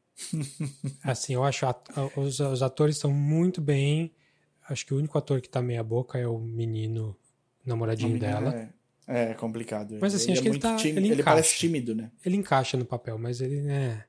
Assim, eu acho at- os, os atores estão muito bem. Acho que o único ator que tá meia boca é o menino namoradinho dela. É, é complicado. Mas assim, ele acho é que ele muito tá. tímido, Ele, ele encaixa. parece tímido, né? Ele encaixa no papel, mas ele, né?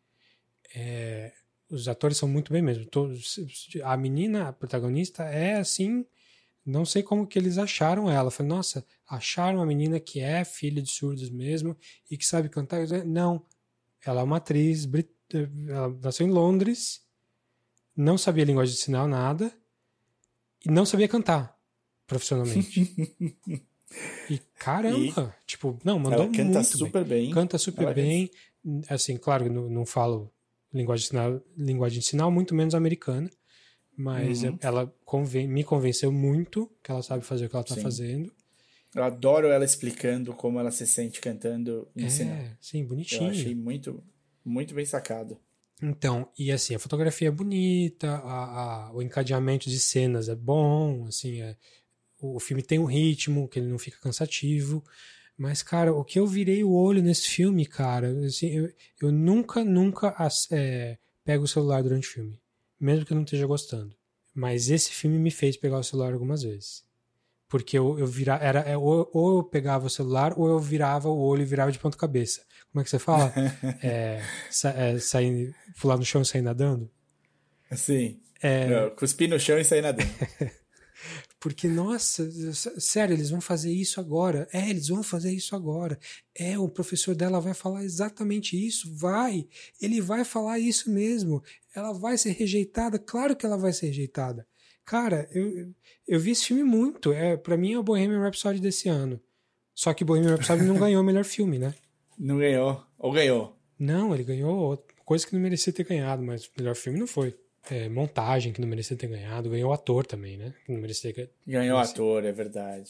É, os atores são muito bem mesmo. Todos, a menina, a protagonista, é assim. Não sei como que eles acharam ela. Falei, nossa, acharam uma menina que é filha de surdos mesmo e que sabe cantar. Não, ela é uma atriz, brit... ela nasceu em Londres, não sabia linguagem de sinal, nada, e não sabia cantar profissionalmente. E caramba, e tipo, não, mandou ela canta muito super bem. bem. Canta super ela bem. Canta... Assim, claro, não, não falo linguagem de sinal, linguagem de sinal, muito menos americana. Mas uhum. ela conven... me convenceu muito que ela sabe fazer o que ela está fazendo. Eu adoro ela explicando como ela se sente cantando e ensinando. É, sim, bonitinho. Eu achei muito, muito bem sacado. Então, e assim, a fotografia é bonita, a, a, o encadeamento de cenas é bom, assim, é, o, o filme tem um ritmo, que ele não fica cansativo, mas, cara, o que eu virei o olho nesse filme, cara, assim, eu, eu nunca, nunca é, pego o celular durante o filme, mesmo que eu não esteja gostando, mas esse filme me fez pegar o celular algumas vezes. Porque eu, eu virava, era, é, ou, ou eu pegava o celular, ou eu virava o olho e virava de ponta cabeça. Como é que você fala? é, sa, é, sair, pular no chão e sair nadando? Sim. É... Cuspir no chão e sair nadando. Porque, nossa, sério, eles vão fazer isso agora. É, eles vão fazer isso agora. É, o professor dela vai falar exatamente isso. Vai. Ele vai falar isso mesmo. Ela vai ser rejeitada. Claro que ela vai ser rejeitada. Cara, eu, eu vi esse filme muito. É, pra mim é o Bohemian Rhapsody desse ano. Só que Bohemian Rhapsody não ganhou o melhor filme, né? Não ganhou. Ou ganhou? Não, ele ganhou coisa que não merecia ter ganhado, mas o melhor filme não foi. É, montagem que não merecia ter ganhado. Ganhou o ator também, né? Que não merecia ter Ganhou o ator, é verdade.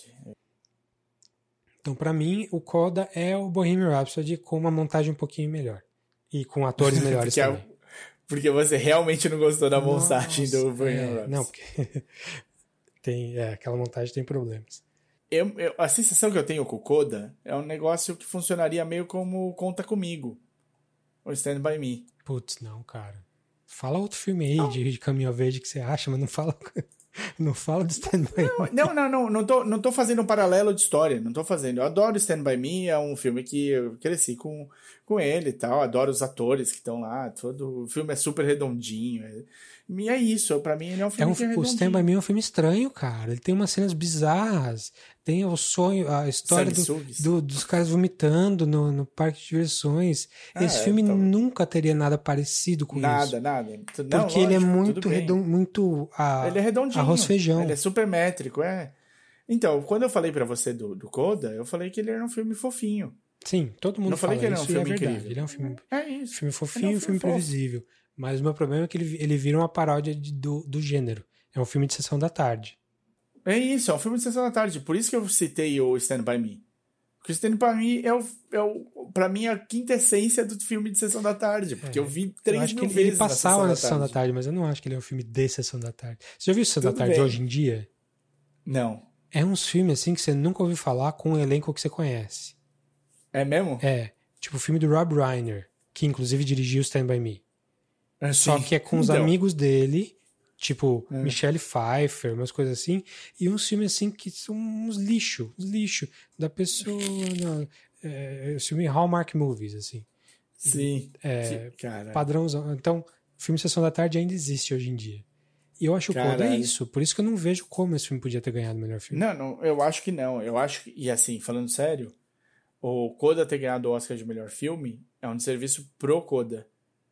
Então, pra mim, o Coda é o Bohemian Rhapsody com uma montagem um pouquinho melhor. E com atores melhores porque também. A... Porque você realmente não gostou da Nossa, montagem do Bohemian é, Rhapsody. Não, porque tem, é, aquela montagem tem problemas. Eu, eu, a sensação que eu tenho com o Coda é um negócio que funcionaria meio como Conta Comigo. Ou Stand By Me. Putz, não, cara. Fala outro filme aí de, de caminho verde que você acha, mas não fala, não fala do Stand By Me. Não, não, não. Não tô, não tô fazendo um paralelo de história. Não tô fazendo. Eu adoro Stand By Me. É um filme que eu cresci com, com ele e tal. Adoro os atores que estão lá. Todo, o filme é super redondinho. É, e é isso. Pra mim, ele é um filme é um, que é redondinho. O Stand By Me é um filme estranho, cara. Ele tem umas cenas bizarras. Tem o sonho, a história do, do, dos caras vomitando no, no parque de diversões. Ah, Esse filme é, nunca teria nada parecido com nada, isso. Nada, nada. Porque lógico, ele é muito, redond, muito a, ele é redondinho. Arroz feijão. Ele é super métrico, é. Então, quando eu falei pra você do, do Coda, eu falei que ele era um filme fofinho. Sim, todo mundo Não fala falei que ele isso, é um filme é verdade. incrível. Ele é um filme, é isso. filme fofinho, é um filme, filme previsível. Mas o meu problema é que ele, ele vira uma paródia de, do, do gênero. É um filme de sessão da tarde. É isso, é um filme de sessão da tarde. Por isso que eu citei o Stand By Me. Porque o Stand By Me é, o, é o, pra mim, a quinta essência do filme de sessão da tarde. Porque é, eu vi três eu acho mil que ele, vezes ele passava na na sessão, sessão da, da tarde, mas eu não acho que ele é um filme de sessão da tarde. Você já viu Sessão Tudo da Tarde bem. hoje em dia? Não. É uns filmes assim que você nunca ouviu falar com um elenco que você conhece. É mesmo? É. Tipo o filme do Rob Reiner, que inclusive dirigiu Stand By Me. É, Só que é com os então. amigos dele, tipo é. Michelle Pfeiffer, umas coisas assim, e uns filmes assim que são uns lixo, uns lixo da pessoa. Não, é, é, filme Hallmark Movies, assim. Sim. É, que, cara. Padrãozão. Então, o filme Sessão da Tarde ainda existe hoje em dia. E eu acho que o Coda é isso. Por isso que eu não vejo como esse filme podia ter ganhado o melhor filme. Não, não, eu acho que não. Eu acho que, e assim, falando sério, o Coda ter ganhado o Oscar de melhor filme é um desserviço pro Coda.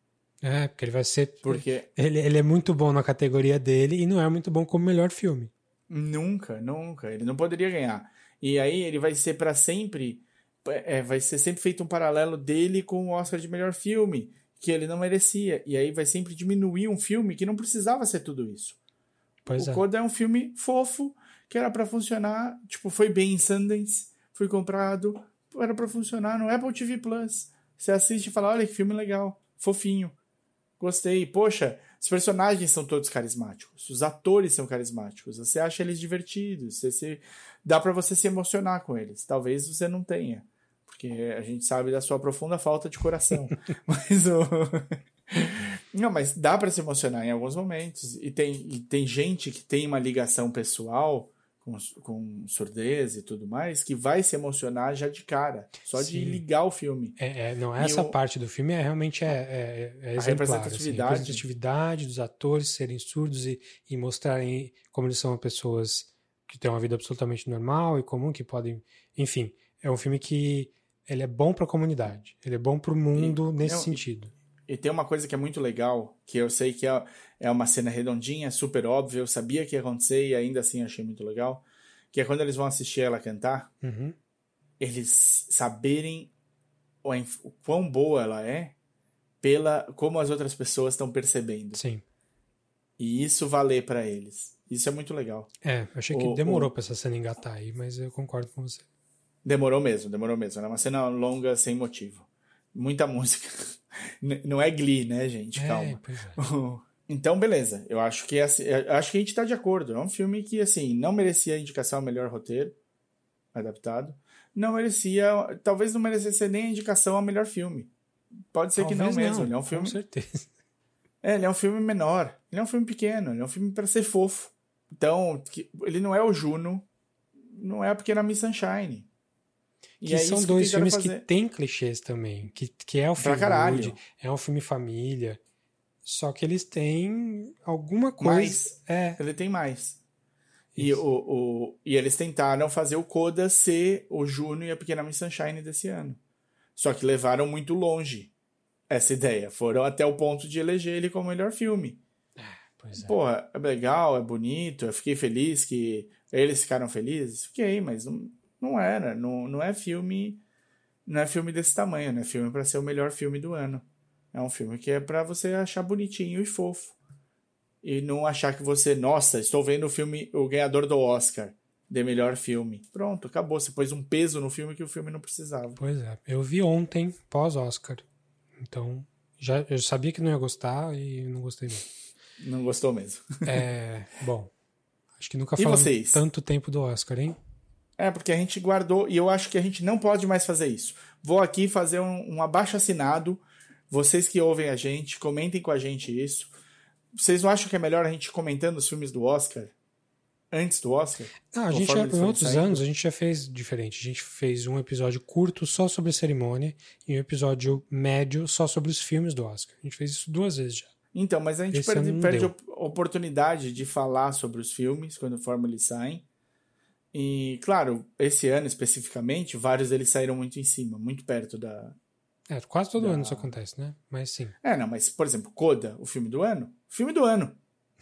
É, porque ele vai ser... Porque... Ele, ele é muito bom na categoria dele e não é muito bom como melhor filme. Nunca, nunca. Ele não poderia ganhar. E aí ele vai ser pra sempre... É, vai ser sempre feito um paralelo dele com o Oscar de melhor filme, que ele não merecia. E aí vai sempre diminuir um filme que não precisava ser tudo isso. Pois o é. Coda é um filme fofo, que era pra funcionar, tipo, foi bem em Sundance, foi comprado, era pra funcionar no Apple T V Plus. Você assiste e fala, olha que filme legal, fofinho. Gostei. Poxa, os personagens são todos carismáticos. Os atores são carismáticos. Você acha eles divertidos. Você se... Dá pra você se emocionar com eles. Talvez você não tenha. Porque a gente sabe da sua profunda falta de coração. mas o... Não, mas dá pra se emocionar em alguns momentos. E tem, e tem gente que tem uma ligação pessoal com, com surdez e tudo mais, que vai se emocionar já de cara. Só Sim. de ligar o filme. É, é, não, essa o... parte do filme é realmente é, é, é exemplar. A representatividade. Assim, a representatividade dos atores serem surdos e, e mostrarem como eles são pessoas que têm uma vida absolutamente normal e comum, que podem... Enfim, é um filme que ele é bom pra comunidade. Ele é bom pro mundo e, nesse não, sentido. E, e tem uma coisa que é muito legal, que eu sei que é, é uma cena redondinha, super óbvia, eu sabia que ia acontecer e ainda assim achei muito legal, que é quando eles vão assistir ela cantar, Uhum. eles saberem o, inf- o quão boa ela é pela como as outras pessoas estão percebendo. Sim. E isso valer pra eles. Isso é muito legal. É, eu achei que O- demorou o- pra essa cena engatar aí, mas eu concordo com você. Demorou mesmo, demorou mesmo. Era uma cena longa sem motivo. Muita música. N- Não é Glee, né, gente? É, Calma. pois é. Então, beleza. Eu acho que assim, eu acho que a gente tá de acordo. É um filme que, assim, não merecia a indicação ao melhor roteiro adaptado. Não merecia, talvez não merecesse nem a indicação ao melhor filme. Pode ser que não Talvez mesmo. não, Ele é um com filme. certeza. É, ele é um filme menor. Ele é um filme pequeno. Ele é um filme pra ser fofo. Então, que- ele não é o Juno, não é a Pequena Miss Sunshine. E Que é são isso dois tentaram filmes fazer. que tem clichês também, que, que é o Pra filme caralho. Woody, é um filme família, só que eles têm alguma coisa... Mais. É, Ele tem mais. E, isso. o, o, e eles tentaram fazer o Coda ser o Juno e a Pequena Miss Sunshine desse ano. Só que levaram muito longe essa ideia. Foram até o ponto de eleger ele como melhor filme. Pois é. Porra, é legal, é bonito, eu fiquei feliz que eles ficaram felizes. Fiquei, mas não, não era. Não, não é filme. Não é filme desse tamanho, não é filme pra ser o melhor filme do ano. É um filme que é pra você achar bonitinho e fofo. E não achar que você, nossa, estou vendo o filme, o ganhador do Oscar de melhor filme. Pronto, acabou. Você pôs um peso no filme que o filme não precisava. Pois é. Eu vi ontem, pós-Oscar. Então, já, eu sabia que não ia gostar e não gostei mesmo. Não gostou mesmo. É, bom, acho que nunca E falamos vocês? tanto tempo do Oscar, hein? É, porque a gente guardou, e eu acho que a gente não pode mais fazer isso. Vou aqui fazer um, um abaixo-assinado. Vocês que ouvem a gente, comentem com a gente isso. Vocês não acham que é melhor a gente comentando os filmes do Oscar antes do Oscar? Ah, a gente Conforme já, eles em forem outros saindo? anos, a gente já fez diferente. A gente fez um episódio curto só sobre a cerimônia e um episódio médio só sobre os filmes do Oscar. A gente fez isso duas vezes já. Então, mas a gente Esse perde, ano não perde deu. a oportunidade de falar sobre os filmes conforme eles saem. E, claro, esse ano especificamente, vários deles saíram muito em cima, muito perto da... É, quase todo Da- ano isso acontece, né? Mas sim. É, não, mas, por exemplo, Coda, o filme do ano, filme do ano.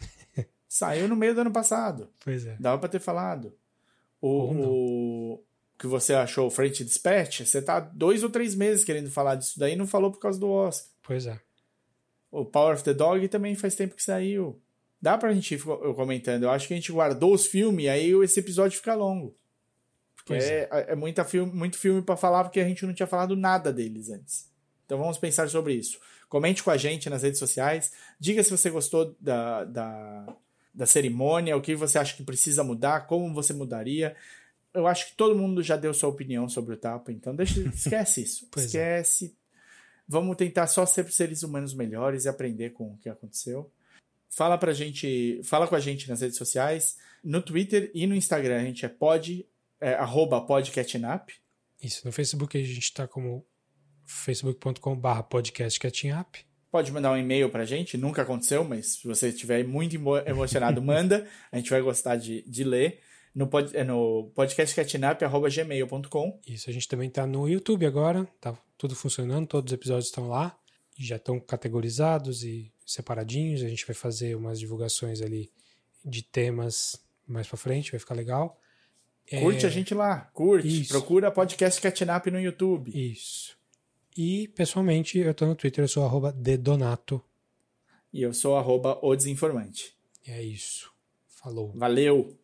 Saiu no meio do ano passado. Pois é. Dava pra ter falado. O, Ou não. o que você achou, o French Dispatch, você tá dois ou três meses querendo falar disso daí e não falou por causa do Oscar. Pois é. O Power of the Dog também faz tempo que saiu. Dá pra gente ir eu comentando. Eu acho que a gente guardou os filmes e aí esse episódio fica longo. Porque Pois é, é muita filme, muito filme pra falar porque a gente não tinha falado nada deles antes. Então vamos pensar sobre isso. Comente com a gente nas redes sociais. Diga se você gostou da, da, da cerimônia, o que você acha que precisa mudar, como você mudaria. Eu acho que todo mundo já deu sua opinião sobre o Tapa, então deixa, esquece isso. Pois é. Esquece. Vamos tentar só ser seres humanos melhores e aprender com o que aconteceu. Fala pra gente, fala com a gente nas redes sociais, no Twitter e no Instagram. A gente é pod, é, arroba podcatchingup. Isso. No Facebook a gente tá como facebook ponto com barra podcast catching up. Pode mandar um e-mail pra gente, nunca aconteceu, mas se você estiver muito emo- emocionado, manda. A gente vai gostar de, de ler. No, pod, é no podcastcatchingup arroba gmail ponto com. Isso, a gente também tá no YouTube agora, tá tudo funcionando, todos os episódios estão lá, já estão categorizados e separadinhos, a gente vai fazer umas divulgações ali de temas mais pra frente, vai ficar legal. Curte É, a gente lá, curte. Isso. Procura Podcast Catchingup no YouTube. Isso. E, pessoalmente, eu tô no Twitter, eu sou arroba dedonato. E eu sou arroba o desinformante. E é isso. Falou. Valeu!